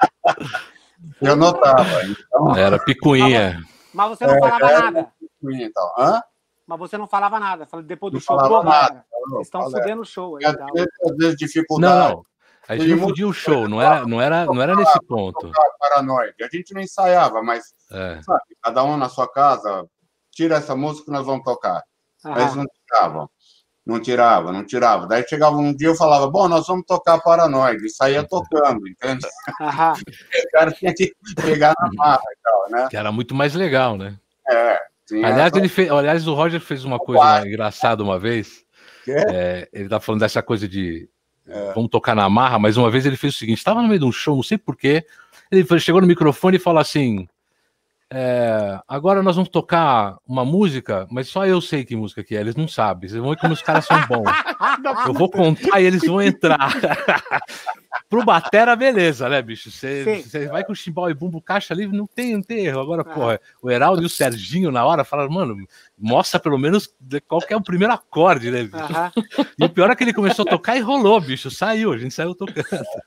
Eu notava. Então... Era picuinha. Mas você não falava é, nada? Picuinha, então. Hã? Mas você não falava nada, depois do não show, pô, nada. Eles estão fudendo o show aí. Às vezes, às vezes dificuldade. Não, não. A gente não podia o show, não era, não era, não era nesse ponto. Paranoide. A gente não ensaiava, mas é. Sabe, cada um na sua casa, tira essa música que nós vamos tocar. Ah. Aí eles não tiravam, não tiravam, não tiravam. Daí chegava um dia eu falava, bom, nós vamos tocar Paranoide. E saía tocando, entende? Ah. O cara tinha que pegar na marra e tal, né? Que era muito mais legal, né? É. Aliás, essa... ele fez, aliás, o Roger fez uma coisa Quase. engraçada uma vez. É, ele tá falando dessa coisa de É. vamos tocar na marra, mas uma vez ele fez o seguinte, estava no meio de um show, não sei porquê, ele chegou no microfone e falou assim, é, agora nós vamos tocar uma música, mas só eu sei que música que é, eles não sabem, vocês vão ver como os caras são bons, eu vou contar e eles vão entrar. Pro batera, beleza, né, bicho, você vai com o chimbal e bumbo caixa ali, não tem, não tem erro. Agora, ah. porra, o Heraldo e o Serginho na hora falaram, mano, mostra pelo menos qual que é o primeiro acorde, né, bicho? Uh-huh. E o pior é que ele começou a tocar e rolou, bicho, saiu, a gente saiu tocando.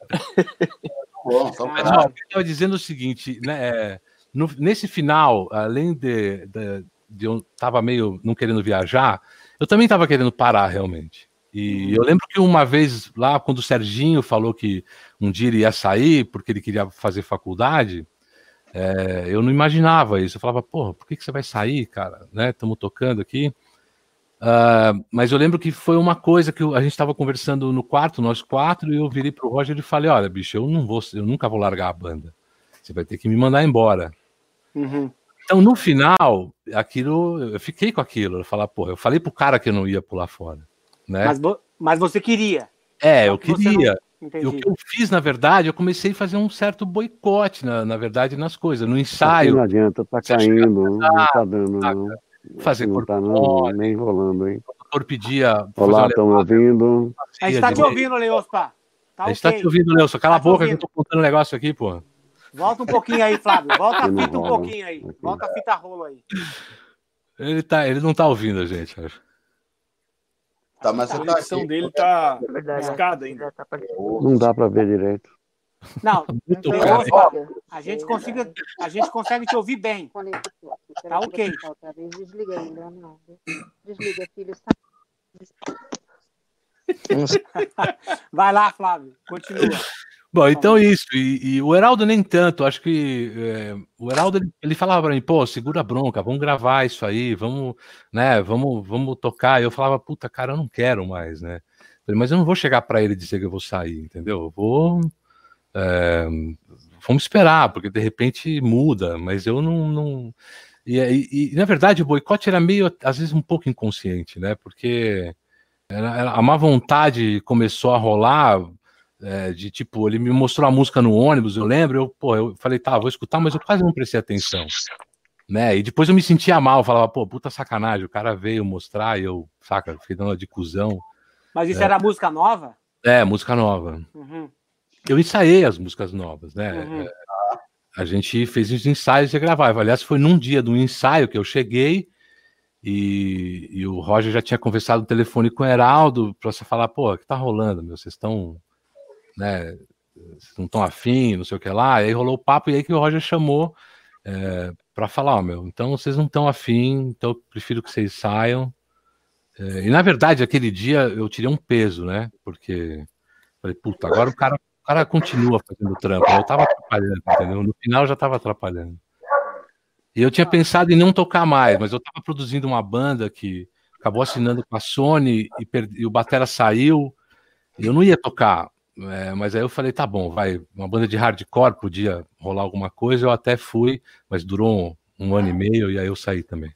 Bom, mas, ó, eu tava dizendo o seguinte, né, no, nesse final, além de, de, de eu tava meio não querendo viajar, eu também tava querendo parar, realmente. E eu lembro que uma vez lá, quando o Serginho falou que um dia ele ia sair porque ele queria fazer faculdade, é, eu não imaginava isso. Eu falava, porra, por que, que você vai sair, cara? Né? Estamos tocando aqui. Uh, mas eu lembro que foi uma coisa que a gente estava conversando no quarto, nós quatro, e eu virei pro Roger e falei, olha, bicho, eu não vou, eu nunca vou largar a banda. Você vai ter que me mandar embora. Uhum. Então, no final, aquilo, eu fiquei com aquilo. Eu falei, porra, eu falei pro cara que eu não ia pular fora. Né? Mas, mas você queria? É, eu queria. E o que eu fiz, na verdade, eu comecei a fazer um certo boicote, na, na verdade, nas coisas. No ensaio. Não adianta, tá caindo, não tá dando, não. Fazer não tá não, nem rolando, hein? O doutor pedia. Olá, estão me ouvindo? A gente tá te ouvindo, Leospa. Tá a gente okay. tá te ouvindo, Leospa. Cala tá a boca que eu tô contando um negócio aqui, pô. Volta um pouquinho aí, Flávio. Volta a fita um pouquinho aí. Volta a fita rolo aí. Ele, tá, ele não tá ouvindo a gente, acho. Tá, mas a conexão tá dele tá escada ainda. Não dá para ver direito. Não, Leospa, a gente consegue, a gente consegue te ouvir bem. Tá ok. Desliga aí, Leonardo. Desliga, filho. Vai lá, Flávio. Continua. Bom, então isso, e, e o Heraldo nem tanto, acho que é, o Heraldo, ele, ele falava pra mim, pô, segura a bronca, vamos gravar isso aí, vamos, né, vamos, vamos tocar, e eu falava, puta, cara, eu não quero mais, né, falei, mas eu não vou chegar pra ele dizer que eu vou sair, entendeu, eu vou, é, vamos esperar, porque de repente muda, mas eu não, não... E, e, e na verdade o boicote era meio, às vezes um pouco inconsciente, né, porque era, era, a má vontade começou a rolar. É, de tipo, ele me mostrou a música no ônibus, eu lembro, eu, pô, eu falei, tá, vou escutar, mas eu quase não prestei atenção, né, e depois eu me sentia mal, eu falava, pô, puta sacanagem, o cara veio mostrar e eu, saca, fiquei dando de cuzão. Mas isso é. era música nova? É, música nova. Uhum. Eu ensaiei as músicas novas, né, uhum. é, a gente fez os ensaios e gravava, aliás, foi num dia do ensaio que eu cheguei e, e o Roger já tinha conversado no telefone com o Heraldo pra você falar, pô, o que tá rolando, meu, vocês estão... né, não estão afim, não sei o que lá, e aí rolou o papo, e aí que o Roger chamou é, para falar, ó, meu, então vocês não estão afim, então eu prefiro que vocês saiam, É, e na verdade, aquele dia eu tirei um peso, né? Porque falei, puta, agora o cara, o cara continua fazendo trampo. Eu tava atrapalhando, entendeu? No final eu já tava atrapalhando. E eu tinha pensado em não tocar mais, mas eu tava produzindo uma banda que acabou assinando com a Sony e, per... e o batera saiu. E eu não ia tocar. É, mas aí eu falei, tá bom, vai, uma banda de hardcore podia rolar alguma coisa, eu até fui, mas durou um, um ano e meio e aí eu saí também.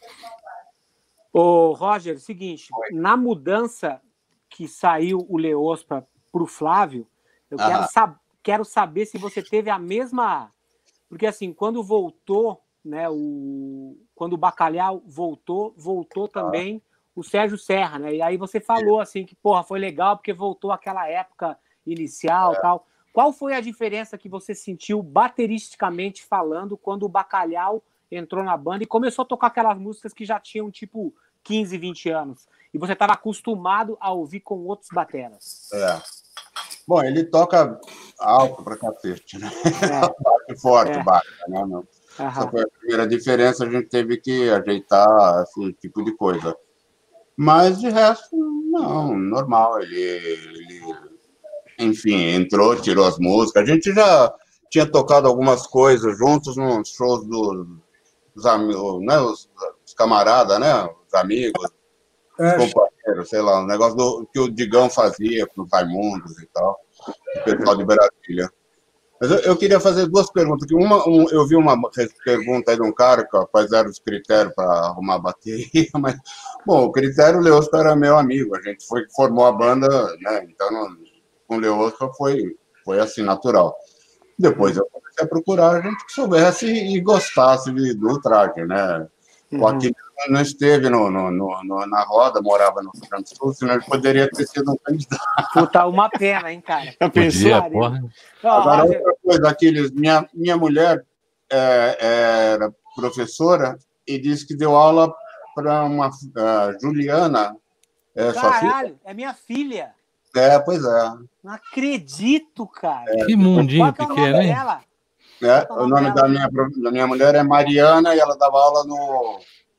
Ô, Roger, seguinte, na mudança que saiu o Leôs para o Flávio, eu Aham. quero, sab quero saber se você teve a mesma... Porque assim, quando voltou, né, o... quando o Bacalhau voltou, voltou também o Sérgio Serra, né? E aí você falou assim que, porra, foi legal porque voltou aquela época inicial e tal. Qual foi a diferença que você sentiu bateristicamente falando quando o Bacalhau entrou na banda e começou a tocar aquelas músicas que já tinham tipo quinze, vinte anos e você estava acostumado a ouvir com outros bateras? É. Bom, ele toca alto pra cacete, né? É. Bate forte, É. bate, né? Meu? Essa Aham. foi a primeira diferença, a gente teve que ajeitar esse tipo de coisa. Mas de resto, não, normal. Ele, ele, enfim, entrou, tirou as músicas. A gente já tinha tocado algumas coisas juntos nos shows do, dos amigos, né? Os, os camaradas, né? Os amigos, os É, companheiros, sei lá, um negócio do, que o Digão fazia com os Raimundos e tal, o pessoal de Brasília. Mas eu, eu queria fazer duas perguntas. Que uma, um, eu vi uma pergunta aí de um cara que, ó, quais eram os critérios para arrumar a bateria, mas, bom, o critério, o Leosco era meu amigo, a gente foi formou a banda, né? Então, não, com o Leosco foi, foi assim, natural. Depois eu comecei a procurar gente que soubesse e gostasse do traje, né? O Uhum. Aquiles não esteve no, no, no, no, na roda, morava no Rio Grande do Sul, senão ele poderia ter sido um candidato. Puta, uma pena, hein, cara? Já pensou? Podia, porra. Ó, Agora, Roger, outra coisa, Aquiles, minha, minha mulher é, era professora e disse que deu aula para uma uh, Juliana, é, sua filha? caralho, é minha filha. É, pois é. Não acredito, cara. Que mundinho Qual que é o pequeno, nome hein? dela? é Qual o nome da minha, da minha mulher é Mariana e ela dava aula no,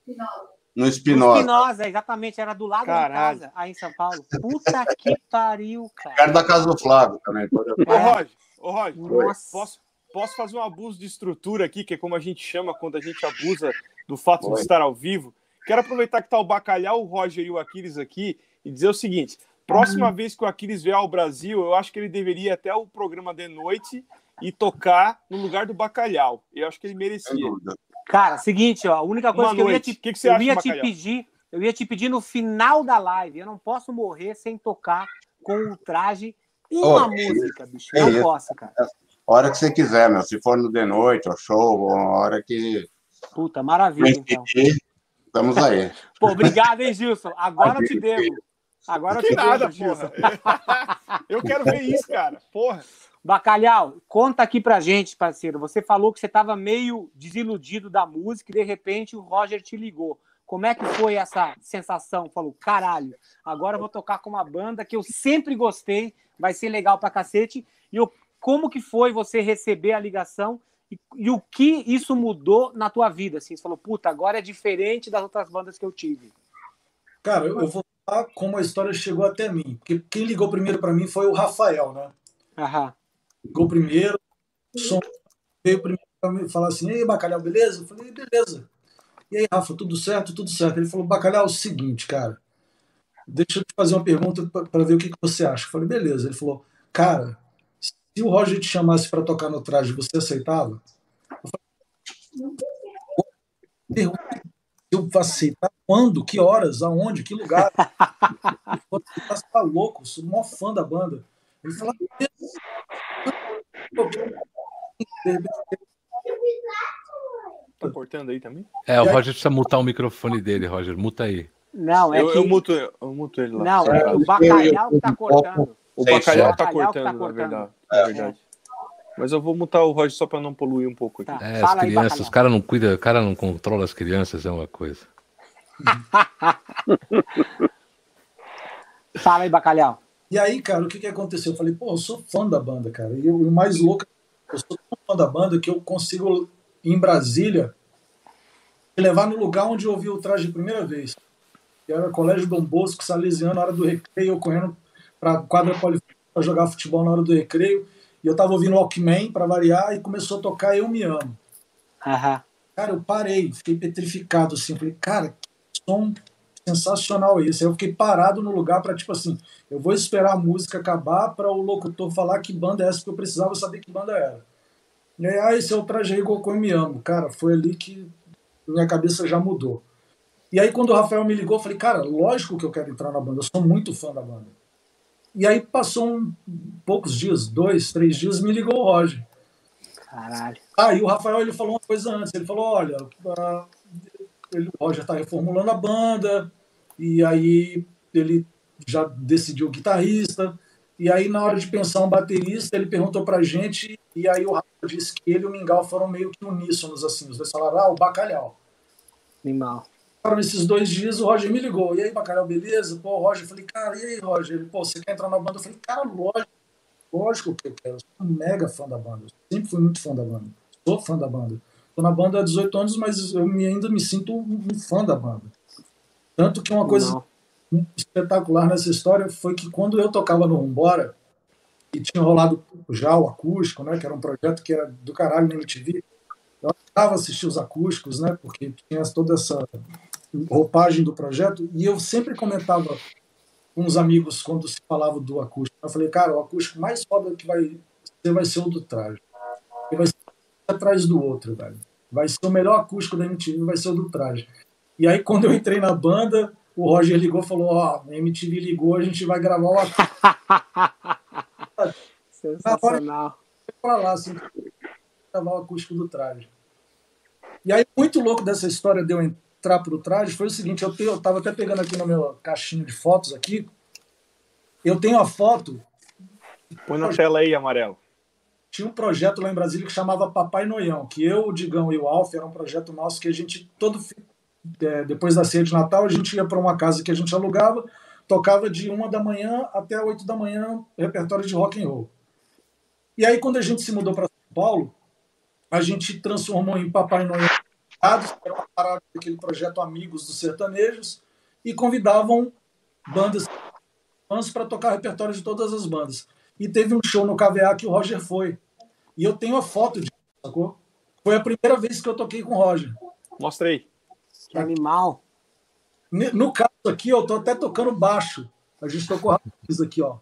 no No Espinosa, Espinosa, exatamente, era do lado Caralho. de casa, aí em São Paulo. Puta que pariu, cara. perto da casa do Flávio também. Ô, Roger, ô, Roger, Nossa. posso, posso fazer um abuso de estrutura aqui, que é como a gente chama quando a gente abusa do fato Oi. de estar ao vivo. Quero aproveitar que tá o Bacalhau, o Roger e o Aquiles aqui e dizer o seguinte: próxima vez que o Aquiles vier ao Brasil, eu acho que ele deveria ir até o programa de noite e tocar no lugar do Bacalhau. Eu acho que ele Sem merecia. dúvida. Cara, seguinte, ó, a única coisa Uma que eu ia noite. te, O que que você eu acha, ia te Bacalhau? pedir, eu ia te pedir no final da live. Eu não posso morrer sem tocar com o traje uma Ô, música, bicho. é Não isso. posso, cara. A hora que você quiser, meu. Se for no de noite, ou show, ou a hora que Puta, maravilha, então. coincidir, estamos aí. Pô, obrigado, hein, Gilson. Agora eu te devo. Agora eu Que te nada, devo, Gilson. porra. Eu quero ver isso, cara. Porra. Bacalhau, conta aqui pra gente, parceiro. Você falou que você estava meio desiludido da música e de repente o Roger te ligou. Como é que foi essa sensação? Falou, caralho, agora eu vou tocar com uma banda que eu sempre gostei, vai ser legal pra cacete. E eu, como que foi você receber a ligação e, e o que isso mudou na tua vida? Assim, você falou, puta, agora é diferente das outras bandas que eu tive. cara, eu, eu vou falar como a história chegou até mim. Porque quem ligou primeiro para mim foi o Rafael, né? Aham. Ligou primeiro, o som veio primeiro para me falar assim: ei, Bacalhau, beleza? Eu falei: beleza. E aí, Rafa, tudo certo? Tudo certo. Ele falou: Bacalhau, é o seguinte, cara, deixa eu te fazer uma pergunta para ver o que, que você acha. Eu falei: beleza. Ele falou: cara, se o Roger te chamasse para tocar no traje, você aceitava? Eu falei: pergunta se eu vou aceitar quando, que horas, aonde, que lugar. Você tá louco, sou o maior fã da banda. Ele falou: Tá cortando aí também? É, o Roger precisa mutar o microfone dele, Roger. Muta aí. Não, é eu, que... eu, muto, eu muto ele lá. Não, é Separado. o Bacalhau que tá cortando. O Sem Bacalhau som. tá Bacalhau que cortando, tá na cortando. verdade. Na verdade. Mas eu vou mutar o Roger só pra não poluir um pouco aqui. Tá. É, as Fala aí, crianças, Bacalhau. os caras não cuidam, o cara não controla as crianças, é uma coisa. Fala aí, Bacalhau. E aí, cara, o que, que aconteceu? Eu falei: pô, eu sou fã da banda, cara. E o mais louco, eu sou tão fã da banda que eu consigo ir em Brasília e levar no lugar onde eu ouvi o traje a primeira vez. que era Colégio Dom Bosco, Salesiano, na hora do recreio, eu correndo para quadra polifônica para jogar futebol na hora do recreio, e eu tava ouvindo Walkman, para variar, e começou a tocar Eu Me Amo. Aham. Cara, eu parei, fiquei petrificado, assim, falei, cara, que som sensacional esse. Aí eu fiquei parado no lugar para, tipo assim, eu vou esperar a música acabar para o locutor falar que banda é essa, porque eu precisava saber que banda era. E aí, ah, esse é o Traje a Rigor com Eu Me Amo. Cara, foi ali que minha cabeça já mudou. E aí, quando o Rafael me ligou, eu falei, cara, lógico que eu quero entrar na banda, eu sou muito fã da banda. E aí, passou um, poucos dias, dois, três dias, me ligou o Roger. Caralho. Ah, e o Rafael, ele falou uma coisa antes, ele falou, olha, uh, ele, o Roger tá reformulando a banda, e aí ele já decidiu o guitarrista, e aí na hora de pensar um baterista, ele perguntou pra gente, e aí o Rafa disse que ele e o Mingau foram meio que uníssonos, assim, os dois falaram, ah, o Bacalhau. Animal. Nesses dois dias, o Roger me ligou, e aí, Bacalhau, beleza? Pô, Roger, eu falei, cara, e aí, Roger? Ele, pô, você quer entrar na banda? Eu falei, cara, lógico, lógico que eu quero, eu sou um mega fã da banda, eu sempre fui muito fã da banda, sou fã da banda. Tô na banda há dezoito anos, mas eu me, ainda me sinto um fã da banda. Tanto que uma coisa Não. espetacular nessa história foi que quando eu tocava no Vambora, e tinha rolado já o acústico, né, que era um projeto que era do caralho na M T V, eu adorava assistir os acústicos, né, porque tinha toda essa roupagem do projeto, e eu sempre comentava com os amigos quando se falava do acústico. Eu falei, cara, o acústico mais foda que vai ser vai ser o do Traje. Ele vai ser um atrás do outro, velho. Vai ser o melhor acústico da M T V, vai ser o do Traje. E aí, quando eu entrei na banda, o Roger ligou e falou, ó, oh, a M T V ligou, a gente vai gravar o acústico. Sensacional. Pra lá, assim, gravar o acústico do Traje. E aí, muito louco dessa história de eu entrar pro Traje foi o seguinte, eu, te, eu tava até pegando aqui no meu caixinho de fotos aqui, eu tenho a foto... Põe na tela aí, Amarelo. Tinha um projeto lá em Brasília que chamava Papai Noião, que eu, o Digão e o Alf, era um projeto nosso que a gente, todo é, depois da ceia de Natal, a gente ia para uma casa que a gente alugava, tocava de uma da manhã até oito da manhã, repertório de rock and roll. E aí, quando a gente se mudou para São Paulo, a gente transformou em Papai Noião, que era uma parada daquele projeto Amigos dos Sertanejos, e convidavam bandas para tocar repertório de todas as bandas. E teve um show no K V A que o Roger foi. E eu tenho a foto disso, sacou? Foi a primeira vez que eu toquei com o Roger. Mostra aí. Que animal. No caso aqui, eu tô até tocando baixo. A gente tocou rápido aqui, ó.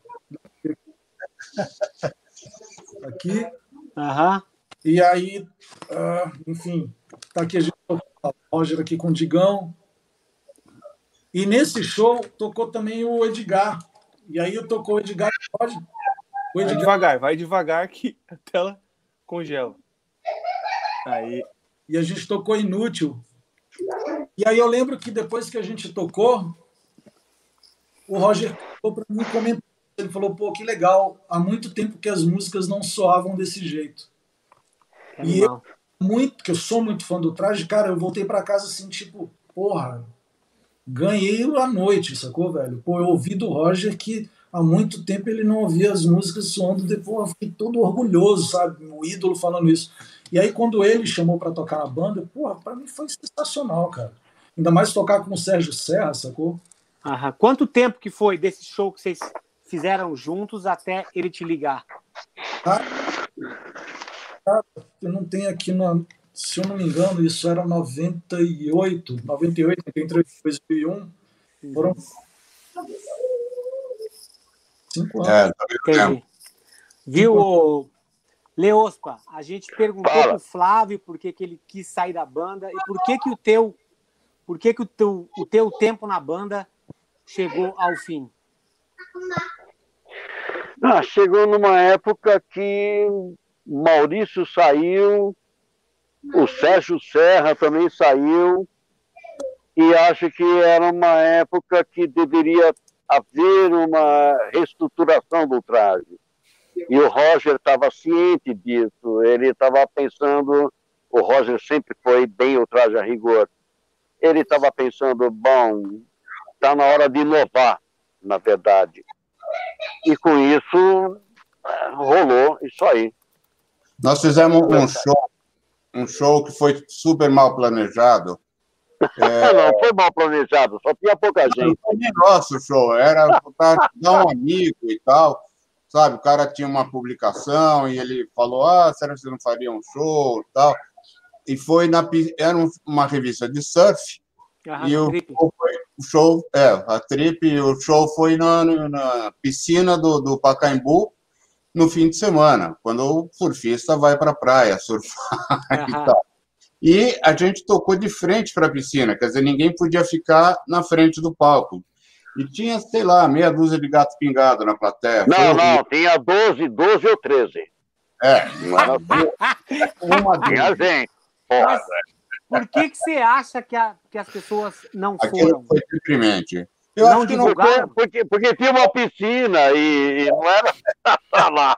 Aqui. Aham. E aí, uh, enfim, tá aqui a gente tocou o Roger aqui com o Digão. E nesse show tocou também o Edgar. E aí eu tocou o Edgar e o Roger. Vai devagar, vai devagar que a tela congela. Aí. E a gente tocou Inútil. E aí eu lembro que depois que a gente tocou, o Roger falou para mim comentar. Ele falou, pô, que legal. Há muito tempo que as músicas não soavam desse jeito. É e eu, muito, que eu sou muito fã do Traje, cara, eu voltei para casa assim, tipo, porra, ganhei a noite, sacou, velho? Pô, eu ouvi do Roger que há muito tempo ele não ouvia as músicas soando, depois eu fiquei todo orgulhoso, sabe? O ídolo falando isso. E aí, quando ele chamou para tocar na banda, porra, pra mim foi sensacional, cara. Ainda mais tocar com o Sérgio Serra, sacou? Aham. Quanto tempo que foi desse show que vocês fizeram juntos até ele te ligar? Ah, eu não tenho aqui, no, se eu não me engano, isso era noventa e oito, noventa e oito, entre dois mil e um, foram... Cinco anos. É, viu, Leospa? A gente perguntou Fala. pro Flávio por que, que ele quis sair da banda e por que que o teu, por que que o teu, o teu tempo na banda chegou ao fim. Ah, chegou numa época que Maurício saiu, o Sérgio Serra também saiu, e acho que era uma época que deveria haver uma reestruturação do Traje. E o Roger estava ciente disso, ele estava pensando, o Roger sempre foi bem o Traje a rigor, ele estava pensando, bom, está na hora de inovar, na verdade. E com isso, rolou isso aí. Nós fizemos um show, um show que foi super mal planejado, É... Não, foi mal planejado, só tinha pouca gente. Não foi nem nosso show, era para dar um amigo e tal, sabe? O cara tinha uma publicação e ele falou, ah, será que você não faria um show e tal? E foi na... Era uma revista de surf, ah, e o show, foi, o show, é, a Trip, o show foi na, na piscina do, do Pacaembu no fim de semana, quando o surfista vai para a praia surfar e tal. E a gente tocou de frente para a piscina, quer dizer, ninguém podia ficar na frente do palco. E tinha, sei lá, meia dúzia de gato pingado na plateia. Não, Foi não, tinha doze, doze ou treze. É. Não era uma tinha gente. Mas por que, que você acha que, a, que as pessoas não foram? Aquilo foi deprimente. Eu não acho que não porque, porque, porque tinha uma piscina e, e não era lá.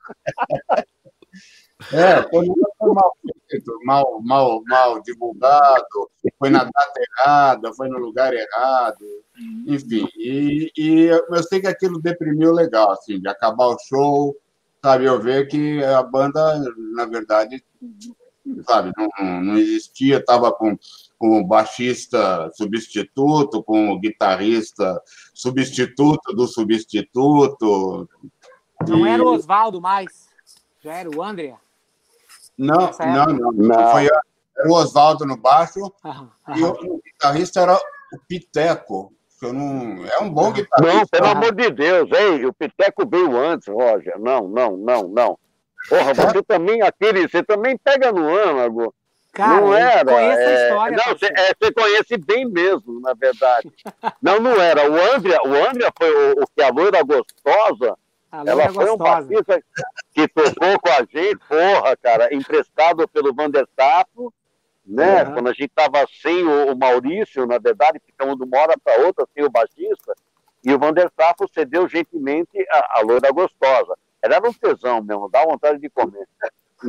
É, foi mal feito, mal, mal, mal divulgado, foi na data errada, foi no lugar errado, enfim. E, e eu sei que aquilo deprimiu legal, assim, de acabar o show, sabe? Eu ver que a banda, na verdade, sabe, não, não existia, estava com, com o baixista substituto, com o guitarrista substituto do substituto. Não e... era o Oswaldo mais, já era o André? Não, não, não, não. Foi, era o Oswaldo no baixo aham, aham. E o, o guitarrista era o Piteco. Eu não, é um bom guitarrista. Não, pelo amor de Deus, ei, o Piteco veio antes, Roger. Não, não, não, não. Porra, você é? também, aquele, você também pega no âmago. Cara, não era. Conheço é, a história. Não, você, é, você conhece bem mesmo, na verdade. Não, não era. O André, o André foi o, o que a loira gostosa. Ela foi um baixista que tocou com a gente, porra, cara, emprestado pelo Vanderstapo, né? Uhum. Quando a gente tava sem o, o Maurício, na verdade, ficamos de uma hora para outra sem o baixista, e o Vanderstapo cedeu gentilmente a, a loira gostosa. Ela era um tesão mesmo, dá vontade de comer. E,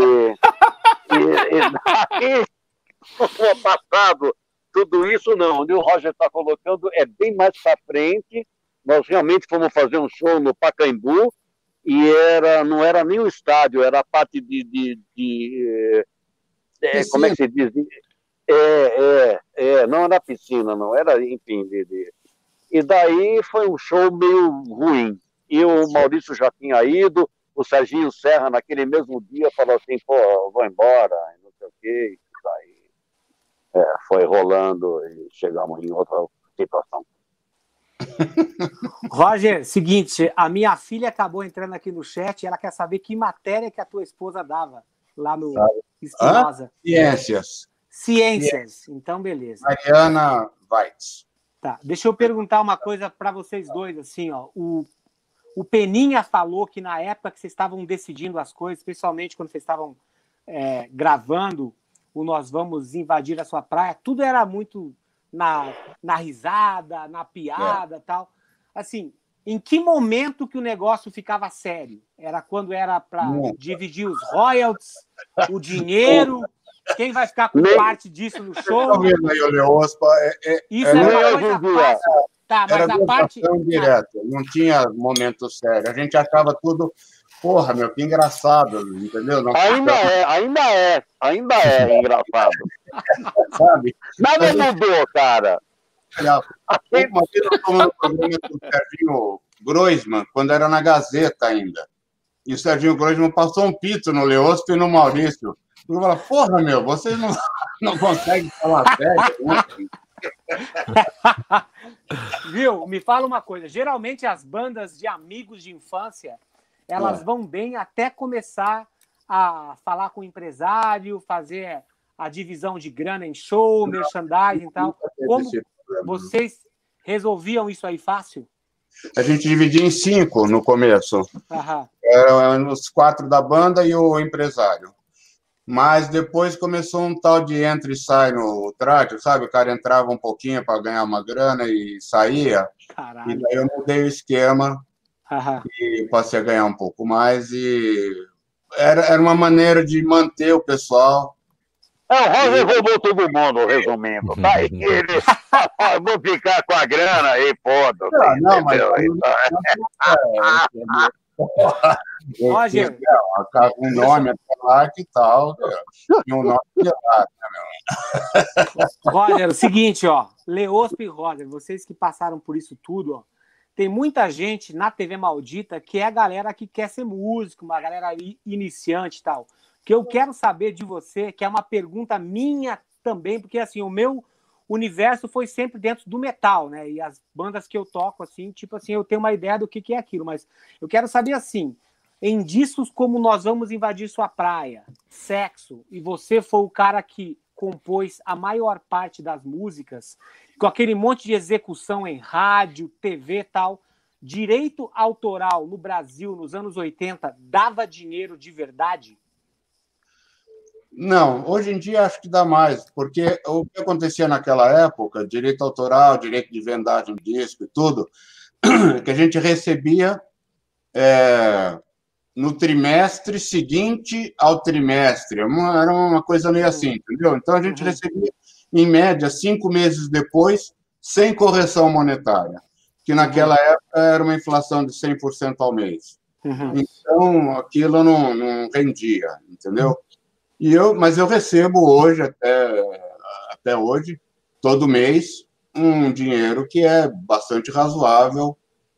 e, e daí, no passado, tudo isso não. Onde o Roger está colocando é bem mais para frente. Nós realmente fomos fazer um show no Pacaembu e era, não era nem o estádio, era a parte de... de, de é, como é que se diz? É, é, é, não era piscina, não, era, enfim... De, de... E daí foi um show meio ruim. E o Maurício já tinha ido, o Serginho Serra, naquele mesmo dia, falou assim, pô, eu vou embora, não sei o quê. E daí é, foi rolando e chegamos em outra situação. Roger, seguinte, a minha filha acabou entrando aqui no chat e ela quer saber que matéria que a tua esposa dava lá no Espinosa. Ah, ciências. Ciências, então beleza. Mariana Weitz. Tá, deixa eu perguntar uma coisa para vocês dois, assim, ó, o, o Peninha falou que na época que vocês estavam decidindo as coisas, especialmente quando vocês estavam é, gravando o Nós Vamos Invadir a Sua Praia, tudo era muito... Na, na risada, na piada e é. tal. Assim, em que momento que o negócio ficava sério? Era quando era para dividir os royalties, o dinheiro, quem vai ficar com parte disso no show? É, é, Isso era uma coisa fácil. Tá, mas era a parte... direta, não tinha momento sério. A gente achava tudo... Porra, meu, que engraçado, entendeu? Não ainda fica... é, ainda é, ainda é engraçado. Sabe? Nada mudou, cara. Uma vez eu estou no programa do Serginho Groisman, quando era na Gazeta ainda. E o Serginho Groisman passou um pito no Leospo e no Maurício. Eu falei, porra, meu, vocês não, não conseguem falar sério, né? Viu? Me fala uma coisa. Geralmente as bandas de amigos de infância elas é. vão bem até começar a falar com o empresário, fazer a divisão de grana em show, não, merchandising e tal. Como vocês resolviam isso aí fácil? A gente dividia em cinco no começo. Aham. Eram os quatro da banda e o empresário. Mas depois começou um tal de entra e sai no trádio, sabe? O cara entrava um pouquinho para ganhar uma grana e saía. Caralho. E daí eu mudei o esquema. Aham. E passei a ganhar um pouco mais e era, era uma maneira de manter o pessoal. É, o Roger e... roubou todo mundo, resumindo. Tá aí, ele... vou ficar com a grana aí, foda. Não, não, mas... Roger. Uma casa com nome até lá, que tal? E um nome de lá, né, meu? Roger, o seguinte, ó. Leosp e Roger, vocês que passaram por isso tudo, ó. Tem muita gente na T V Maldita que é a galera que quer ser músico, uma galera iniciante e tal. Que eu quero saber de você, que é uma pergunta minha também, porque assim, o meu universo foi sempre dentro do metal, né? E as bandas que eu toco, assim, tipo assim, eu tenho uma ideia do que, que é aquilo, mas eu quero saber assim, em discos como Nós Vamos Invadir Sua Praia, Sexo, e você foi o cara que compôs a maior parte das músicas, com aquele monte de execução em rádio, T V e tal, direito autoral no Brasil, nos anos oitenta, dava dinheiro de verdade? Não, hoje em dia acho que dá mais, porque o que acontecia naquela época, direito autoral, direito de vendagem de disco e tudo, que a gente recebia é, no trimestre seguinte ao trimestre, uma, era uma coisa meio assim, entendeu? Então a gente uhum. recebia, em média, cinco meses depois, sem correção monetária, que naquela uhum. época era uma inflação de cem por cento ao mês. Uhum. Então aquilo não, não rendia, entendeu? E eu, mas eu recebo hoje, até, até hoje, todo mês, um dinheiro que é bastante razoável.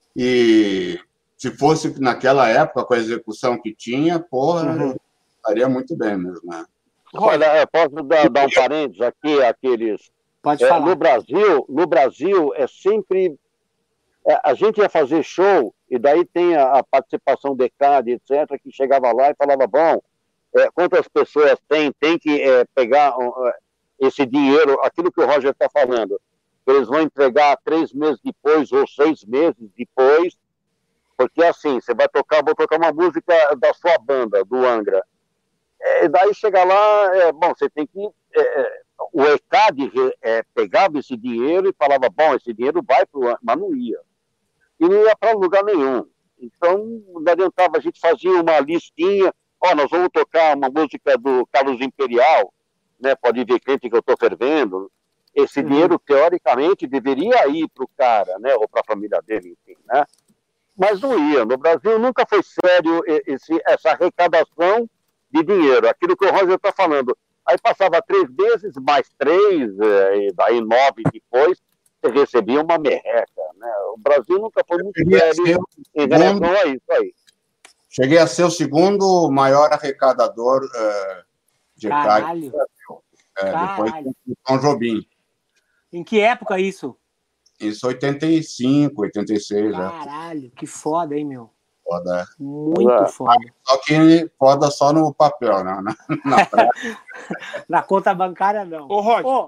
E se fosse naquela época, com a execução que tinha, porra, uhum. estaria muito bem mesmo. Né? Olha, posso dar, dar um parênteses aqui, aqueles... Pode é, falar. No Brasil, no Brasil é sempre... É, a gente ia fazer show, e daí tem a, a participação de C A D, etcétera, que chegava lá e falava, bom... É, quantas pessoas tem, tem que é, pegar uh, esse dinheiro, aquilo que o Roger está falando, eles vão entregar três meses depois ou seis meses depois, porque assim, você vai tocar, vou tocar uma música da sua banda, do Angra, é, daí chega lá, é, bom, você tem que, é, o E C A D é, pegava esse dinheiro e falava, bom, esse dinheiro vai para o Angra, mas não ia, e não ia para lugar nenhum, então não adiantava, a gente fazia uma listinha, ó, oh, nós vamos tocar uma música do Carlos Imperial, né? Pode ver crente que eu estou fervendo. Esse uhum. dinheiro, teoricamente, deveria ir para o cara, né? Ou para a família dele, enfim, né? Mas não ia. No Brasil nunca foi sério esse, essa arrecadação de dinheiro. Aquilo que o Roger está falando. Aí passava três meses, mais três, e daí nove depois, você recebia uma merreca, né? O Brasil nunca foi muito sério em relação a isso aí. Cheguei a ser o segundo maior arrecadador uh, de Caralho. É, depois do Tom Jobim. Em que época isso? Isso, oitenta e cinco, oitenta e seis. Caralho, é. Que foda, hein, meu? Foda. Muito é. foda. Só que foda só no papel, né? Na, na, na conta bancária, não. Ô, Rod. Ô,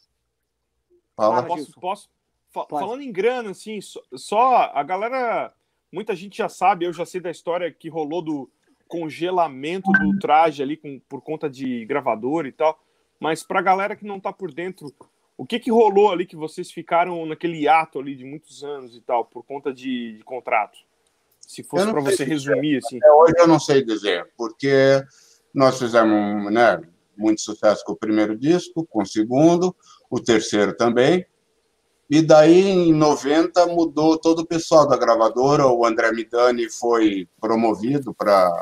Fala. Posso, posso, fa falando em grana, assim, só, só a galera... Muita gente já sabe, eu já sei da história que rolou do congelamento do traje ali com, por conta de gravador e tal, mas pra galera que não tá por dentro, o que que rolou ali que vocês ficaram naquele hiato ali de muitos anos e tal, por conta de, de contrato? Se fosse para você resumir, assim. Até hoje eu não sei dizer, porque nós fizemos, né, muito sucesso com o primeiro disco, com o segundo, o terceiro também. E daí, em noventa, mudou todo o pessoal da gravadora. O André Midani foi promovido para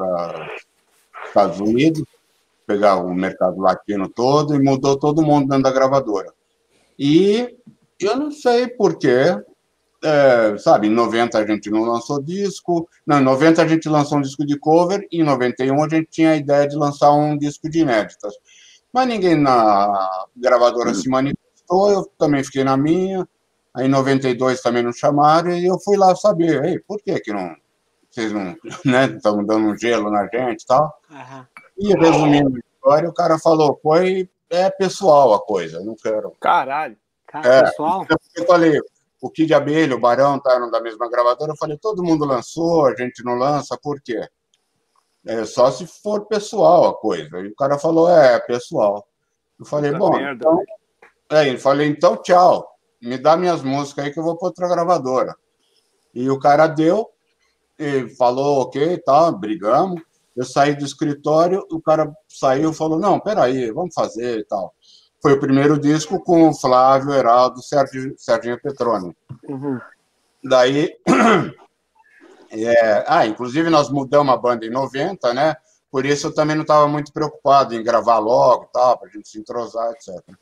Estados Unidos, pegar o mercado latino todo, e mudou todo mundo dentro da gravadora. E eu não sei porquê, é, sabe, em noventa a gente não lançou disco, não, em noventa a gente lançou um disco de cover, e em noventa e um a gente tinha a ideia de lançar um disco de inéditas. Mas ninguém na gravadora hum. se manifestou. Eu também fiquei na minha, aí em noventa e dois também não chamaram, e eu fui lá saber, ei, por que que não, vocês não, né, estão dando um gelo na gente e tal. Uhum. E resumindo a história, o cara falou, foi, é pessoal a coisa, não quero. Caralho. Cara, é, pessoal? Eu falei, o Kid Abelha, o Barão estavam da mesma gravadora, eu falei, todo mundo lançou, a gente não lança, por quê? É só se for pessoal a coisa. E o cara falou, é, pessoal. Eu falei, Puta bom, merda, então... Véio. É, eu falei, então, tchau, me dá minhas músicas aí que eu vou para outra gravadora. E o cara deu, e falou ok e tal, brigamos. Eu saí do escritório, o cara saiu e falou, não, peraí, vamos fazer e tal. Foi o primeiro disco com o Flávio, Heraldo, Serginho, Serginho Petroni. Uhum. Daí, É, ah, inclusive nós mudamos a banda em noventa, né? Por isso eu também não estava muito preocupado em gravar logo, tal, para a gente se entrosar, etcétera.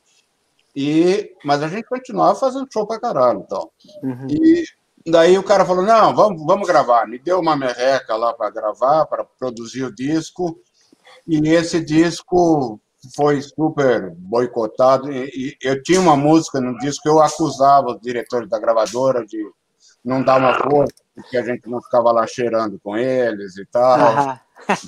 E, mas a gente continuava fazendo show pra caralho, então. Uhum. E daí o cara falou, não, vamos, vamos gravar. Me deu uma merreca lá para gravar, para produzir o disco. E esse disco foi super boicotado. E, e eu tinha uma música no disco que eu acusava os diretores da gravadora de não dar uma força, porque a gente não ficava lá cheirando com eles e tal. Aham.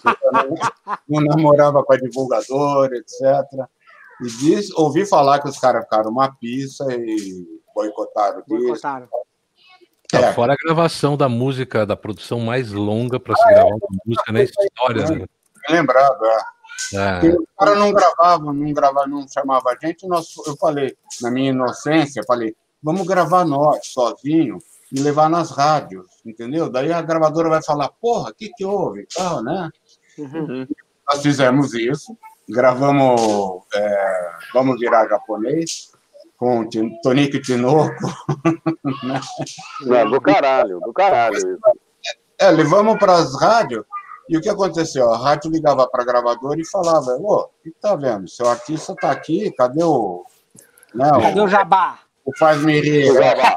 Não, não namorava com a divulgadora, etcétera. E diz, ouvi falar que os caras ficaram uma pizza e boicotaram o disco. Boicotaram. Tá, É. fora a gravação da música, da produção mais longa para se gravar uma música na história, né? Lembrado, é. É. Porque o cara não gravava, não gravava, não chamava a gente. Nós, eu falei, na minha inocência, falei, vamos gravar nós, sozinho, e levar nas rádios, entendeu? Daí a gravadora vai falar, porra, o que que houve? Tal, né? Uhum. Nós fizemos isso, gravamos é, Vamos Virar Japonês, com Tonico Tinoco. Né? Não, do caralho, do caralho. Isso. É, levamos para as rádios, e o que aconteceu? A rádio ligava para a gravadora e falava, ô, o que tá vendo? Seu artista tá aqui, cadê o... Né, Cadê o jabá? O faz-me rir.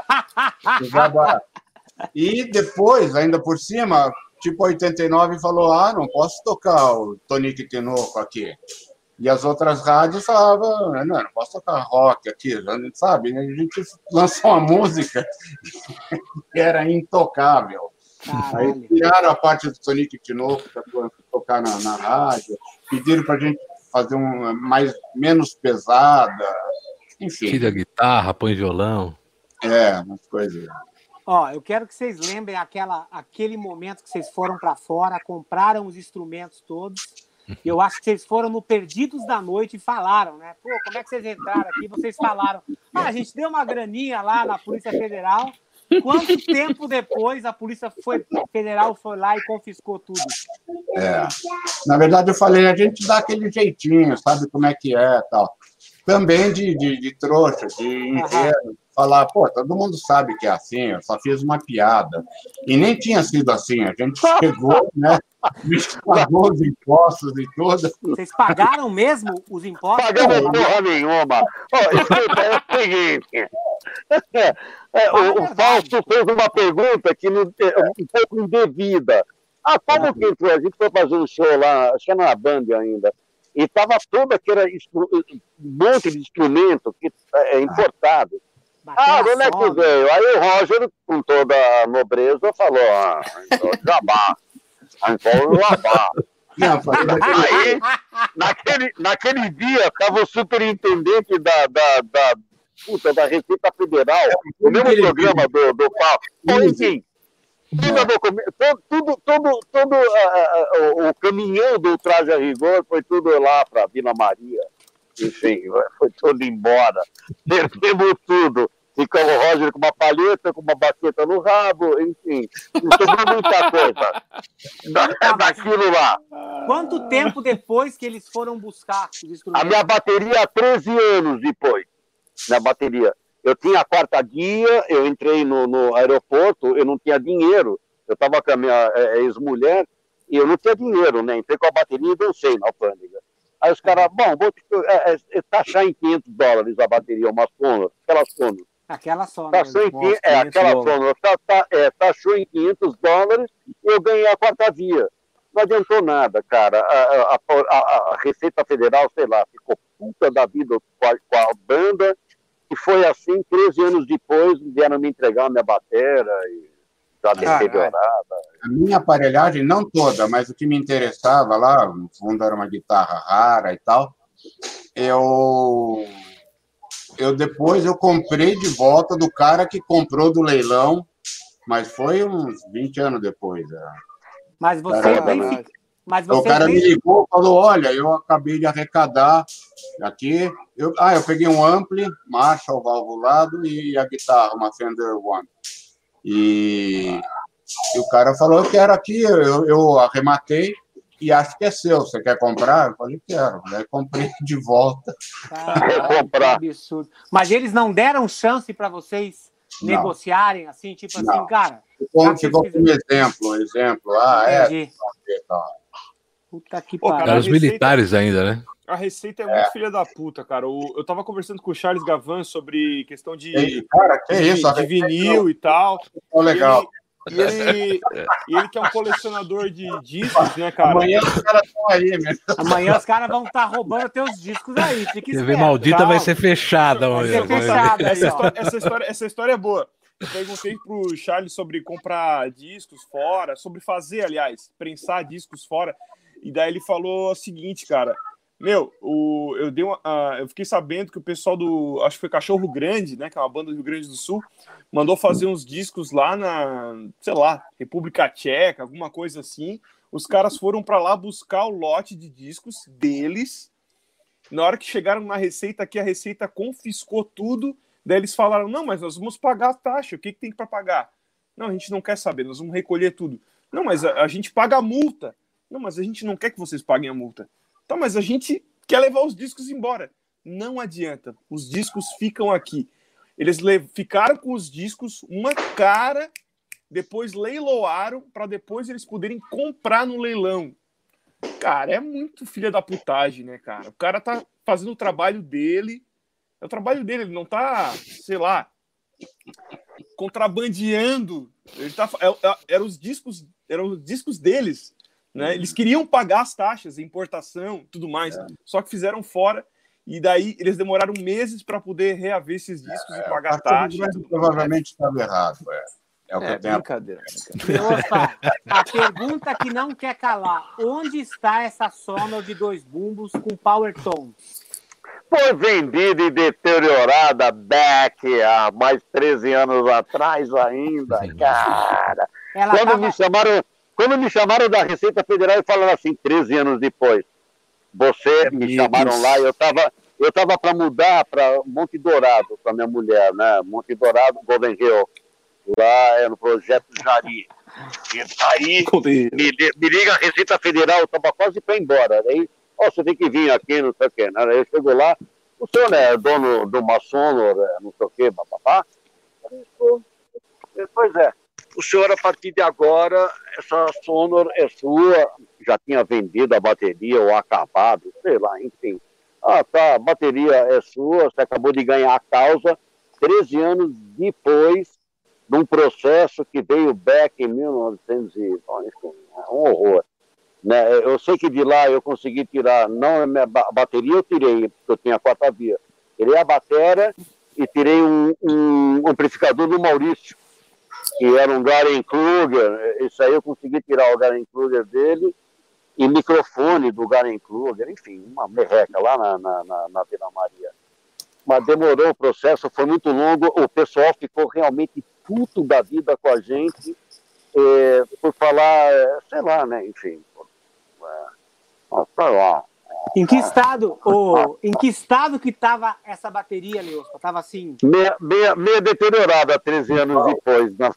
O jabá. E depois, ainda por cima, tipo oitenta e nove, falou, ah, não posso tocar o Tonico Tinoco aqui. E as outras rádios falavam, não, não posso tocar rock aqui, sabe? A gente lançou uma música que era intocável. Caralho. Aí tiraram a parte do Tonico Tinoco para tocar na, na rádio, pediram para a gente fazer um mais, menos pesada, enfim. Tira a guitarra, põe violão. É, umas coisas. Ó, eu quero que vocês lembrem aquela, aquele momento que vocês foram para fora, compraram os instrumentos todos. E eu acho que vocês foram no Perdidos da Noite e falaram, né? Pô, como é que vocês entraram aqui? Vocês falaram, ah, a gente deu uma graninha lá na Polícia Federal. Quanto tempo depois a Polícia foi, Federal foi lá e confiscou tudo? É. Na verdade, eu falei, a gente dá aquele jeitinho, sabe como é que é tal. Também de, de, de trouxa, de inferno. Falar, pô, todo mundo sabe que é assim, eu só fiz uma piada. E nem tinha sido assim, a gente chegou, né? Pagou os impostos e tudo. Vocês pagaram mesmo os impostos? Pagamos porra nenhuma. Oh, escuta, é o seguinte. É, é, o, o Fausto fez uma pergunta que não, é um pouco indevida. Ah, como que entrou? A gente foi fazer um show lá, acho que era na Band ainda. E estava todo aquele monte de instrumento que é importado. Ah, de onde é que veio? Aí o Roger, com toda a nobreza, falou, ah, então jabá. Então jabá. Aí, naquele, naquele dia, estava o superintendente da, da, da, puta, da Receita Federal, o mesmo programa do, do Paulo. Enfim, tudo, tudo, tudo, todo uh, uh, o caminhão do Traje a Rigor foi tudo lá para Vila Maria. Enfim, foi tudo embora. Perdemos tudo. Ficou o Roger com uma palheta, com uma baqueta no rabo, enfim. Não sobrou muita coisa da, daquilo lá. Quanto tempo depois que eles foram buscar os instrumentos? A minha bateria, há treze anos depois. Minha bateria. Eu tinha a quarta guia, eu entrei no, no aeroporto, eu não tinha dinheiro. Eu estava com a minha ex-mulher e eu não tinha dinheiro, né? Entrei com a bateria e dancei na alfândega. Aí os caras, bom, vou te, é, é, taxar em quinhentos dólares a bateria, umas fonas, aquelas fonas. Aquela só, né? Taxou em, Nossa, é, aquela fono, tá, tá, é, taxou em quinhentos dólares e eu ganhei a quarta via. Não adiantou nada, cara. A, a, a, a Receita Federal, sei lá, ficou puta da vida com a, com a banda e foi assim, treze anos depois, vieram me entregar a minha bateria e já deteriorada. A minha aparelhagem, não toda, mas o que me interessava lá, no fundo era uma guitarra rara e tal, eu, eu depois eu comprei de volta do cara que comprou do leilão, mas foi uns vinte anos depois. É. Mas você bem... Mas você o cara bem... me ligou e falou, olha, eu acabei de arrecadar aqui. Eu, ah, eu peguei um ampli, Marshall valvulado e a guitarra, uma Fender One. E, e o cara falou que era aqui, eu, eu arrematei e acho que é seu. Você quer comprar? Eu falei, quero. Daí comprei de volta. Caralho, que absurdo. Mas eles não deram chance para vocês não. negociarem, assim, tipo não. assim, cara, Como ficou como exemplo, exemplo. Ah, é. Puta que Pô, cara, Era a os receita- militares ainda, né? A receita é muito filha da puta, cara. O- eu tava conversando com o Charles Gavan sobre questão de, Ei, cara, que de, isso? A de receita vinil e tal. é legal. E ele, e ele, e ele que é um colecionador de discos, né, cara? Amanhã os caras estão aí, meu. Amanhã os caras vão estar roubando teus discos aí. Fica T V esperto. Maldita calma. vai ser fechada Vai amanhã. ser fechada aí, Essa ó. história, essa, história, essa história é boa. Eu perguntei pro Charles sobre comprar discos fora, sobre fazer, aliás, prensar discos fora. E daí ele falou o seguinte, cara. Meu, o, eu, dei uma, uh, eu fiquei sabendo que o pessoal do... Acho que foi Cachorro Grande, né? Que é uma banda do Rio Grande do Sul. Mandou fazer uns discos lá na, sei lá, República Tcheca, alguma coisa assim. Os caras foram para lá buscar o lote de discos deles. Na hora que chegaram na Receita aqui, a Receita confiscou tudo. Daí eles falaram, não, mas nós vamos pagar a taxa. O que, que tem para pagar? Não, a gente não quer saber, nós vamos recolher tudo. Não, mas a, a gente paga a multa. Não, mas a gente não quer que vocês paguem a multa. Tá, mas a gente quer levar os discos embora. Não adianta. Os discos ficam aqui. Eles le- ficaram com os discos uma cara, depois leiloaram para depois eles poderem comprar no leilão. Cara, é muito filha da putagem, né, cara? O cara tá fazendo o trabalho dele. É o trabalho dele, ele não tá, sei lá, contrabandeando. Ele tá, é, é, eram os discos, eram os discos deles. Né? Eles queriam pagar as taxas, importação, tudo mais, é. Só que fizeram fora, e daí eles demoraram meses para poder reaver esses discos é, e pagar a taxa. Provavelmente estava errado. É, é o que é eu tenho. Brincadeira. Opa, a pergunta que não quer calar: onde está essa Sonor de dois bumbos com Power Tone? Foi vendida e deteriorada back há mais treze anos atrás ainda, cara. Ela Quando tava... me chamaram. Quando me chamaram da Receita Federal e falaram assim, treze anos depois, você me Meu chamaram Deus. lá, eu estava eu tava para mudar para Monte Dourado, para minha mulher, né? Monte Dourado, Golden Hill. Lá é no Projeto Jari. E aí, me, me liga a Receita Federal, eu estava quase para ir embora. Aí, ó, você tem que vir aqui, não sei o quê. Né? Aí eu chego lá, o senhor né, é dono do Maçonor, não sei o quê, papapá. Pois é. O senhor, a partir de agora, essa Sonor é sua, já tinha vendido a bateria ou acabado, sei lá, enfim. Ah, tá, a bateria é sua, você acabou de ganhar a causa, treze anos depois, num processo que veio back em mil e novecentos e... Enfim, é um horror. Né? Eu sei que de lá eu consegui tirar, não a minha bateria eu tirei, porque eu tinha quatro via. Tirei a bateria e tirei um, um amplificador do Maurício, que era um Garen Kruger. Isso aí eu consegui tirar o Garen Kruger dele e microfone do Garen Kruger, enfim, uma merreca lá na, na, na, na Vila Maria. Mas demorou o processo, foi muito longo, o pessoal ficou realmente puto da vida com a gente, é, por falar, sei lá, né, enfim, é, sei lá. Em que estado, oh, em que estado que estava essa bateria, Leospa? Estava assim... Meia, meia, meia deteriorada, treze anos depois. Na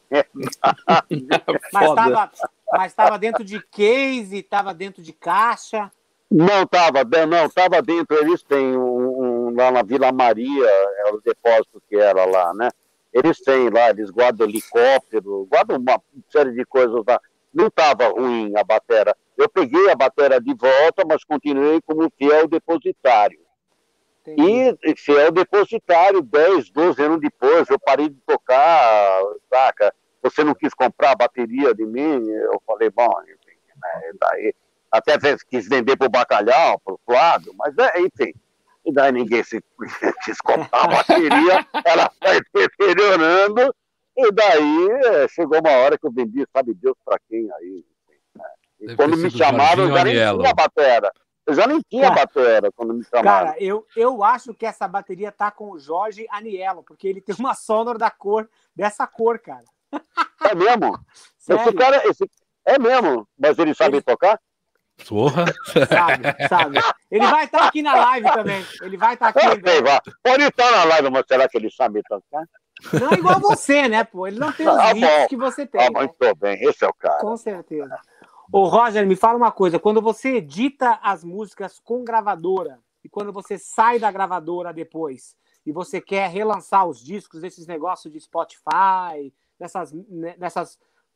mas estava mas estava dentro de case, estava dentro de caixa? Não estava, não, estava dentro. Eles têm um, um, lá na Vila Maria, é o depósito que era lá, né? Eles têm lá, eles guardam helicóptero, guardam uma série de coisas lá. Não estava ruim a bateria. Eu peguei a bateria de volta, mas continuei como fiel depositário. Entendi. E fiel depositário, dez, doze anos depois, eu parei de tocar, saca? Você não quis comprar a bateria de mim? Eu falei, bom, enfim, né? Daí, até quis vender para o Bacalhau, para o Flávio, mas é, enfim. E daí ninguém se quis comprar a bateria, ela foi deteriorando, e daí chegou uma hora que eu vendi, sabe Deus para quem aí. E quando me chamaram, eu já nem tinha a bateria. Eu já nem tinha cara, bateria quando me chamaram. Cara, eu, eu acho que essa bateria tá com o Jorge Aniello, porque ele tem uma Sonor da cor, dessa cor, cara. É mesmo? Esse cara, esse, é mesmo, mas ele sabe ele... tocar? Porra! Sabe, sabe. Ele vai estar aqui na live também. Ele vai estar aqui. Sei, vai. Pode estar na live, mas será que ele sabe tocar? Não é igual você, né, pô? Ele não tem os ah, hits que você tem. Ah, muito né? bem, esse é o cara. Com certeza. Ô, Roger, me fala uma coisa. Quando você edita as músicas com gravadora e quando você sai da gravadora depois e você quer relançar os discos, esses negócios de Spotify, dessas, dessas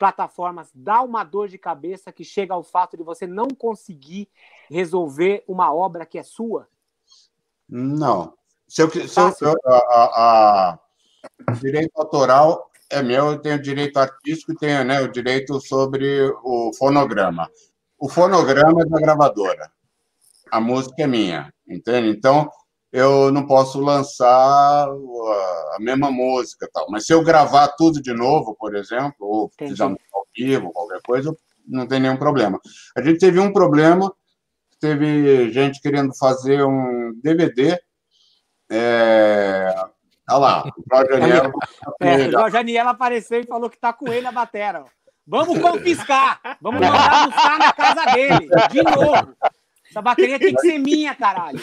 plataformas dá uma dor de cabeça que chega ao fato de você não conseguir resolver uma obra que é sua? Não. Se eu, se eu, eu, a, a, a direito autoral é meu, eu tenho direito artístico e tenho, né, o direito sobre o fonograma. O fonograma é da gravadora. A música é minha, entende? Então, eu não posso lançar a mesma música, tal. Mas se eu gravar tudo de novo, por exemplo, ou fizer um ao vivo, qualquer coisa, não tem nenhum problema. A gente teve um problema, teve gente querendo fazer um D V D. É... Olha lá, o Jorge Aniello. É, o Jorge Aniello apareceu e falou que tá com ele a batera. Vamos confiscar! Vamos mandar buscar na casa dele, de novo. Essa bateria tem que ser minha, caralho.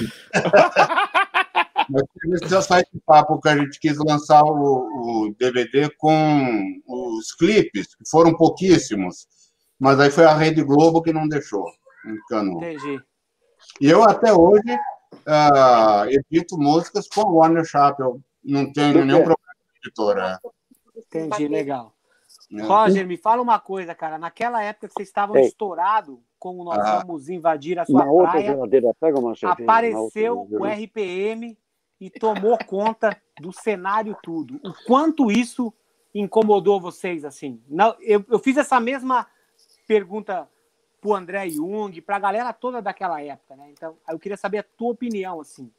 Mas precisa sair de papo que a gente quis lançar o, o D V D com os clipes, que foram pouquíssimos, mas aí foi a Rede Globo que não deixou. Então, entendi. E eu até hoje uh, edito músicas com a Warner Chappell. Não tenho nenhum problema com a editora. Entendi, legal. É. Roger, me fala uma coisa, cara. Naquela época que vocês estavam estourados com o Nós ah, Vamos Invadir a Sua Praia, pega uma cerveja, apareceu o R P M e tomou conta do cenário tudo. O quanto isso incomodou vocês, assim? Não, eu, eu fiz essa mesma pergunta pro André Jung, pra galera toda daquela época, né? Então, eu queria saber a tua opinião, assim.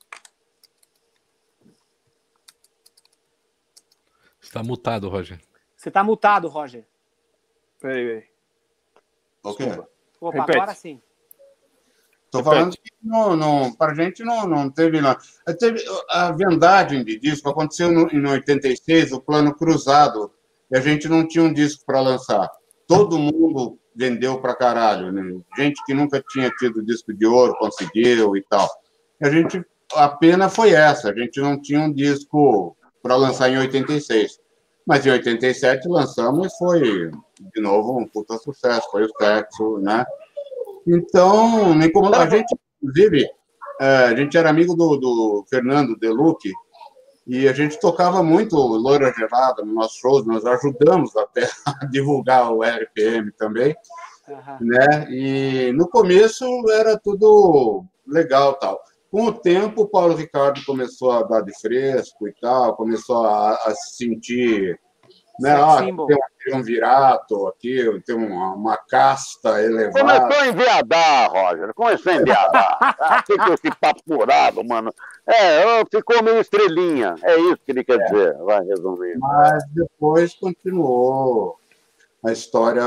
Você tá mutado, Roger. Você tá mutado, Roger. Peraí, peraí. Ok. Opa, Repete. Agora sim. Estou falando que não, não, para a gente não, não teve, não. Teve. A vendagem de disco aconteceu no, em oitenta e seis, o Plano Cruzado, e a gente não tinha um disco para lançar. Todo mundo vendeu para caralho, né? Gente que nunca tinha tido disco de ouro conseguiu e tal. E a gente, a pena foi essa, a gente não tinha um disco para lançar em oitenta e seis. Mas em oitenta e sete lançamos e foi, de novo, um puta sucesso, foi o Sexo, né? Então, me incomodou. A gente, inclusive, a gente era amigo do, do Fernando Deluque e a gente tocava muito Loira Gelada nos nossos shows, nós ajudamos até a divulgar o R P M também, uhum. né? E no começo era tudo legal tal. Com o tempo, o Paulo Ricardo começou a dar de fresco e tal, começou a, a se sentir... Né? Ah, tem, um, tem um virato aqui, tem uma, uma casta elevada. Começou a enviadar, Roger, começou a enviadar. Ah, ficou esse papo furado, mano. É, ficou meio estrelinha, é isso que ele quer é. dizer, vai resumir. Mas depois continuou a história...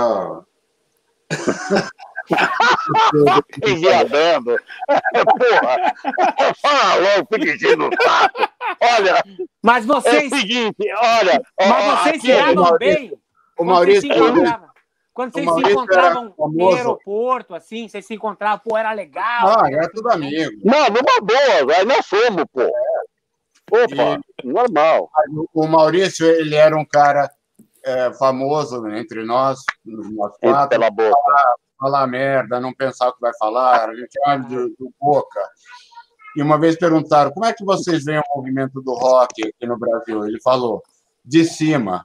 enviadando. Porra, fala logo, fica enchendo o saco. Olha, mas vocês. É o seguinte, olha. Mas vocês aqui, se davam bem. O Maurício. Quando vocês se encontravam no aeroporto, assim, vocês se encontravam, pô, era legal. Ah, era tudo amigo. Não, numa boa, aí nós somos, pô. Opa, e... normal. O Maurício, ele era um cara é, famoso entre nós, nós quatro. Pela boca. Falar, falar merda, não pensar o que vai falar, a gente chama de, de boca. E uma vez perguntaram, como é que vocês veem o movimento do rock aqui no Brasil? Ele falou, de cima.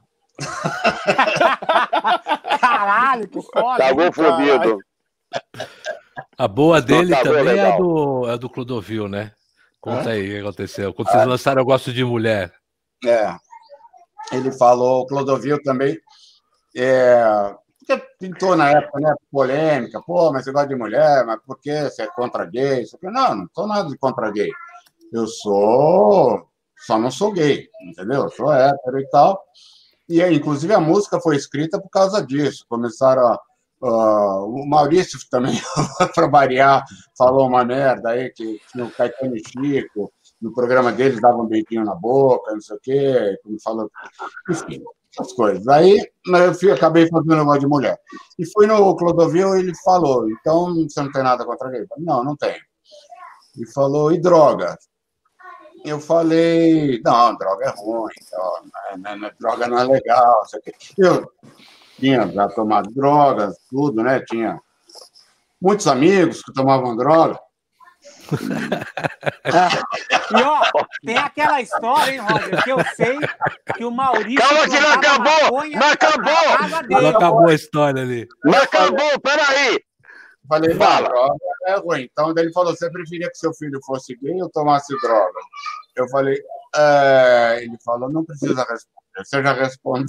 Caralho, que foda. Cagou fodido. A boa dele não, também é do, é do Clodovil, né? Conta Hã? aí o que aconteceu. Quando vocês ah. lançaram Eu Gosto de Mulher. É. Ele falou, o Clodovil também... É, porque pintou na época, né, polêmica, pô, mas você gosta de mulher, mas por que você é contra gay? Não, não sou nada de contra gay. Eu sou... Só não sou gay, entendeu? Eu sou hétero e tal. E, inclusive, a música foi escrita por causa disso. Começaram a... Uh, o Maurício também, para variar, falou uma merda aí, que tinha o Caetano e Chico, no programa deles dava um beijinho na boca, não sei o quê, como falou... Enfim... as coisas. Aí eu fui, acabei fazendo um negócio de mulher. E fui no Clodovil e ele falou, então você não tem nada contra gay? Não, não tenho. E falou, e droga? Eu falei, não, droga é ruim, então, não, não, droga não é legal. Isso aqui. Eu tinha já tomado drogas, tudo, né? Tinha muitos amigos que tomavam droga. E ó, tem aquela história, hein, Roger, que eu sei que o Maurício... Calma que não acabou! Não acabou! Não acabou a história ali. Não acabou, peraí! Falei, não, Fala. droga é ruim. Então daí ele falou, você preferia que seu filho fosse gay ou tomasse droga? Eu falei, é... ele falou, não precisa responder, você já respondeu.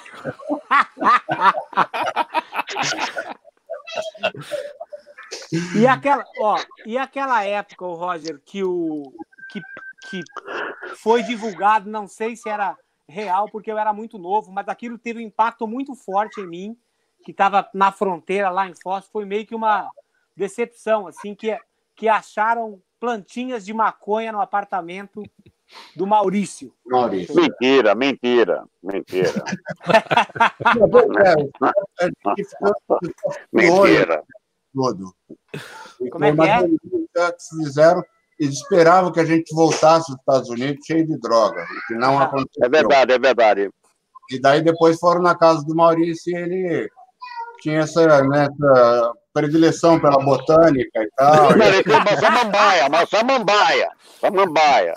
E aquela, ó, e aquela época, o Roger, que o que, que foi divulgado, não sei se era real, porque eu era muito novo, mas aquilo teve um impacto muito forte em mim, que estava na fronteira lá em Foz, foi meio que uma decepção, assim, que, que acharam plantinhas de maconha no apartamento do Maurício. Maurício. Mentira, mentira, mentira. Mentira. Todo. Como é que é? Que fizeram, eles esperavam que a gente voltasse dos Estados Unidos cheio de droga, o que não aconteceu. É verdade, é verdade. E daí depois foram na casa do Maurício e ele tinha essa, né, essa predileção pela botânica e tal. Não, ele tem uma samambaia, uma samambaia, samambaia.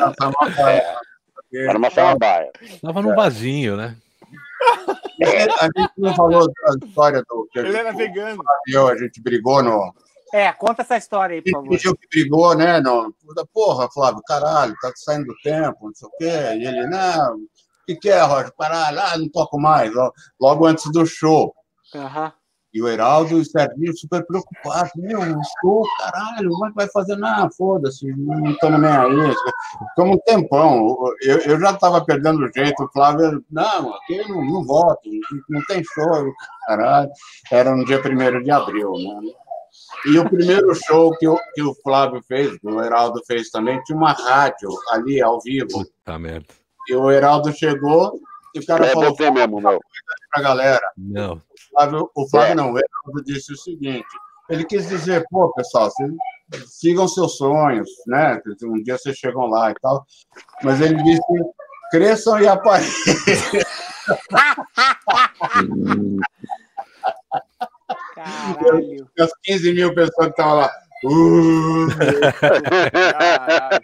Era uma samambaia. Tava num vasinho, né? A gente não falou da história do... que a Ele gente- era vegano. eu, a gente brigou no... É, conta essa história aí, por A favor. gente que brigou, né? No... Porra, Flávio, caralho, tá saindo do tempo, não sei o quê. E ele, não, o que que é, Roger? Caralho, ah, não toco mais. ó, Logo antes do show. Aham. E o Heraldo e o Serginho super preocupados. Meu, um show, caralho, como é que vai fazer? Não, foda-se, não estamos nem aí. Ficamos um tempão. Eu, eu já estava perdendo o jeito. O Flávio, não, aqui não, não voto, não tem show. Caralho. Era no dia primeiro de abril, né? E o primeiro show que o, que o Flávio fez, o Heraldo fez também, tinha uma rádio ali, ao vivo. Puta merda. E o Heraldo chegou e o cara É falou você mesmo, meu. pra galera. Não. O Flávio, o Flávio É. não, o Heraldo disse o seguinte, ele quis dizer, pô, pessoal, vocês sigam seus sonhos, né? Um dia vocês chegam lá e tal. Mas ele disse, cresçam e apareçam. Caralho. As quinze mil pessoas que estavam lá. Uh, Caralho.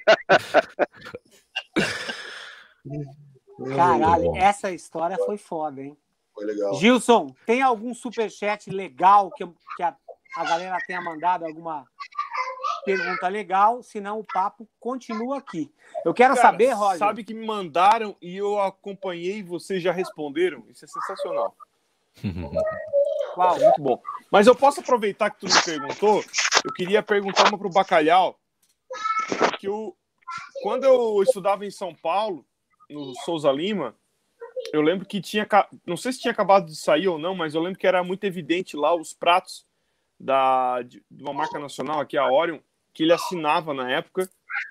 Caralho, essa história foi foda, hein? foi legal. Gilson, tem algum superchat legal que, que a, a galera tenha mandado alguma pergunta legal? Senão o papo continua aqui. Eu quero Cara, saber, Roger. sabe que me mandaram e eu acompanhei e vocês já responderam? Isso é sensacional. Qual? Muito bom. Mas eu posso aproveitar que tu me perguntou? Eu queria perguntar uma pro Bacalhau. Que eu, quando eu estudava em São Paulo, no Souza Lima, eu lembro que tinha... Não sei se tinha acabado de sair ou não, mas eu lembro que era muito evidente lá os pratos da, de, de uma marca nacional, aqui a Orion, que ele assinava na época.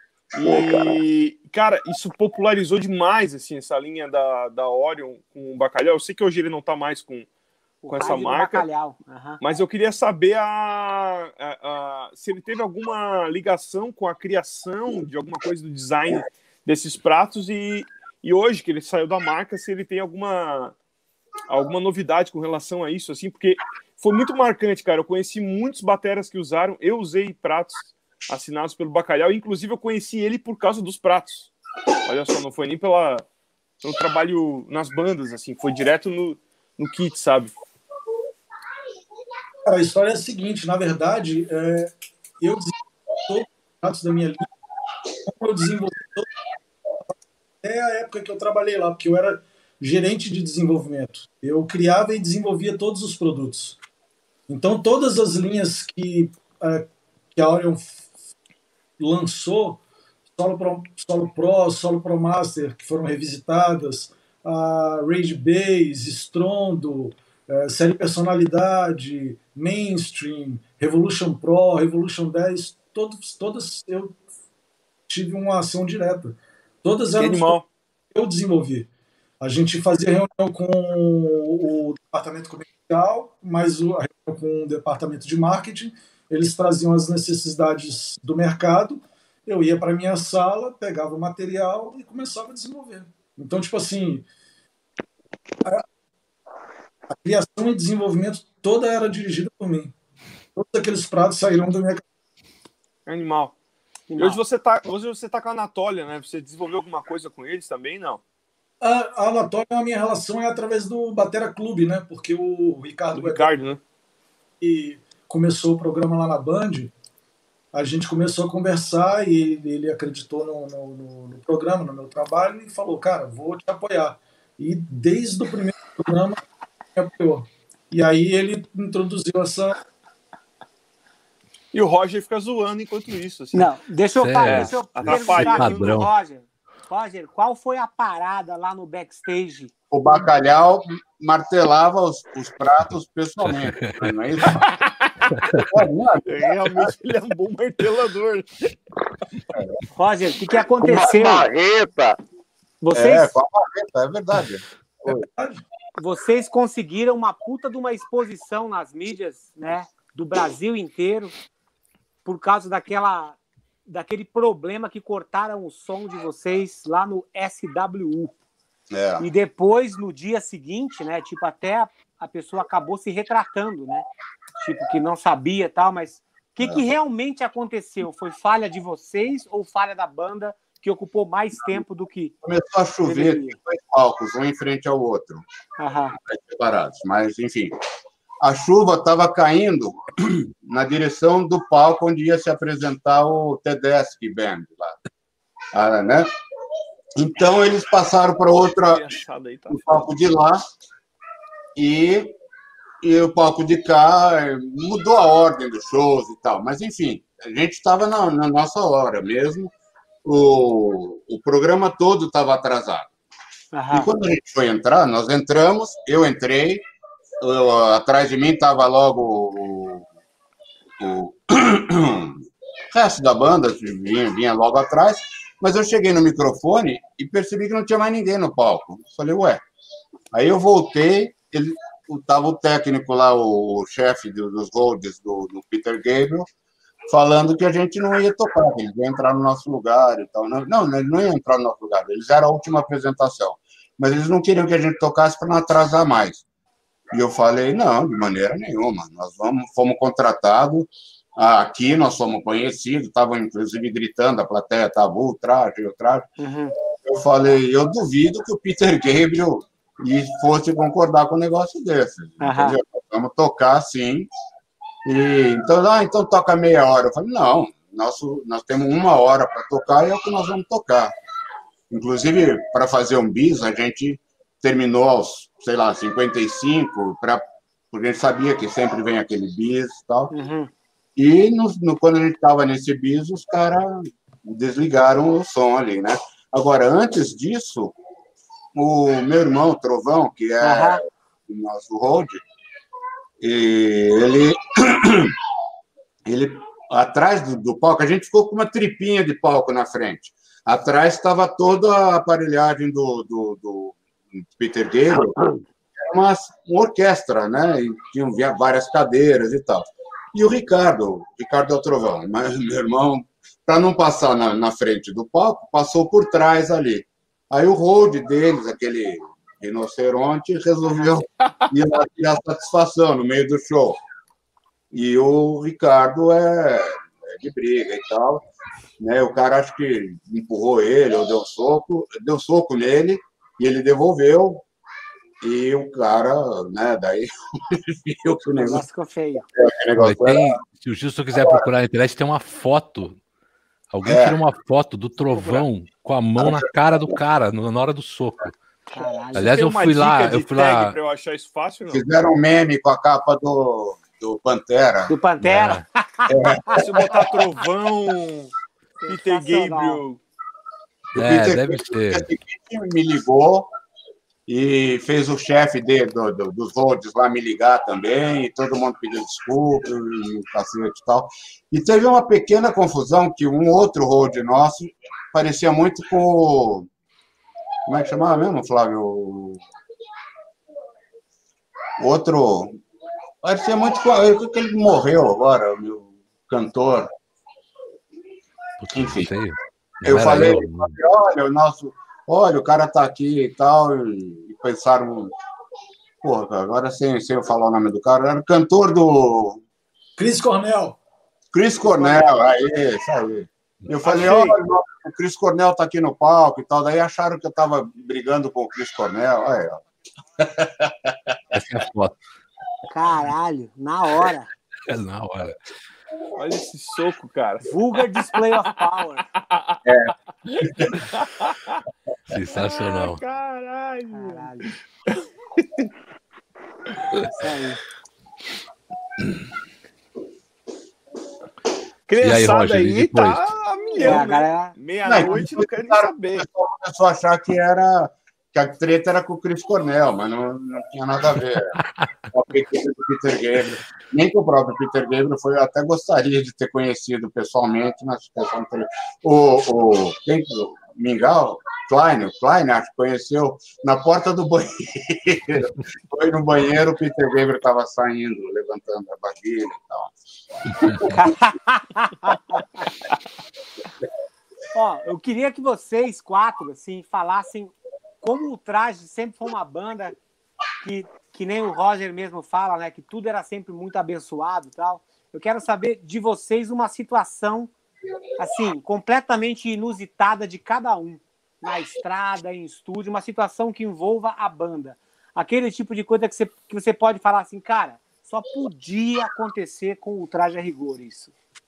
E, cara, isso popularizou demais, assim, essa linha da, da Orion com o Bacalhau. Eu sei que hoje ele não tá mais com, O com essa rádio do marca, Bacalhau. Aham. mas eu queria saber a, a, a- se ele teve alguma ligação com a criação de alguma coisa do design desses pratos e, e hoje que ele saiu da marca, se ele tem alguma, alguma novidade com relação a isso, assim, porque foi muito marcante, cara. Eu conheci muitos bateras que usaram, eu usei pratos assinados pelo Bacalhau, inclusive eu conheci ele por causa dos pratos. Olha só, não foi nem pela, pelo trabalho nas bandas, assim, foi direto no, no kit, sabe? Cara, a história é a seguinte, na verdade, é, eu desenvolvi todos os pratos da minha linha, como eu desenvolvi todos, até a época que eu trabalhei lá, porque eu era gerente de desenvolvimento. Eu criava e desenvolvia todos os produtos. Então, todas as linhas que, uh, que a Orion lançou, Solo Pro, Solo Pro, Solo Pro Master, que foram revisitadas, a Rage Bass, Strondo, uh, série Personalidade, Mainstream, Revolution Pro, Revolution dez, todos, todas eu tive uma ação direta. Todas Que eram animal. que eu desenvolvi. A gente fazia reunião com o departamento comercial, mais a reunião com o departamento de marketing. Eles traziam as necessidades do mercado. Eu ia para minha sala, pegava o material e começava a desenvolver. Então, tipo assim, a, a criação e desenvolvimento toda era dirigida por mim. Todos aqueles pratos saíram da minha casa. Animal. E hoje você tá, hoje você tá com a Anatólia, né? Você desenvolveu alguma coisa com eles também, não? A, a Anatólia, a minha relação é através do Batera Clube, né? Porque o Ricardo, do Ricardo, né? E começou o programa lá na Band, a gente começou a conversar e ele, ele acreditou no, no, no, no programa, no meu trabalho, e falou, cara, vou te apoiar. E desde o primeiro programa, me apoiou. E aí ele introduziu essa... E o Roger fica zoando enquanto isso. Assim. Não, deixa eu, é, deixa eu perguntar aqui pro Roger. Roger, qual foi a parada lá no backstage? O Bacalhau martelava os, os pratos pessoalmente, não é isso? Realmente ele é um bom martelador. Roger, o que, que aconteceu? Uma marreta. Vocês... É, com a marreta, é verdade. Vocês conseguiram uma puta de uma exposição nas mídias, né, do Brasil inteiro, por causa daquela, daquele problema que cortaram o som de vocês lá no S W U. É. E depois, no dia seguinte, né, tipo, até a, a pessoa acabou se retratando, né? Tipo, que não sabia e tal, mas o que, é. que realmente aconteceu? Foi falha de vocês ou falha da banda que ocupou mais tempo do que... Começou a chover, tinha dois palcos, um em frente ao outro, Aham. separados, mas enfim. A chuva estava caindo na direção do palco onde ia se apresentar o Tedeschi Band lá, ah, né? Então eles passaram para outra, o palco de lá e, e o palco de cá mudou a ordem dos shows e tal, mas enfim, a gente estava na, na nossa hora mesmo, o, o programa todo estava atrasado. Aham. E quando a gente foi entrar, nós entramos, eu entrei, eu, atrás de mim estava logo o, o, o resto da banda, vinha, vinha logo atrás, mas eu cheguei no microfone e percebi que não tinha mais ninguém no palco. Falei, ué. Aí eu voltei, ele, estava o técnico lá, o, o chefe do, dos holds do, do Peter Gabriel, falando que a gente não ia tocar, que eles iam entrar no nosso lugar e tal. Não, não, eles não iam entrar no nosso lugar, eles eram a última apresentação. Mas eles não queriam que a gente tocasse para não atrasar mais. E eu falei, não, de maneira nenhuma. Nós vamos, fomos contratados, aqui nós fomos conhecidos, estavam inclusive gritando, a plateia estava o traje, o traje. Uhum. Eu falei, eu duvido que o Peter Gabriel fosse concordar com um negócio desse. Uhum. Vamos tocar sim. E, então, ah, então toca meia hora. Eu falei, não, nosso, nós temos uma hora para tocar e é o que nós vamos tocar. Inclusive, para fazer um bis, a gente terminou aos, sei lá, cinquenta e cinco, pra, porque a gente sabia que sempre vem aquele bis e tal. Uhum. E no, no, quando a gente estava nesse bis, os caras desligaram o som ali, né? Agora, antes disso, o meu irmão, Trovão, que é uhum. o nosso hold, e ele, ele atrás do, do palco, a gente ficou com uma tripinha de palco na frente. Atrás estava toda a aparelhagem do, do, do Peter Gabriel, era uma, uma orquestra, né? E tinham várias cadeiras e tal. E o Ricardo, Ricardo é o Trovão, mas meu irmão, para não passar na, na frente do palco, passou por trás ali. Aí o hold deles, aquele rinoceronte, resolveu ir lá tirar satisfação no meio do show. E o Ricardo é, é de briga e tal. Né? O cara acho que empurrou ele ou deu soco, deu soco nele e ele devolveu. E o cara, né, daí viu que o negócio ficou feio. É, negócio tem, era... Se o Gilson quiser procurar na internet, tem uma foto. Alguém é. tirou uma foto do Trovão com a mão na cara do cara, na hora do soco. Caralho. Aliás, eu fui lá. Eu fui lá... Pra eu achar isso fácil, não? Fizeram um meme com a capa do, do Pantera. Do Pantera? É. Se botar Trovão, Peter Gabriel. É, Peter deve Gabriel ser. Me ligou e fez o chefe de, do, do, dos holds lá me ligar também, e todo mundo pediu desculpa, e cacete e tal. E teve uma pequena confusão que um outro hold nosso parecia muito com o... Como é que chamava mesmo, Flávio? O outro... Parecia muito com... Ele morreu agora, o meu cantor. Enfim. Eu falei, eu, olha, o nosso... Olha, o cara tá aqui e tal, e pensaram, porra, agora sem, sem eu falar o nome do cara, era o cantor do... Chris Cornell. Chris Cornell, aí, isso aí. Eu falei, Achei. olha, o Chris Cornell tá aqui no palco e tal. Daí acharam que eu tava brigando com o Chris Cornell. Aí, ó. Essa é a foto. Caralho, na hora. É na hora. Olha esse soco, cara. Vulgar display of power. Sensacional. Ah, caralho. Caralho. Isso aí. Criançada E aí, Roger, aí, e depois? tá a É, milhão, a né? galera... Meia-noite não quero nem saber. O pessoal começou a achar que, era, que a treta era com o Chris Cornell, mas não, não tinha nada a ver. O pequeno do Peter Gabriel. Nem com o próprio Peter Gabriel foi, eu até gostaria de ter conhecido pessoalmente, mas o, o, quem, o Mingau, Klein, o Klein, acho que conheceu na porta do banheiro. Foi no banheiro, o Peter Gabriel estava saindo, levantando a barriga e tal. Ó, eu queria que vocês quatro, assim, falassem como o Traje sempre foi uma banda que, que nem o Roger mesmo fala, né? Que tudo era sempre muito abençoado e tal. Eu quero saber de vocês uma situação, assim, completamente inusitada de cada um. Na estrada, em estúdio, uma situação que envolva a banda. Aquele tipo de coisa que você, que você pode falar assim, cara, só podia acontecer com o Traje a Rigor isso.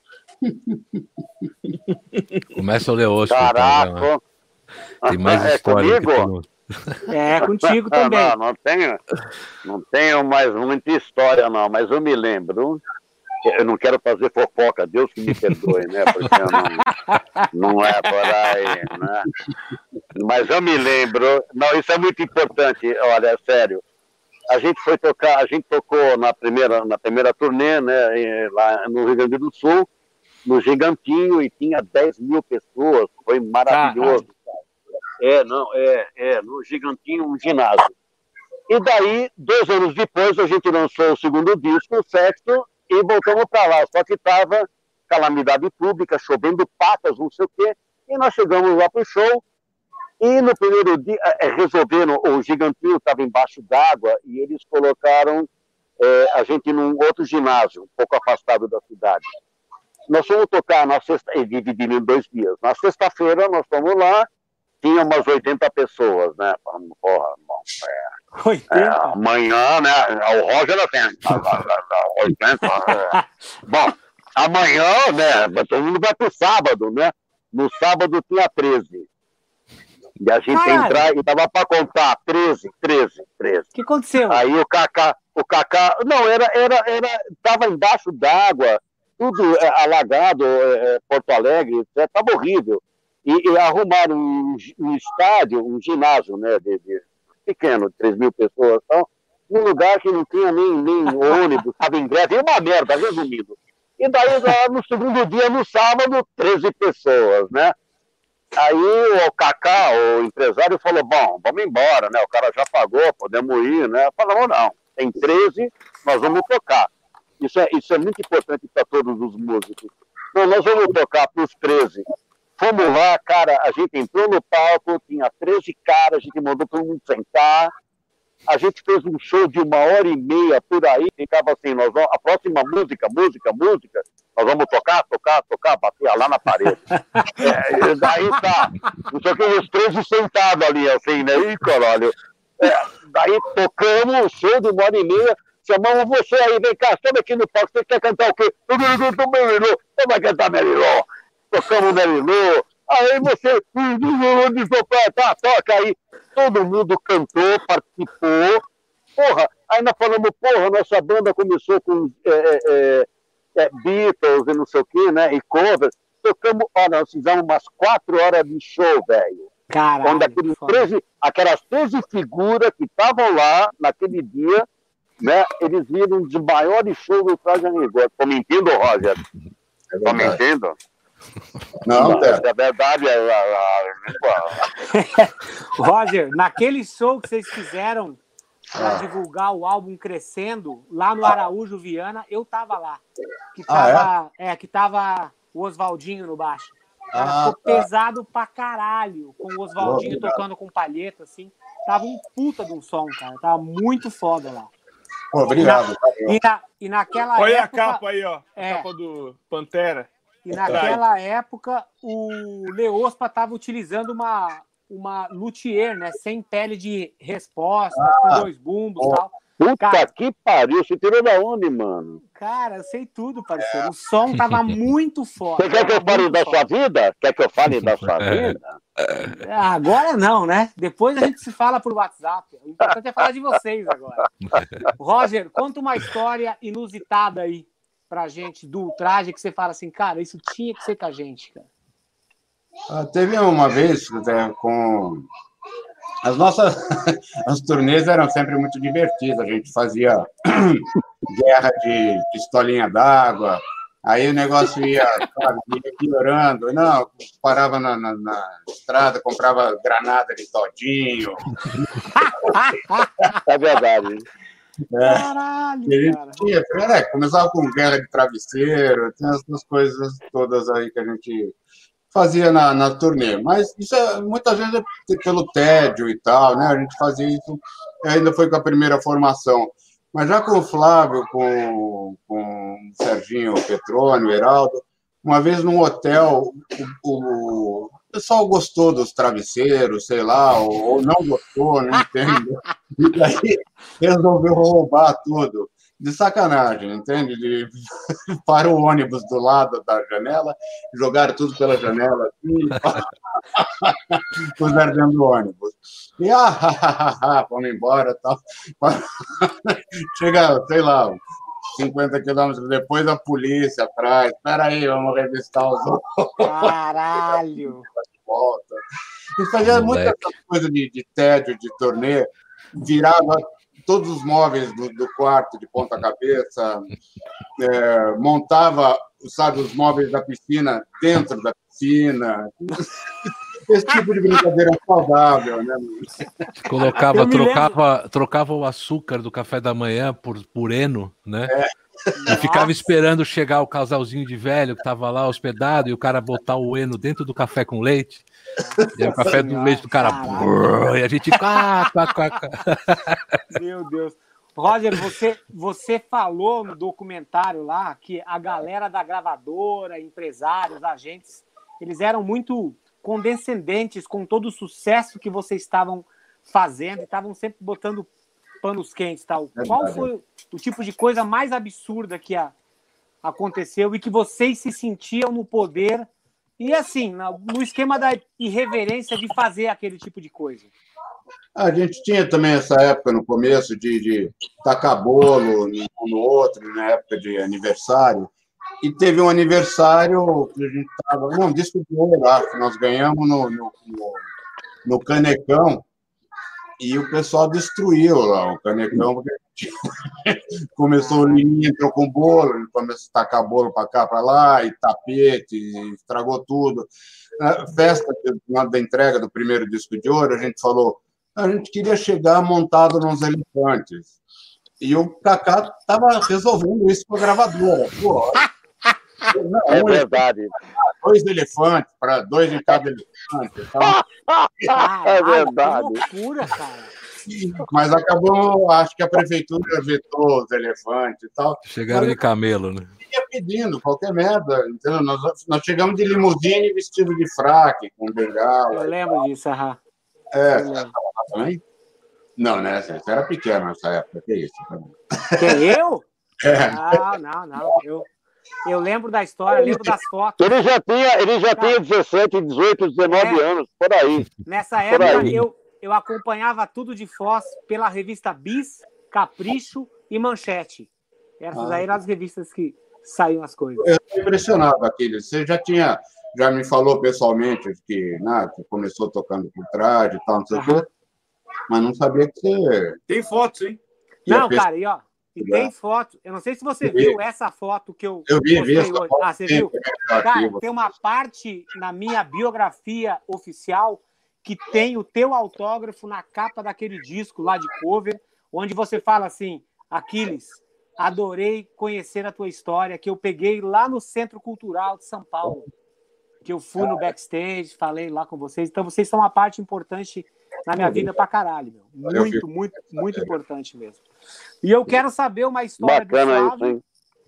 Começa o Leôncio. Caraca! Tem mais É história. comigo? É, contigo também. Não, não tenho, não tenho mais muita história, não, mas eu me lembro. Eu não quero fazer fofoca, Deus que me perdoe, né? Porque eu não, não é por aí, né? Mas eu me lembro. Não, isso é muito importante, olha, é sério. A gente foi tocar, a gente tocou na primeira, na primeira turnê, né? Lá no Rio Grande do Sul, no Gigantinho, e tinha dez mil pessoas, foi maravilhoso. É, não, é, é, no Gigantinho, um ginásio. E daí, dois anos depois, a gente lançou o segundo disco, o Sexto, e voltamos para lá. Só que estava calamidade pública, chovendo pacas, não sei o quê, e nós chegamos lá para o show, e no primeiro dia, é, resolveram, o Gigantinho estava embaixo d'água, e eles colocaram é, a gente num outro ginásio, um pouco afastado da cidade. Nós fomos tocar na sexta, e dividimos em dois dias. Na sexta-feira, nós fomos lá, tinha umas oitenta pessoas, né? Falando, porra, bom, é, oitenta? é, amanhã, né? O Roger não tem. oitenta. É. Bom, amanhã, né? Todo mundo vai pro sábado, né? No sábado tinha treze. E a gente Caralho. entrar e dava para contar treze, treze, treze. O que aconteceu? Aí o Cacá, o Cacá, não, era, era, era, tava embaixo d'água, tudo é, alagado, é, Porto Alegre, estava horrível. E, e arrumaram um, um estádio, um ginásio, né, de, de pequeno, três mil pessoas, então, num lugar que não tinha nem, nem ônibus, estava em greve, e uma merda, resumindo. E daí, lá, no segundo dia, no sábado, treze pessoas, né? Aí o Cacá, o empresário, falou, bom, vamos embora, né? O cara já pagou, podemos ir, né? Falamos, não, tem treze, nós vamos tocar. Isso é, isso é muito importante para todos os músicos. Então, nós vamos tocar para os treze. Fomos lá, cara, a gente entrou no palco, tinha treze caras, a gente mandou todo mundo sentar. A gente fez um show de uma hora e meia por aí, ficava assim, nós vamos, a próxima música, música, música, nós vamos tocar, tocar, tocar, bater lá na parede. É, e daí tá, não sei o que, os treze sentados ali, assim, né? Ih, caralho. É, daí tocamos o show de uma hora e meia, chamamos você aí, vem cá, sobe aqui no palco, você quer cantar o quê? Eu canto Merilô, você vai cantar Merilô. Tocamos Merilô, aí você, tá, toca aí. Todo mundo cantou, participou. Porra, aí nós falamos, porra, nossa banda começou com é, é, é, Beatles e não sei o quê, né? E covers. Tocamos, ó, nós fizemos umas quatro horas de show, velho. Caralho. Onde aqueles treze, aquelas treze figuras que estavam lá naquele dia, né? Eles viram um dos maiores shows do Traje a Rigor. Tô mentindo, Roger? É Tô mentindo? Não, é, é verdade. É, é, é... Roger, naquele show que vocês fizeram para ah. divulgar o álbum Crescendo, lá no Araújo Viana, eu tava lá. Que tava, ah, é? É, que tava o Oswaldinho no baixo. Cara, ah, ficou tá. pesado pra caralho, com o Oswaldinho oh, tocando com palheta, assim. Tava um puta de um som, cara. Tava muito foda lá. Oh, obrigado. E, na, e, na, e naquela Olha época... a capa aí, ó. A é. capa do Pantera. E naquela época, o Leospa estava utilizando uma, uma luthier, né? Sem pele de resposta, ah, com dois bumbos e tal. Puta cara, que pariu, você tirou da onde, mano? Cara, eu sei tudo, parceiro. O som tava muito forte. Você quer que eu fale da sua vida? Quer que eu fale da sua vida? Agora não, né? Depois a gente se fala por WhatsApp. O importante é falar de vocês agora. Roger, conta uma história inusitada aí pra gente do traje que você fala assim, cara, isso tinha que ser com a gente, cara. Ah, teve uma vez né, com... As nossas as turnês eram sempre muito divertidas. A gente fazia guerra de pistolinha d'água, aí o negócio ia, sabe, ia piorando. Não, parava na, na, na estrada, comprava granada de todinho. É verdade. É. Caralho, e a gente tinha, é, começava com guerra de travesseiro, tinha essas coisas todas aí que a gente fazia na, na turnê, mas isso é, muitas vezes é pelo tédio e tal, né? A gente fazia isso, ainda foi com a primeira formação. Mas já com o Flávio, com, com o Serginho Petrone, o Heraldo, uma vez num hotel, o, o pessoal gostou dos travesseiros, sei lá, ou, ou não gostou, não entendo. E daí resolveu roubar tudo. De sacanagem, entende? De... Para o ônibus do lado da janela, jogaram tudo pela janela, assim, puseram dentro do ônibus. E, ah, vamos embora, tal. Chega, sei lá, cinquenta quilômetros depois, a polícia atrás. Espera aí, vamos revistar os outros. Caralho! Volta. E fazia muita coisa de, de tédio, de turnê, virava todos os móveis do, do quarto de ponta cabeça, é, montava, sabe, os móveis da piscina dentro da piscina. Esse tipo de brincadeira saudável, né? Colocava, trocava, trocava o açúcar do café da manhã por, por Eno, né? É. E ficava esperando chegar o casalzinho de velho que estava lá hospedado e o cara botar o Eno dentro do café com leite. E aí o café do leite do cara. Brrr, e a gente. Quá, quá, quá, quá. Meu Deus. Roger, você, você falou no documentário lá que a galera da gravadora, empresários, agentes, eles eram muito condescendentes com todo o sucesso que vocês estavam fazendo e estavam sempre botando panos quentes e tal. Qual foi o tipo de coisa mais absurda que a, aconteceu e que vocês se sentiam no poder e, assim, no esquema da irreverência de fazer aquele tipo de coisa? A gente tinha também essa época, no começo, de, de tacar bolo um no outro, na época de aniversário. E teve um aniversário que a gente estava... Não, disco de ouro, acho que nós ganhamos no, no, no, no Canecão. E o pessoal destruiu lá o Canecão, porque começou o Liminha, entrou com bolo, começou a tacar bolo para cá, para lá, e tapete, e estragou tudo. Na festa da entrega do primeiro disco de ouro, a gente falou, a gente queria chegar montado nos elefantes. E o Cacá estava resolvendo isso com a gravadora. Pô, não, é verdade. Dois elefantes, para dois de cada elefante. Então... É verdade. Que loucura, cara. Mas acabou, acho que a prefeitura vetou os elefantes e tal. Chegaram mas de camelo, né? Ia pedindo qualquer merda. Entendeu? Nós, nós chegamos de limusine vestido de fraque, com bengala. Eu lembro disso, aham. É, você estava lá também? Não, né? Você era pequeno nessa época. Que isso? Quem, eu? É. Não, não, não. Eu, eu lembro da história, lembro das fotos. Ele já tinha, ele já tinha dezessete, dezoito, dezenove é, anos, por aí. Nessa época, aí. eu, eu acompanhava tudo de Foz pela revista Bis, Capricho e Manchete. Essas ah. aí eram as revistas que saíam as coisas. Eu estou impressionado, Aquiles. Você já tinha, já me falou pessoalmente que, né, que começou tocando por trás e tal, não sei o quê, mas não sabia que você... Tem fotos, hein? Não, cara, e ó, e tem foto. Eu não sei se você viu essa foto que eu... Eu vi, vi essa hoje. foto. Ah, você viu? Cara, tem uma parte na minha biografia oficial que tem o teu autógrafo na capa daquele disco lá de cover, onde você fala assim, Aquiles, adorei conhecer a tua história, que eu peguei lá no Centro Cultural de São Paulo, que eu fui no backstage, falei lá com vocês. Então, vocês são uma parte importante na minha vida pra caralho, meu. Muito, muito, muito importante mesmo. E eu quero saber uma história Bacana do Flávio. isso,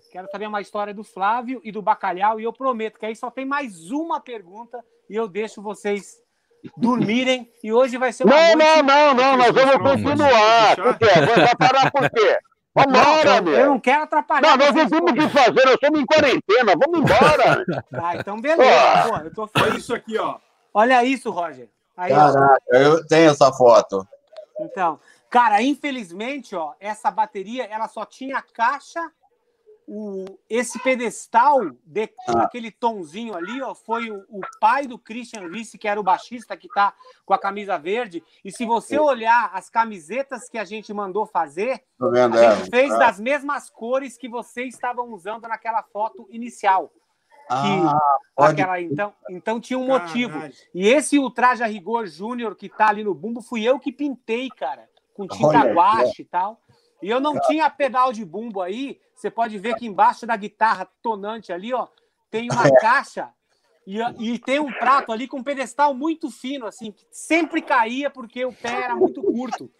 Quero saber uma história do Flávio e do Bacalhau, e eu prometo que aí só tem mais uma pergunta e eu deixo vocês dormirem. E hoje vai ser uma Não, noite... não, não, não, nós vamos continuar. Por quê? Vai parar por quê? Vambora, eu, meu. eu não quero atrapalhar. Não, nós não temos o que fazer, nós estamos em quarentena, vamos embora. Tá, então beleza. Pô, eu tô feliz. Olha isso aqui, ó. Olha isso, Roger. Aí, Caraca, ó. eu tenho essa foto. Então, cara, infelizmente, ó, essa bateria, ela só tinha caixa, o, esse pedestal, de, Ah. aquele tonzinho ali, ó, foi o, o pai do Christian Ricci, que era o baixista que tá com a camisa verde, e se você olhar as camisetas que a gente mandou fazer, Tô vendo a ela. gente fez Ah. das mesmas cores que vocês estavam usando naquela foto inicial. Ah, pode- Aquela, então, então tinha um motivo. Caralho. E esse Ultraje a Rigor Júnior que tá ali no bumbo, fui eu que pintei, cara, com tinta Olha guache e tal. E eu não tinha pedal de bumbo aí. Você pode ver que embaixo da guitarra tonante ali, ó, tem uma caixa e, e tem um prato ali com um pedestal muito fino, assim, que sempre caía porque o pé era muito curto.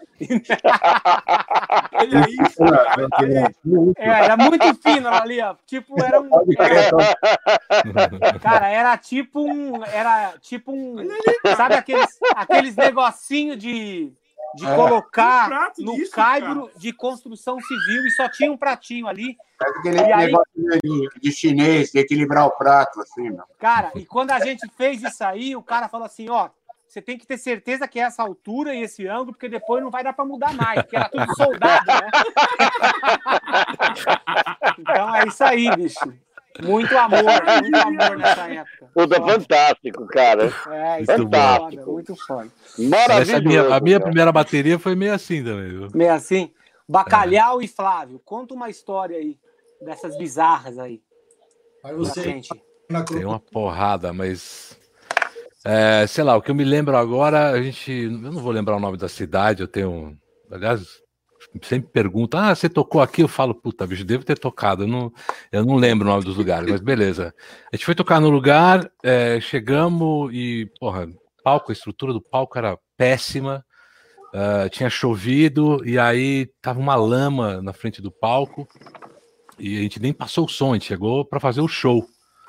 Olha isso, cara. Olha aí. É, era muito fino ali, ó. Tipo, era um. Era, cara, era tipo um. Era tipo um. Sabe aqueles, aqueles negocinhos de, de É. colocar Um prato no disso, caibro de construção civil e só tinha um pratinho ali. Faz aquele E aí- negócio de, de chinês, de equilibrar o prato, assim, meu. Cara, e quando a gente fez isso aí, o cara falou assim: ó, você tem que ter certeza que é essa altura e esse ângulo, porque depois não vai dar pra mudar mais, porque era tudo soldado, né? Então é isso aí, bicho. Muito amor, muito amor nessa época. Puta, fantástico, cara. É, isso é Muito foda, muito foda. Maravilhoso. Essa minha, a minha cara. primeira bateria foi meio assim também, viu? Meio assim. Bacalhau e Flávio, conta uma história aí, dessas bizarras aí. Aí Pra você gente. na Tem uma porrada, mas. É, sei lá, o que eu me lembro agora, a gente. Eu não vou lembrar o nome da cidade, eu tenho. Aliás, sempre pergunto, ah, você tocou aqui? Eu falo, puta, bicho, devo ter tocado. Eu não, eu não lembro o nome dos lugares, mas beleza. A gente foi tocar no lugar, é, chegamos e, porra, palco, a estrutura do palco era péssima. Uh, tinha chovido e aí tava uma lama na frente do palco e a gente nem passou o som, a gente chegou para fazer o show.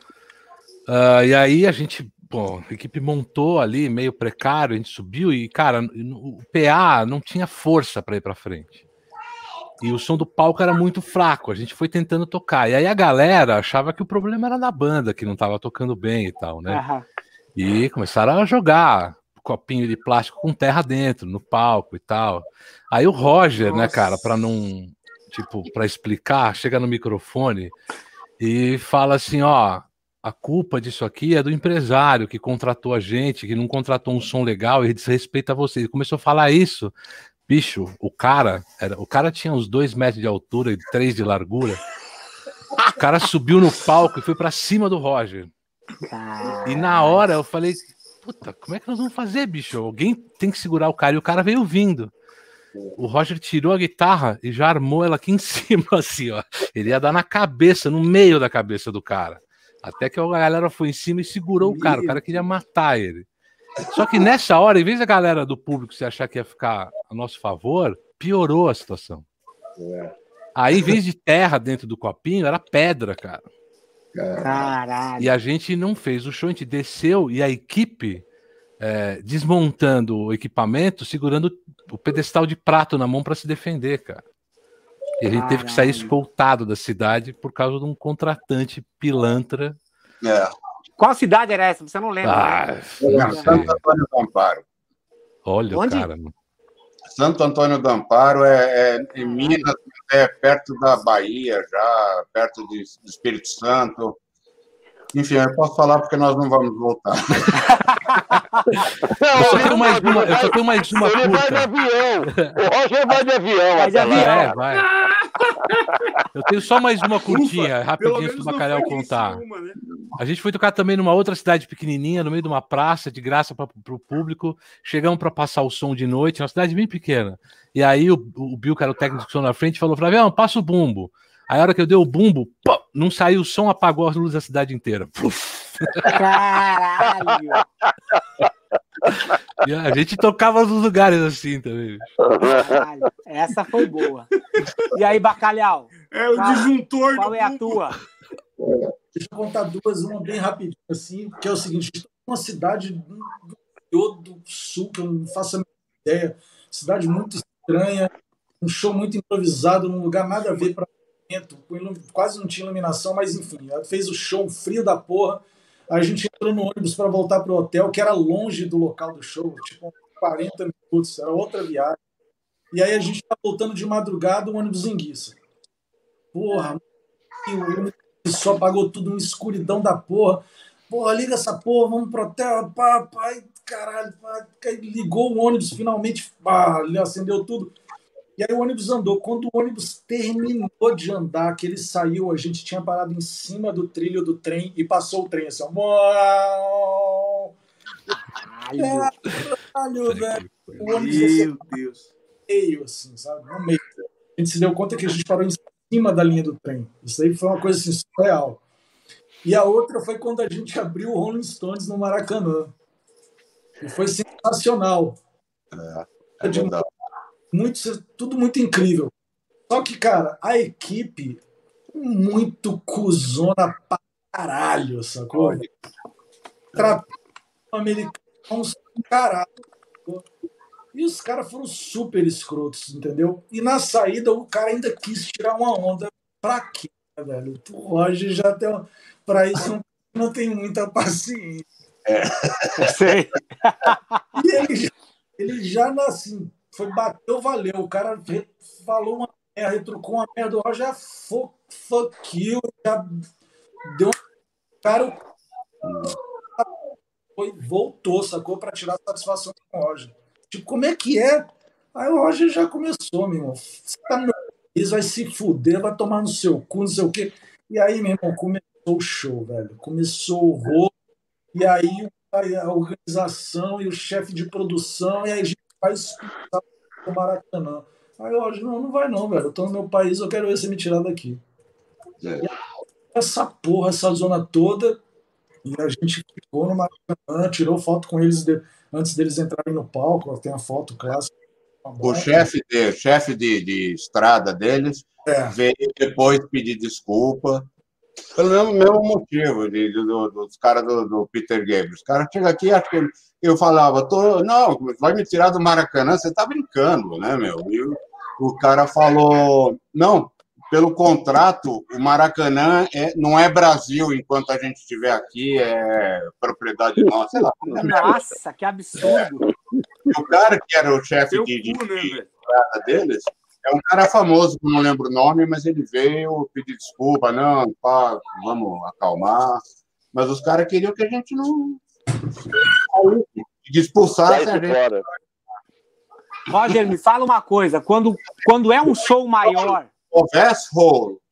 Uh, e aí a gente, pô, a equipe montou ali meio precário, a gente subiu e, cara, o P A não tinha força para ir para frente. E o som do palco era muito fraco, a gente foi tentando tocar. E aí a galera achava que o problema era da banda, que não tava tocando bem e tal, né? Aham. E começaram a jogar copinho de plástico com terra dentro, no palco e tal. Aí o Roger, né, cara, para não, tipo, para explicar, chega no microfone e fala assim, ó, a culpa disso aqui é do empresário que contratou a gente, que não contratou um som legal e desrespeita vocês. Ele começou a falar isso. Bicho, o cara, era, o cara tinha uns dois metros de altura e três de largura. O cara subiu no palco e foi para cima do Roger. E na hora eu falei, puta, como é que nós vamos fazer, bicho? Alguém tem que segurar o cara. E o cara veio vindo. O Roger tirou a guitarra e já armou ela aqui em cima, assim, ó. Ele ia dar na cabeça, no meio da cabeça do cara. Até que a galera foi em cima e segurou o cara. O cara queria matar ele. Só que nessa hora, em vez da galera do público se achar que ia ficar a nosso favor, piorou a situação. Aí, em vez de terra dentro do copinho, era pedra, cara. Caralho. E a gente não fez o show, a gente desceu e a equipe é, desmontando o equipamento, segurando o pedestal de prato na mão para se defender, cara. E a gente teve que sair escoltado da cidade por causa de um contratante pilantra. É. Qual cidade era essa? Você não lembra? Ah, né? não sei. Santo Antônio do Amparo. Olha Onde? o cara. Santo Antônio do Amparo é, é em Minas, é perto da Bahia, já perto de, do Espírito Santo. Enfim, eu posso falar porque nós não vamos voltar. Eu só tenho mais uma, eu só tenho mais uma Ele vai de curta. avião. O Roger vai de avião. Vai de até lá. avião. É, vai. Eu tenho só mais uma curtinha, Pelo rapidinho, antes menos do não Bacalhau foi contar. nenhuma, né? A gente foi tocar também numa outra cidade pequenininha, no meio de uma praça, de graça para o público. Chegamos para passar o som de noite, uma cidade bem pequena. E aí o, o Bill, que era o técnico de som na frente, falou: Flavião, passa o bumbo. Aí a hora que eu dei o bumbo, pô, não saiu o som, apagou as luzes da cidade inteira. Caralho. E a gente tocava nos lugares assim também. Caralho. Essa foi boa. E aí, Bacalhau? É o Qual- disjuntor Qual do é a Google. tua? Deixa eu contar duas, uma bem rapidinho, assim, que é o seguinte: uma cidade do interior do sul, que eu não faço a menor ideia, cidade muito estranha, um show muito improvisado, num lugar nada a ver para quase não tinha iluminação, mas enfim, ela fez o show frio da porra. A gente entrou no ônibus para voltar pro hotel, que era longe do local do show, tipo quarenta minutos, era outra viagem. E aí a gente tá voltando de madrugada, o ônibus enguiça. Porra, e o ônibus só apagou tudo, uma escuridão da porra. Porra, liga essa porra, vamos pro hotel, pá, pai, caralho, pá. Ligou o ônibus, finalmente, pá, ele acendeu tudo. E aí o ônibus andou. Quando o ônibus terminou de andar, que ele saiu, a gente tinha parado em cima do trilho do trem e passou o trem assim, ó. Uau! Caralho. Caralho, velho. O ônibus Meu Deus. meio, assim, sabe? No meio. A gente se deu conta que a gente parou em cima da linha do trem. Isso aí foi uma coisa assim, surreal. E a outra foi quando a gente abriu o Rolling Stones no Maracanã. E foi sensacional. É, é verdade. Muito, tudo muito incrível. Só que, cara, a equipe muito cuzona pra caralho, sacou? Tratou americanos com caralho. Sacou? E os caras foram super escrotos, entendeu? E na saída o cara ainda quis tirar uma onda. Pra quê, velho? O Roger já tem. Uma... Pra isso não tem muita paciência. É. Sei. E ele já, ele já assim. Foi, bateu, valeu. O cara falou uma merda, retrucou uma merda. O Roger fuck, fuck you. Já deu um cara. Foi, voltou, sacou? Pra tirar satisfação com o Roger. Tipo, como é que é? Aí o Roger já começou, meu irmão. Você tá no meu país, vai se fuder, vai tomar no seu cu, não sei o quê. E aí, meu irmão, começou o show, velho. Começou o rolo. E aí a organização e o chefe de produção, e aí a gente vai expulsar o Maracanã. Aí eu acho, não, não vai não, velho. Eu tô no meu país, eu quero ver você me tirar daqui. É. E essa porra, essa zona toda, e a gente ficou no Maracanã, tirou foto com eles de, antes deles entrarem no palco, tem a foto clássica. O chefe de, chefe de, de estrada deles é. veio depois pedir desculpa. Pelo mesmo, mesmo motivo de, de, do, dos caras do, do Peter Gabriel. Os caras chegam aqui, acho que eu falava, tô, não, vai me tirar do Maracanã, você tá brincando, né, meu? E o, o cara falou, não, pelo contrato, o Maracanã é, não é Brasil enquanto a gente estiver aqui, é propriedade nossa, sei lá. Nossa, que absurdo. É. O cara que era o chefe de, de, de estrada deles, é um cara famoso, que não lembro o nome, mas ele veio pedir desculpa, não, pá, vamos acalmar. Mas os caras queriam que a gente não... que expulsasse a gente. Roger, me fala uma coisa. Quando, quando é um show maior... O Vesshole.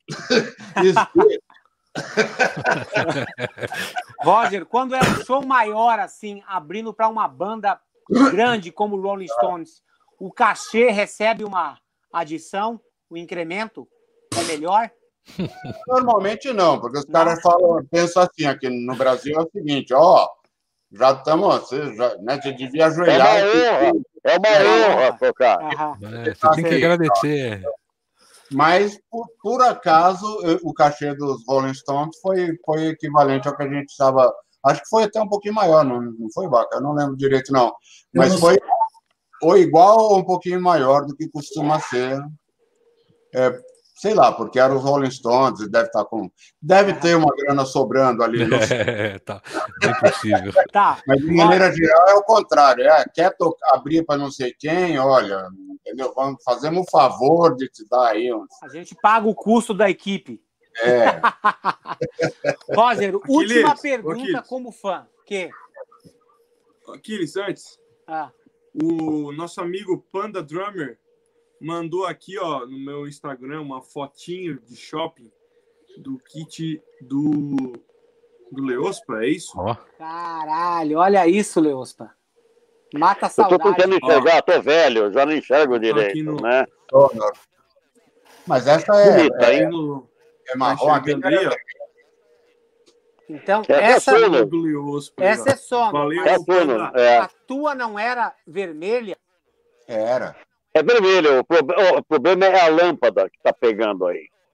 Roger, quando é um show maior, assim, abrindo para uma banda grande como o Rolling Stones, o cachê recebe uma adição, o incremento é melhor? Normalmente não, porque os caras falam, pensam assim, aqui no Brasil é o seguinte, ó, já estamos, você já, né, você devia ajoelhar. É uma honra, é uma honra tocar. É, você tem que agradecer. Mas, por, por acaso, o cachê dos Rolling Stones foi, foi equivalente ao que a gente estava... Acho que foi até um pouquinho maior, não, não foi, Baca? Eu não lembro direito, não. Mas foi, foi igual ou um pouquinho maior do que costuma ser. É, sei lá, porque eram os Rolling Stones, deve estar com... Deve ter uma grana sobrando ali. No... É, tá. É impossível. Tá. Mas, de maneira geral, é o contrário. É, quer tocar, abrir para não sei quem, olha, entendeu? Vamos, fazemos o favor de te dar aí uns... A gente paga o custo da equipe. É. Roger, Aquiles, última pergunta Aquiles. como fã. Que? Aquiles, antes, Ah. o nosso amigo Panda Drummer mandou aqui, ó, no meu Instagram, uma fotinho de shopping do kit do, do Leospa, é isso? Ó. Caralho, olha isso, Leospa. Mata a Eu tô saudade. tentando enxergar, tô velho, eu já não enxergo direito, no- né? Mas essa é, Bonita, é, hein? No, é tá marrom aqui. enxergando aí, ó? Então, É essa, Sono. Do Leospa. aí, essa ó. é só. Valeu, É Sono, Panda. é. A tua não era vermelha? Era. É vermelho, o, prob- o problema é a lâmpada que tá pegando aí.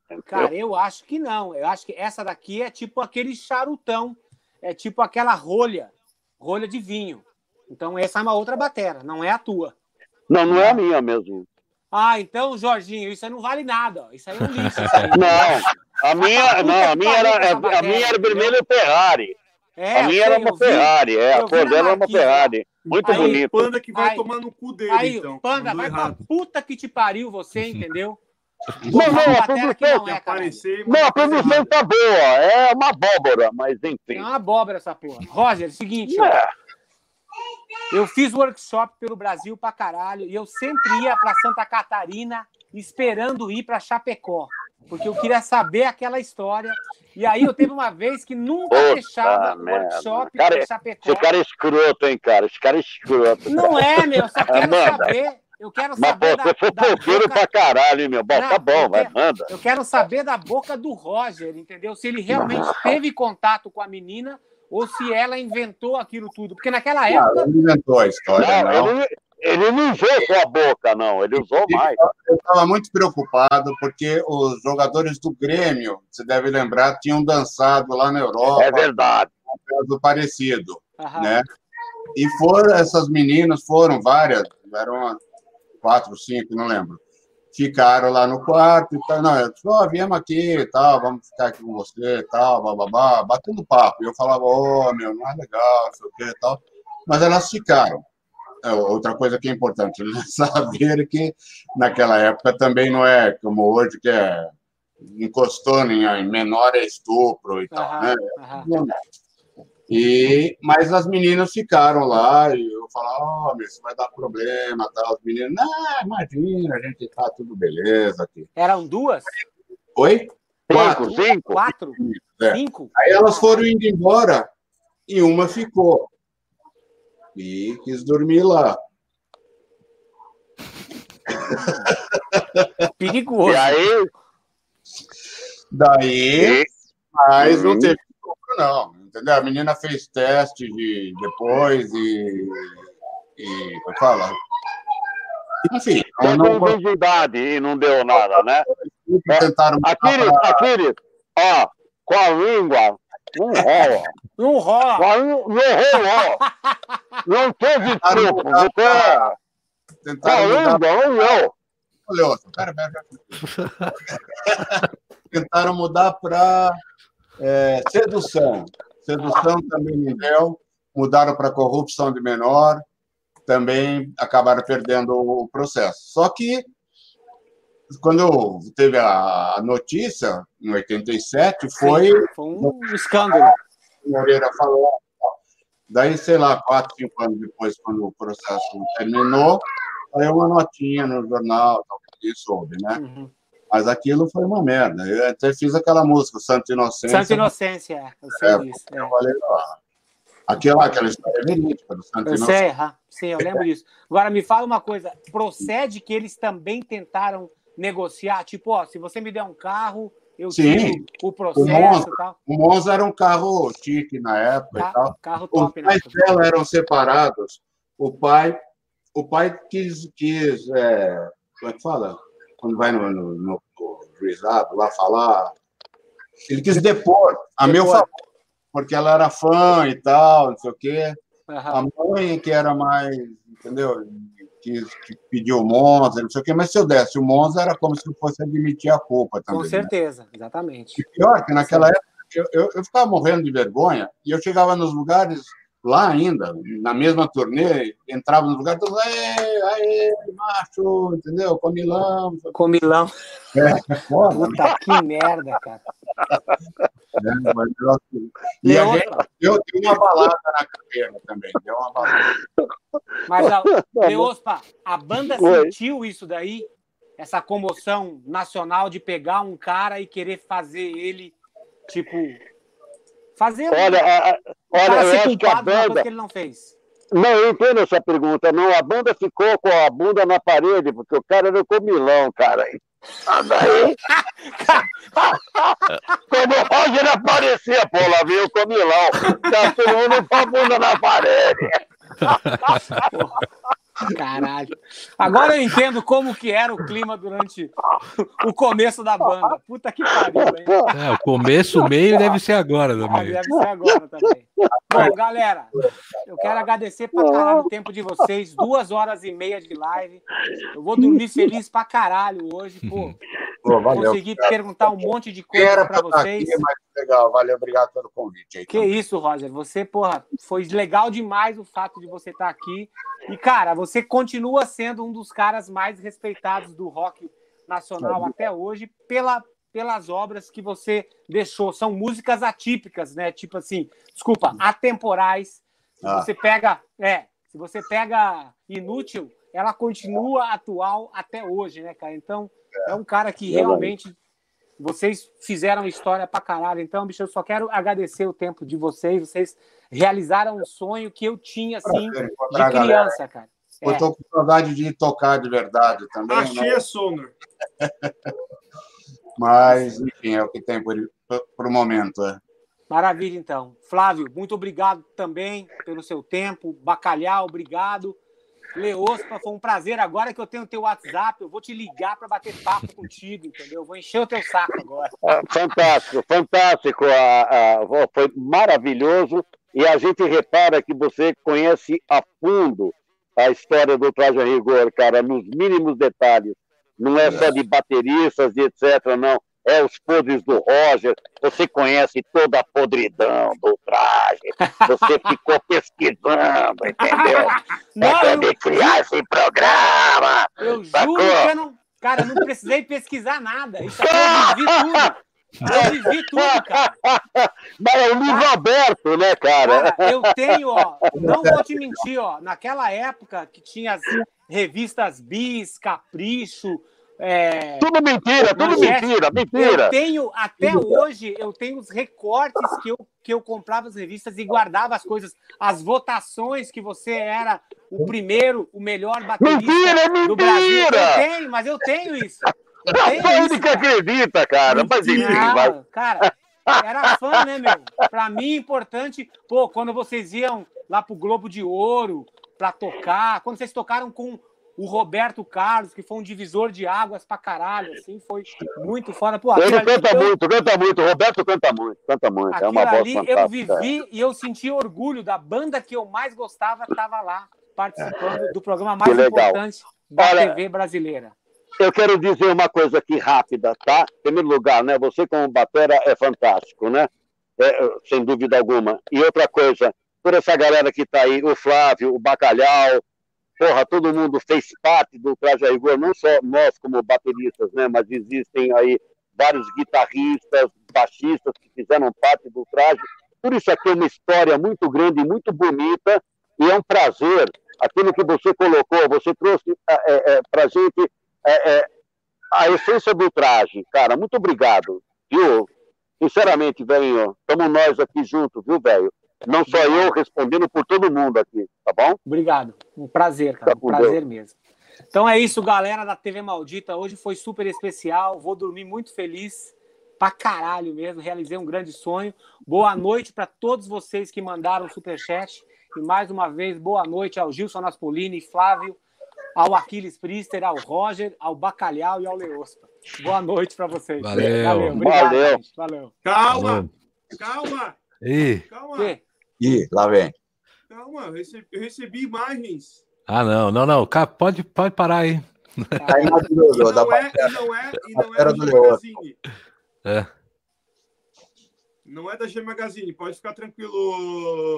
Cara, eu acho que não. Eu acho que essa daqui é tipo aquele charutão. É tipo aquela rolha. Rolha de vinho. Então essa é uma outra batera, não é a tua. Não, não é a minha mesmo. Ah, então, Jorginho, isso aí não vale nada. Ó. Isso aí é um lixo. Isso aí. Não, a minha, não, a minha era, a minha era vermelho Ferrari. É, a minha era uma Ferrari, é. A cor dela era uma Ferrari. Muito aí, bonito. Panda que vai aí, tomar no cu dele, aí, então. Panda, vai errado. Pra puta que te pariu você, entendeu? Não, não, a produção, não, é, aparecer, não, a produção tá boa. É uma abóbora, mas enfim. É uma abóbora essa porra. Roger, é o seguinte, ó, É. eu fiz workshop pelo Brasil pra caralho e eu sempre ia pra Santa Catarina esperando ir pra Chapecó, porque eu queria saber aquela história. E aí eu teve uma vez que nunca Puta fechava o merda. workshop Cara, pra Chapecó. esse cara é escroto, hein, cara? Esse cara é escroto. Não cara. é, meu, eu só quero Manda. saber. Eu quero Mas, saber pô, você foi da, da fofoqueiro boca... pra caralho, hein, meu. Bom, Não, tá bom, eu vai, quero- manda. Eu quero saber da boca do Roger, entendeu? Se ele realmente teve contato com a menina ou se ela inventou aquilo tudo. Porque naquela Ah, época. ele inventou a história, Não, não. ele, ele não usou só a boca, não. Ele usou mais. Eu estava muito preocupado porque os jogadores do Grêmio, você deve lembrar, tinham dançado lá na Europa, É verdade. do parecido, Aham. né? E foram essas meninas, foram várias, eram quatro, cinco, não lembro. Ficaram lá no quarto e tal. Não, eu disse, ó, viemos aqui e tal, vamos ficar aqui com você e tal, bababá, batendo papo. E eu falava, ô, meu, não é legal, não sei o que e tal. Mas elas ficaram. É, outra coisa que é importante saber que naquela época também não é como hoje, que é encostou em, em menor é estupro e tal, Aham, né? aham. Não, E, mas as meninas ficaram lá e eu falava, ó, meu, isso vai dar problema, tal. As meninas, não, imagina, a gente tá tudo beleza aqui. Eram duas? Oi? Quatro. Cinco, cinco. Quatro? É. Cinco? Aí elas foram indo embora e uma ficou. E quis dormir lá. Perigoso. E aí, Daí, e- mas não Uhum. teve estupro, não. Entendeu? A menina fez teste de depois e. e como fala? Enfim, tem não, não virgindade e não deu nada, né? tentaram Aquiles, pra- Aquiles, ó, com a língua, não rola. Não Com rola. a língua, não rolou. Não teve estupro. Você, com a tentaram mudar. língua, não deu. Olha, outro, pera, pera, pera. Tentaram mudar para sedução. Sedução também não deu. Mudaram para corrupção de menor. Também acabaram perdendo o processo. Só que, quando teve a notícia, em oitenta e sete, foi. Foi um escândalo. Moreira falou. Daí, sei lá, quatro, cinco anos depois, quando o processo terminou, saiu uma notinha no jornal, tal, que ninguém soube, né? Uhum. Mas aquilo foi uma merda. Eu até fiz aquela música, Santa Inocência. Santa Inocência, é. Eu sei É, disso. é. Eu falei, ó, aquela, aquela história é verídica do Santa Eu Inocência. sei, aham. Sim, eu lembro disso. Agora, me fala uma coisa. Procede que eles também tentaram negociar? Tipo, ó, se você me der um carro, eu Sim. tiro o O processo Monza, e tal. o Monza era um carro chique na época Tá? e tal. Carro Os top, né? pais dela eram separados. O pai, o pai quis, quis é, como é que fala? Quando vai no, no, no, no juizado lá falar, ele quis depor a meu Depor. favor, porque ela era fã e tal, não sei o quê. A Aham. mãe que era mais, entendeu? Que, que pediu o Monza, não sei o quê, mas se eu desse o Monza era como se eu fosse admitir a culpa também. Com né? certeza, exatamente. E pior que naquela época eu, eu, eu ficava morrendo de vergonha e eu chegava nos lugares lá ainda, na mesma turnê, entrava nos lugares, todo, aê, aê, macho, entendeu? Comilão. Comilão. É, foda, né? Puta que merda, cara. Mas eu- E a Leandro. gente deu, deu uma balada na carreira também, deu uma balada. Mas, a, Leospa, a banda Oi. sentiu isso daí? Essa comoção nacional de pegar um cara e querer fazer ele, tipo... Fazer Olha, a- a- o olha, cara eu ser acho que a culpado de uma coisa banda. que ele não fez. Não, eu entendo essa pergunta. Não, a banda ficou com a bunda na parede, porque o cara era comilão, cara. Ah, daí. Quando o Roger aparecia, pô, lá veio o comilão. Tá todo mundo com a bunda na parede. Caralho. Agora eu entendo como que era o clima durante o começo da banda. Puta que pariu, hein? É, o começo, o meio deve ser agora Ah, também. deve ser agora também. Bom, galera, eu quero agradecer pra caralho o tempo de vocês. Duas horas e meia de live. Eu vou dormir feliz pra caralho hoje, pô. Pô, valeu. Consegui perguntar um monte de coisas Era pra pra estar vocês. aqui, mas legal. Valeu, obrigado pelo convite aí. Que também. isso, Roger. Você, porra, foi legal demais o fato de você estar aqui. E, cara, você continua sendo um dos caras mais respeitados do rock nacional até hoje pela, pelas obras que você deixou. São músicas atípicas, né? Tipo assim, desculpa, atemporais. Se Ah. você pega, é, se você pega Inútil, ela continua atual até hoje, né, cara? Então, é um cara que realmente vocês fizeram história pra caralho. Então, bicho, eu só quero agradecer o tempo de vocês. Vocês realizaram um sonho que eu tinha, assim, Prazer de encontrar a galera. criança, cara. Eu É. tô com saudade de tocar de verdade também, Achei né? a Sonor. Mas, enfim, é o que tem por, por momento. É. Maravilha, então. Flávio, muito obrigado também pelo seu tempo. Bacalhau, obrigado. Leospa, foi um prazer. Agora que eu tenho o teu WhatsApp, eu vou te ligar para bater papo contigo, entendeu? Eu vou encher o teu saco agora. Ah, fantástico, fantástico. Ah, ah, foi maravilhoso. E a gente repara que você conhece a fundo a história do Traje a Rigor, cara, nos mínimos detalhes. Não é só de bateristas e etcétera, não. É os podres do Roger. Você conhece toda a podridão do Traje. Você ficou pesquisando, entendeu? Não, é eu- de criar esse programa. Eu Sacou? juro que eu não. Cara, eu não precisei pesquisar nada. Isso aqui eu vivi tudo. Eu vivi tudo, cara. Mas é um livro aberto, né, cara? Cara, eu tenho, ó, não vou te mentir, ó, naquela época que tinha as revistas Bis, Capricho, é, Tudo mentira, tudo Manchete, mentira, mentira. eu tenho, até hoje, eu tenho os recortes que eu, que eu comprava as revistas e guardava as coisas, as votações que você era o primeiro, o melhor baterista Mentira, é do Brasil. mentira! Eu tenho, mas eu tenho isso. Eu tenho Só ele isso, que cara. acredita, cara. Mas enfim, vai. Não, cara, era fã, né, meu? Pra mim, importante, pô, quando vocês iam lá pro Globo de Ouro pra tocar, quando vocês tocaram com o Roberto Carlos, que foi um divisor de águas pra caralho, assim, foi muito foda. Pô, Ele aquilo ali, canta eu- muito, canta muito. O Roberto canta muito, canta muito. É aquilo uma voz ali eu fantástica. vivi e eu senti orgulho da banda que eu mais gostava, tava lá participando do programa mais Que legal. importante da Olha, T V brasileira. Eu quero dizer uma coisa aqui rápida, tá? Em primeiro lugar, né? Você como batera é fantástico, né? É, sem dúvida alguma. E outra coisa, toda essa galera que tá aí, o Flávio, o Bacalhau, porra, todo mundo fez parte do Traje a Rigor, não só nós como bateristas, né? Mas existem aí vários guitarristas, baixistas que fizeram parte do Traje. Por isso aqui é uma história muito grande, muito bonita, e é um prazer. Aquilo que você colocou, você trouxe é, é, pra gente É, é, a essência do Traje, cara, muito obrigado, viu? Sinceramente, velho, estamos nós aqui juntos, viu, velho? Não só eu respondendo por todo mundo aqui, tá bom? Obrigado. Um prazer, cara. Tá Um com prazer Deus. mesmo. Então é isso, galera da T V Maldita. Hoje foi super especial. Vou dormir muito feliz. Pra caralho mesmo. Realizei um grande sonho. Boa noite para todos vocês que mandaram superchat. E mais uma vez, boa noite ao Gilson Naspolini, Flávio, ao Aquiles Priester, ao Roger, ao Bacalhau e ao Leospa. Boa noite para vocês. Valeu. Valeu. Obrigado, Valeu. gente. Valeu. Calma, calma, Ih, calma, Quê? Ih, lá vem. calma. Eu recebi, eu recebi imagens. ah, não, não, não. Cara, pode, pode parar aí. A imagem do, E do, da não é, batera. e não é, e não é Batera da do G Leoto. Magazine. É. Não é da G Magazine, pode ficar tranquilo.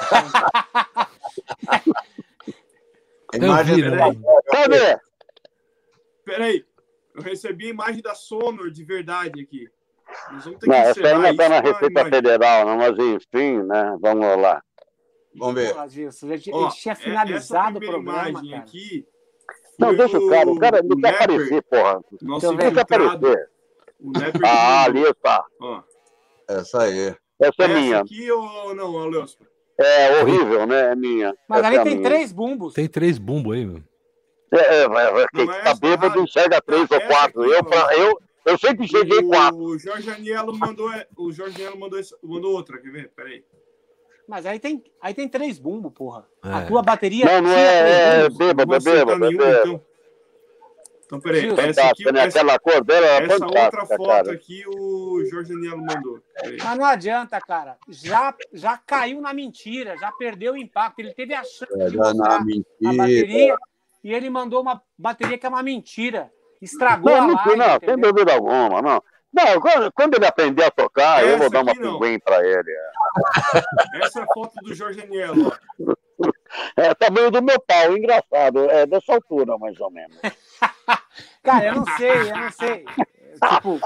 A imagem vi, do né? batera. Cadê? Peraí, eu recebi a imagem da Sonor de verdade aqui. Nós vamos ter Não, que essa aí encerrar não tá isso na com a Receita imagem. Federal, não, mas enfim, né? Vamos lá. Vamos ver. Porra, Gilson, a gente, Ó, a gente tinha é- finalizado o essa primeira programa, imagem cara. aqui Não, foi deixa o cara, o cara não quer Napper, aparecer, porra. Nosso Deixa eu ver. Não quer infiltrado, aparecer. o Napper Ah, que mandou. ali está. Ó, Essa aí. Essa é essa minha. aqui ou não, ô, Leospa? É horrível, né? É minha. Mas Essa ali é a tem minha. três bumbos. Tem três bumbos aí, meu. É, é, vai- vai- quem Não é tá essa, bêbado errado. enxerga três Tá, ou essa quatro. aqui, Eu, ó. pra- eu, eu sempre cheguei quatro. O Jorge Anielo mandou, o Jorge Anielo mandou, esse- mandou outra, quer ver? Peraí. Mas aí tem, aí tem três bumbos, porra. É. A tua bateria. Não, não é, é bêbado, Não é acertar bêbado, é nenhuma, bêbado. então. Então, peraí. Gil, Essa aqui, Fantástica, né? essa, Aquela cor dela é essa outra fantástica, foto cara. aqui o Jorge Anielo mandou. Peraí. Mas não adianta, cara. Já, já caiu na mentira, já perdeu o impacto. Ele teve a chance É, de já na mostrar a mentira. bateria e ele mandou uma bateria que é uma mentira. Estragou Não, a não, live, não, sem entendeu? dúvida alguma, não. Não, quando, quando ele aprender a tocar, eu Essa vou dar uma aqui não. pinguim pra ele. Essa é a foto do Jorge Anielo. Ó. É tamanho do meu pau, engraçado. É dessa altura, mais ou menos. Cara, eu não sei, eu não sei. Tipo,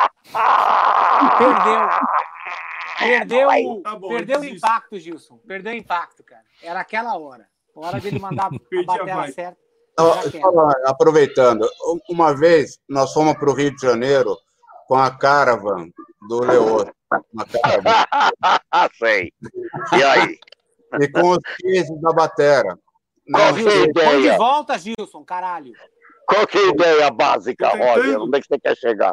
perdeu. Perdeu, o- Tá bom, perdeu o desisto. impacto, Gilson. Perdeu o impacto, cara. Era aquela hora. A hora dele mandar a Perdi a batela vibe. certa. Ó, Já quero. só aproveitando, uma vez nós fomos para o Rio de Janeiro com a Caravan do Leoto, uma Caravan, Sei. E aí? e com os cases da batera. Qual Né? que é a Põe de ideia? volta, Gilson, caralho. Qual que é a ideia básica, Tô tentando. Roger? Onde é que você quer chegar?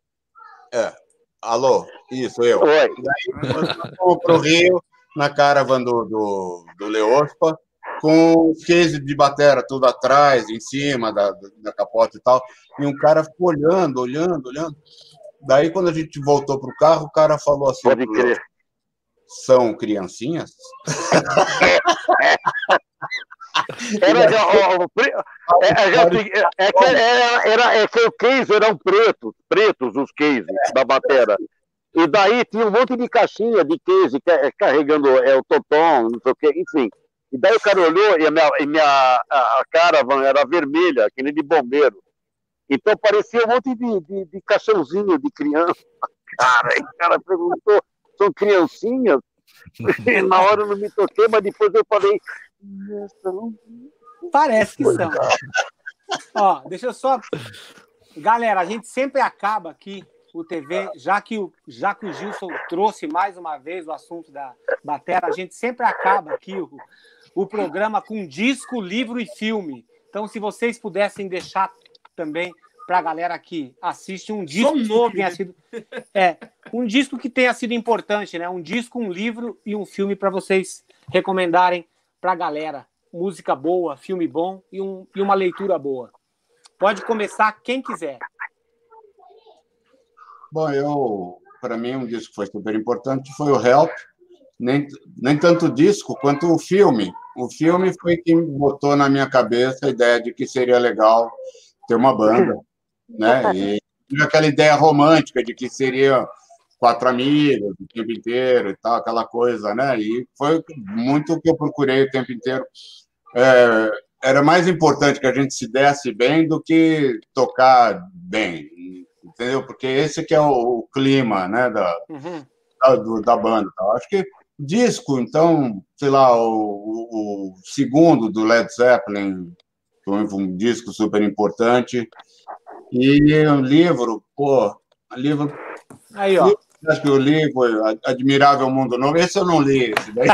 Alô, isso, eu. Oi. Nós fomos para o Rio, na Caravan do, do, do Leospa, com os cases de batera tudo atrás, em cima da, da capota e tal. E um cara ficou olhando, olhando, olhando. Daí, quando a gente voltou pro carro, o cara falou assim: Pode crer. são criancinhas? Era, ó, ó, pre- é, é, é, é que era, era- é que o case eram pretos, pretos os cases da batera. E daí tinha um monte de caixinha de case ca- carregando é, o totom, não sei o quê, enfim. E daí o cara olhou e a minha, e minha a, a Caravan era vermelha, que nem de bombeiro. Então parecia um monte de, de, de caixãozinho de criança. Cara, e o cara perguntou, são criancinhas? E na hora eu não me toquei, mas depois eu falei, nossa, não. Parece que são. Ó, deixa eu só. Galera, a gente sempre acaba aqui o T V, já que o, já que o Gilson trouxe mais uma vez o assunto da batera, a gente sempre acaba aqui o, o programa com disco, livro e filme. Então, se vocês pudessem deixar também para a galera que assiste um disco Só um nome, que tenha né? sido é um disco que tenha sido importante, né? Um disco, um livro e um filme para vocês recomendarem para a galera. Música boa, filme bom e, um, e uma leitura boa. Pode começar quem quiser. Bom, eu, para mim, um disco que foi super importante foi o Help. Nem, nem tanto o disco quanto o filme. O filme foi quem botou na minha cabeça a ideia de que seria legal ter uma banda, né? E aquela ideia romântica de que seria quatro amigos o tempo inteiro e tal, aquela coisa, né? E foi muito o que eu procurei o tempo inteiro. É, era mais importante que a gente se desse bem do que tocar bem, entendeu? Porque esse que é o, o clima, né, da, Uhum. da, do, da banda. Tal. Acho que disco, então, sei lá, o, o, o segundo do Led Zeppelin foi um disco super importante. E o livro, pô, livro... Aí, ó. Acho que eu li foi Admirável Mundo Novo. Esse eu não li, esse daí.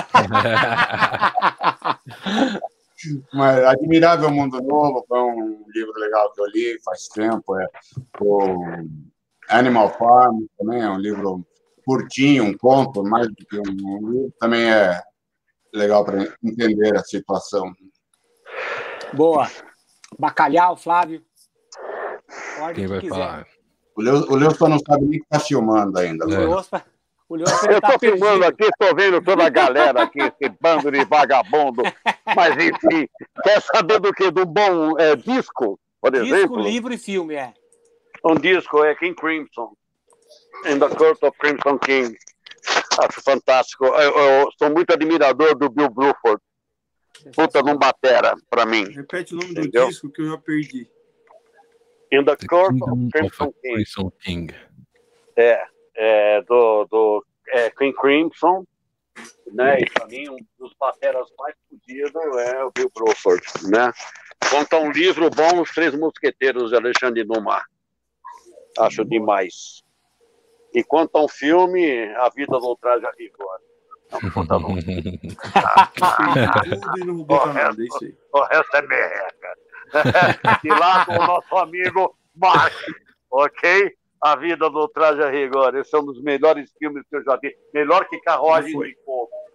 Mas Admirável Mundo Novo foi um livro legal que eu li faz tempo. É o Animal Farm também é um livro curtinho, um conto, mais do que um livro. Também é legal para entender a situação. Boa. Bacalhau, Flávio. Pode Quem que vai quiser. falar? O Leo, o Leo só não sabe nem que está filmando ainda. O É. Leospa, o Leospa Eu ele tá tô filmando perdido. aqui, estou vendo toda a galera aqui, esse bando de vagabundo. Mas, enfim, quer saber do que? Do bom é, disco, por Disco, exemplo? livro e filme, é. Um disco é King Crimson, In the Court of Crimson King. Acho fantástico. Eu, eu sou muito admirador do Bill Bruford. Puta num batera, pra mim. Repete o nome Entendeu? do disco que eu já perdi. In the The Court Kingdom of of Crimson King. Crimson King. É, é do, do é, King Crimson, né? E pra mim, um dos bateras mais fodidos é o Bill Bruford, né? Conta um livro bom, Os Três Mosqueteiros de Alexandre Dumas. Acho demais. E conta um filme, A Vida do Traje a Rigor. Não conta não. Perdi tudo e não vou botar nada, é isso aí. O resto é merda. E lá com o nosso amigo Mark, ok? A Vida do Traje a Rigor. Esse é um dos melhores filmes que eu já vi. Melhor que Carruagem Não foi. de Fogo.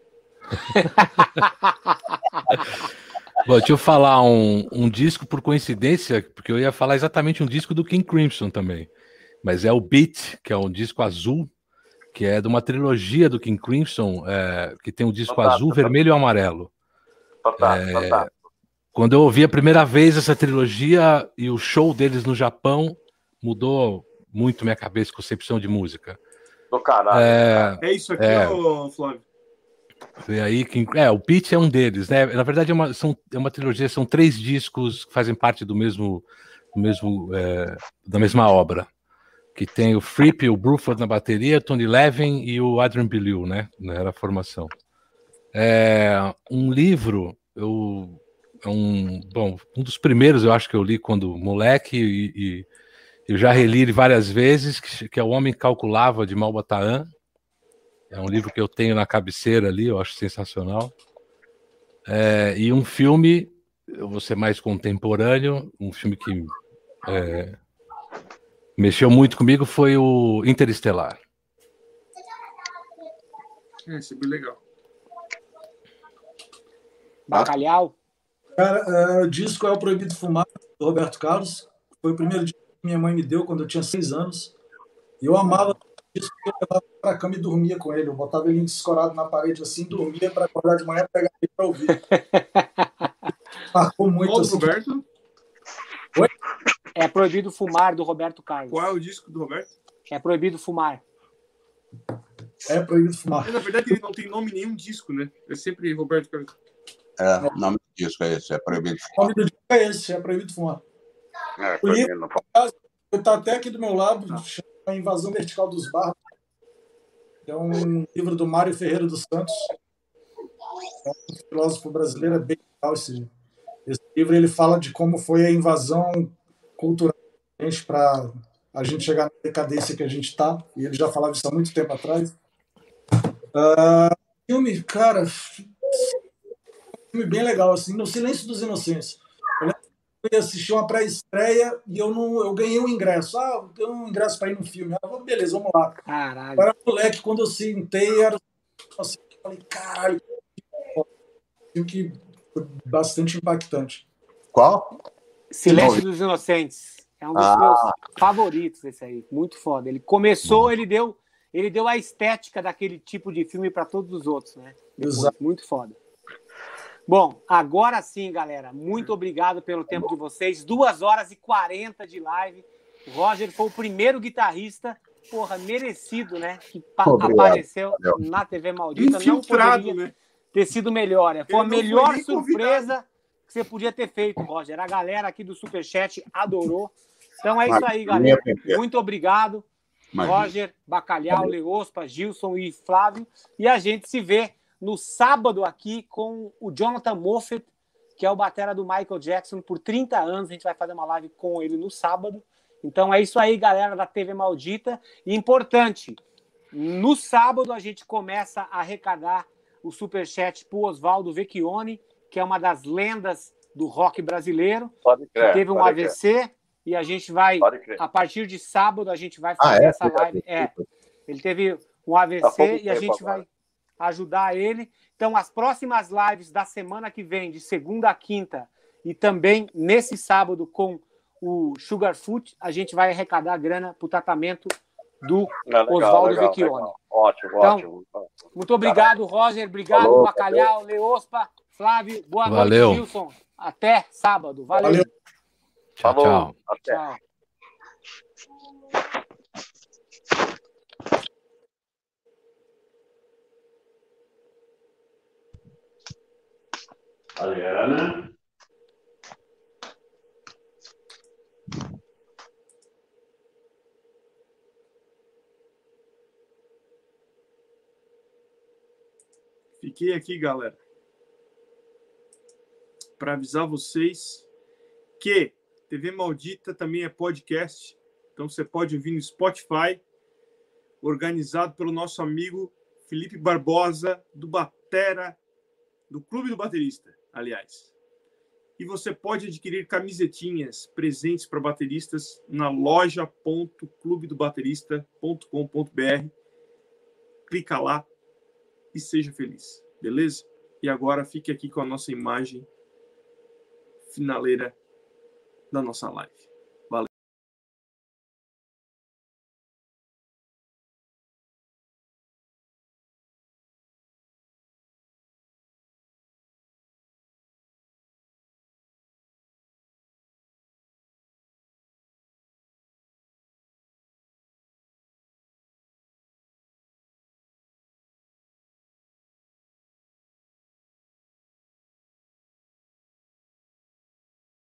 Bom, deixa eu falar um, um disco por coincidência, porque eu ia falar exatamente um disco do King Crimson também. Mas é o Beat, que é um disco azul, que é de uma trilogia do King Crimson, é, que tem um disco Fantástico, azul, vermelho e amarelo. Fantástico, É, fantástico. Quando eu ouvi a primeira vez essa trilogia e o show deles no Japão, mudou muito minha cabeça, concepção de música. Do caralho. É, É isso aqui, é. ô, Flávio. Foi aí que, é, o Pitch é um deles, né? Na verdade é uma, são, é uma trilogia, são três discos que fazem parte do mesmo, do mesmo é, da mesma obra, que tem o Fripp, o Bruford na bateria, Tony Levin e o Adrian Belew, né? Era a formação. É, um livro, eu, é um, bom, um dos primeiros eu acho que eu li quando moleque e, e eu já reli ele várias vezes, que, que é O Homem que Calculava, de Malbataan. É um livro que eu tenho na cabeceira ali, eu acho sensacional. É, e um filme, eu vou ser mais contemporâneo, um filme que é, mexeu muito comigo foi o Interestelar. É, isso é bem legal. Bacalhau. Cara, é, o disco é O Proibido Fumar, do Roberto Carlos. Foi o primeiro disco que minha mãe me deu quando eu tinha seis anos. E eu amava isso, porque eu levava para a cama e dormia com ele. Eu botava ele escorado na parede assim, dormia para acordar de manhã, pegar ele para ouvir. Marcou muito. Qual do assim. Roberto? Oi? É Proibido Fumar, do Roberto Carlos. Qual é o disco do Roberto? É Proibido Fumar. É Proibido Fumar. É, na verdade, ele não tem nome nenhum disco, né? É sempre Roberto Carlos. É, o nome do disco é esse, é Proibido O nome do disco é esse, é Proibido Fumar. É, O livro, proibido, não. está até aqui do meu lado, chama A Invasão Vertical dos Barros. É um livro do Mário Ferreira dos Santos. É um filósofo brasileiro, é bem legal esse, esse livro. Ele fala de como foi a invasão cultural para a gente chegar na decadência que a gente está. E ele já falava isso há muito tempo atrás. Uh, filme, cara, filme bem legal, assim, No Silêncio dos Inocentes. Eu lembro que eu ia assistir uma pré-estreia e eu, não, eu ganhei um ingresso. Ah, eu tenho um ingresso para ir no filme. Ah, beleza, vamos lá. Caralho. Eu era moleque, quando eu sentei, era assim, eu falei, caralho, filme que foi bastante impactante. Qual? Silêncio dos Inocentes. É um dos Ah. meus favoritos, esse aí. Muito foda. Ele começou, ele deu, ele deu a estética daquele tipo de filme para todos os outros, né? Depois, Exato. muito foda. Bom, agora sim, galera. Muito obrigado pelo tempo de vocês. duas horas e quarenta de live. O Roger foi o primeiro guitarrista, porra, merecido, né? Que pa- Obrigado. apareceu Valeu. na T V Maldita. Infiltrado, Não poderia né? ter sido melhor. Foi Ele a não foi melhor nem surpresa que você podia ter feito, Roger. A galera aqui do Superchat adorou. Então é isso aí, galera. Muito obrigado, Imagina. Roger, Bacalhau, Leospa, Gilson e Flávio. E a gente se vê no sábado aqui com o Jonathan Moffett, que é o batera do Michael Jackson por trinta anos. A gente vai fazer uma live com ele no sábado. Então é isso aí, galera da T V Maldita. E importante, no sábado a gente começa a arrecadar o superchat para o Oswaldo Vecchione, que é uma das lendas do rock brasileiro, Pode que crer. teve um pode A V C, e a gente vai, Pode crer. a partir de sábado, a gente vai Ah, fazer é? essa live. É, ele teve um A V C Tá pouco e a tempo gente agora. vai ajudar ele. Então, as próximas lives da semana que vem, de segunda a quinta, e também nesse sábado com o Sugarfoot, a gente vai arrecadar grana para o tratamento do É, legal, Oswaldo legal, Vecchione. legal. Ótimo, Então, ótimo. Muito obrigado, Roger. Obrigado, Falou, Bacalhau, Leospa, Flávio. Boa Valeu. noite, Gilson. Até sábado. Valeu. Valeu. Tchau, Falou. tchau. Até. Tchau. Adriana. Fiquei aqui, galera, para avisar vocês que T V Maldita também é podcast. Então você pode ouvir no Spotify, organizado pelo nosso amigo Felipe Barbosa, do Batera, do Clube do Baterista, aliás. E você pode adquirir camisetinhas, presentes para bateristas na loja ponto clube do baterista ponto com ponto br. Clica lá e seja feliz. beleza? E agora fique aqui com a nossa imagem finaleira da nossa live.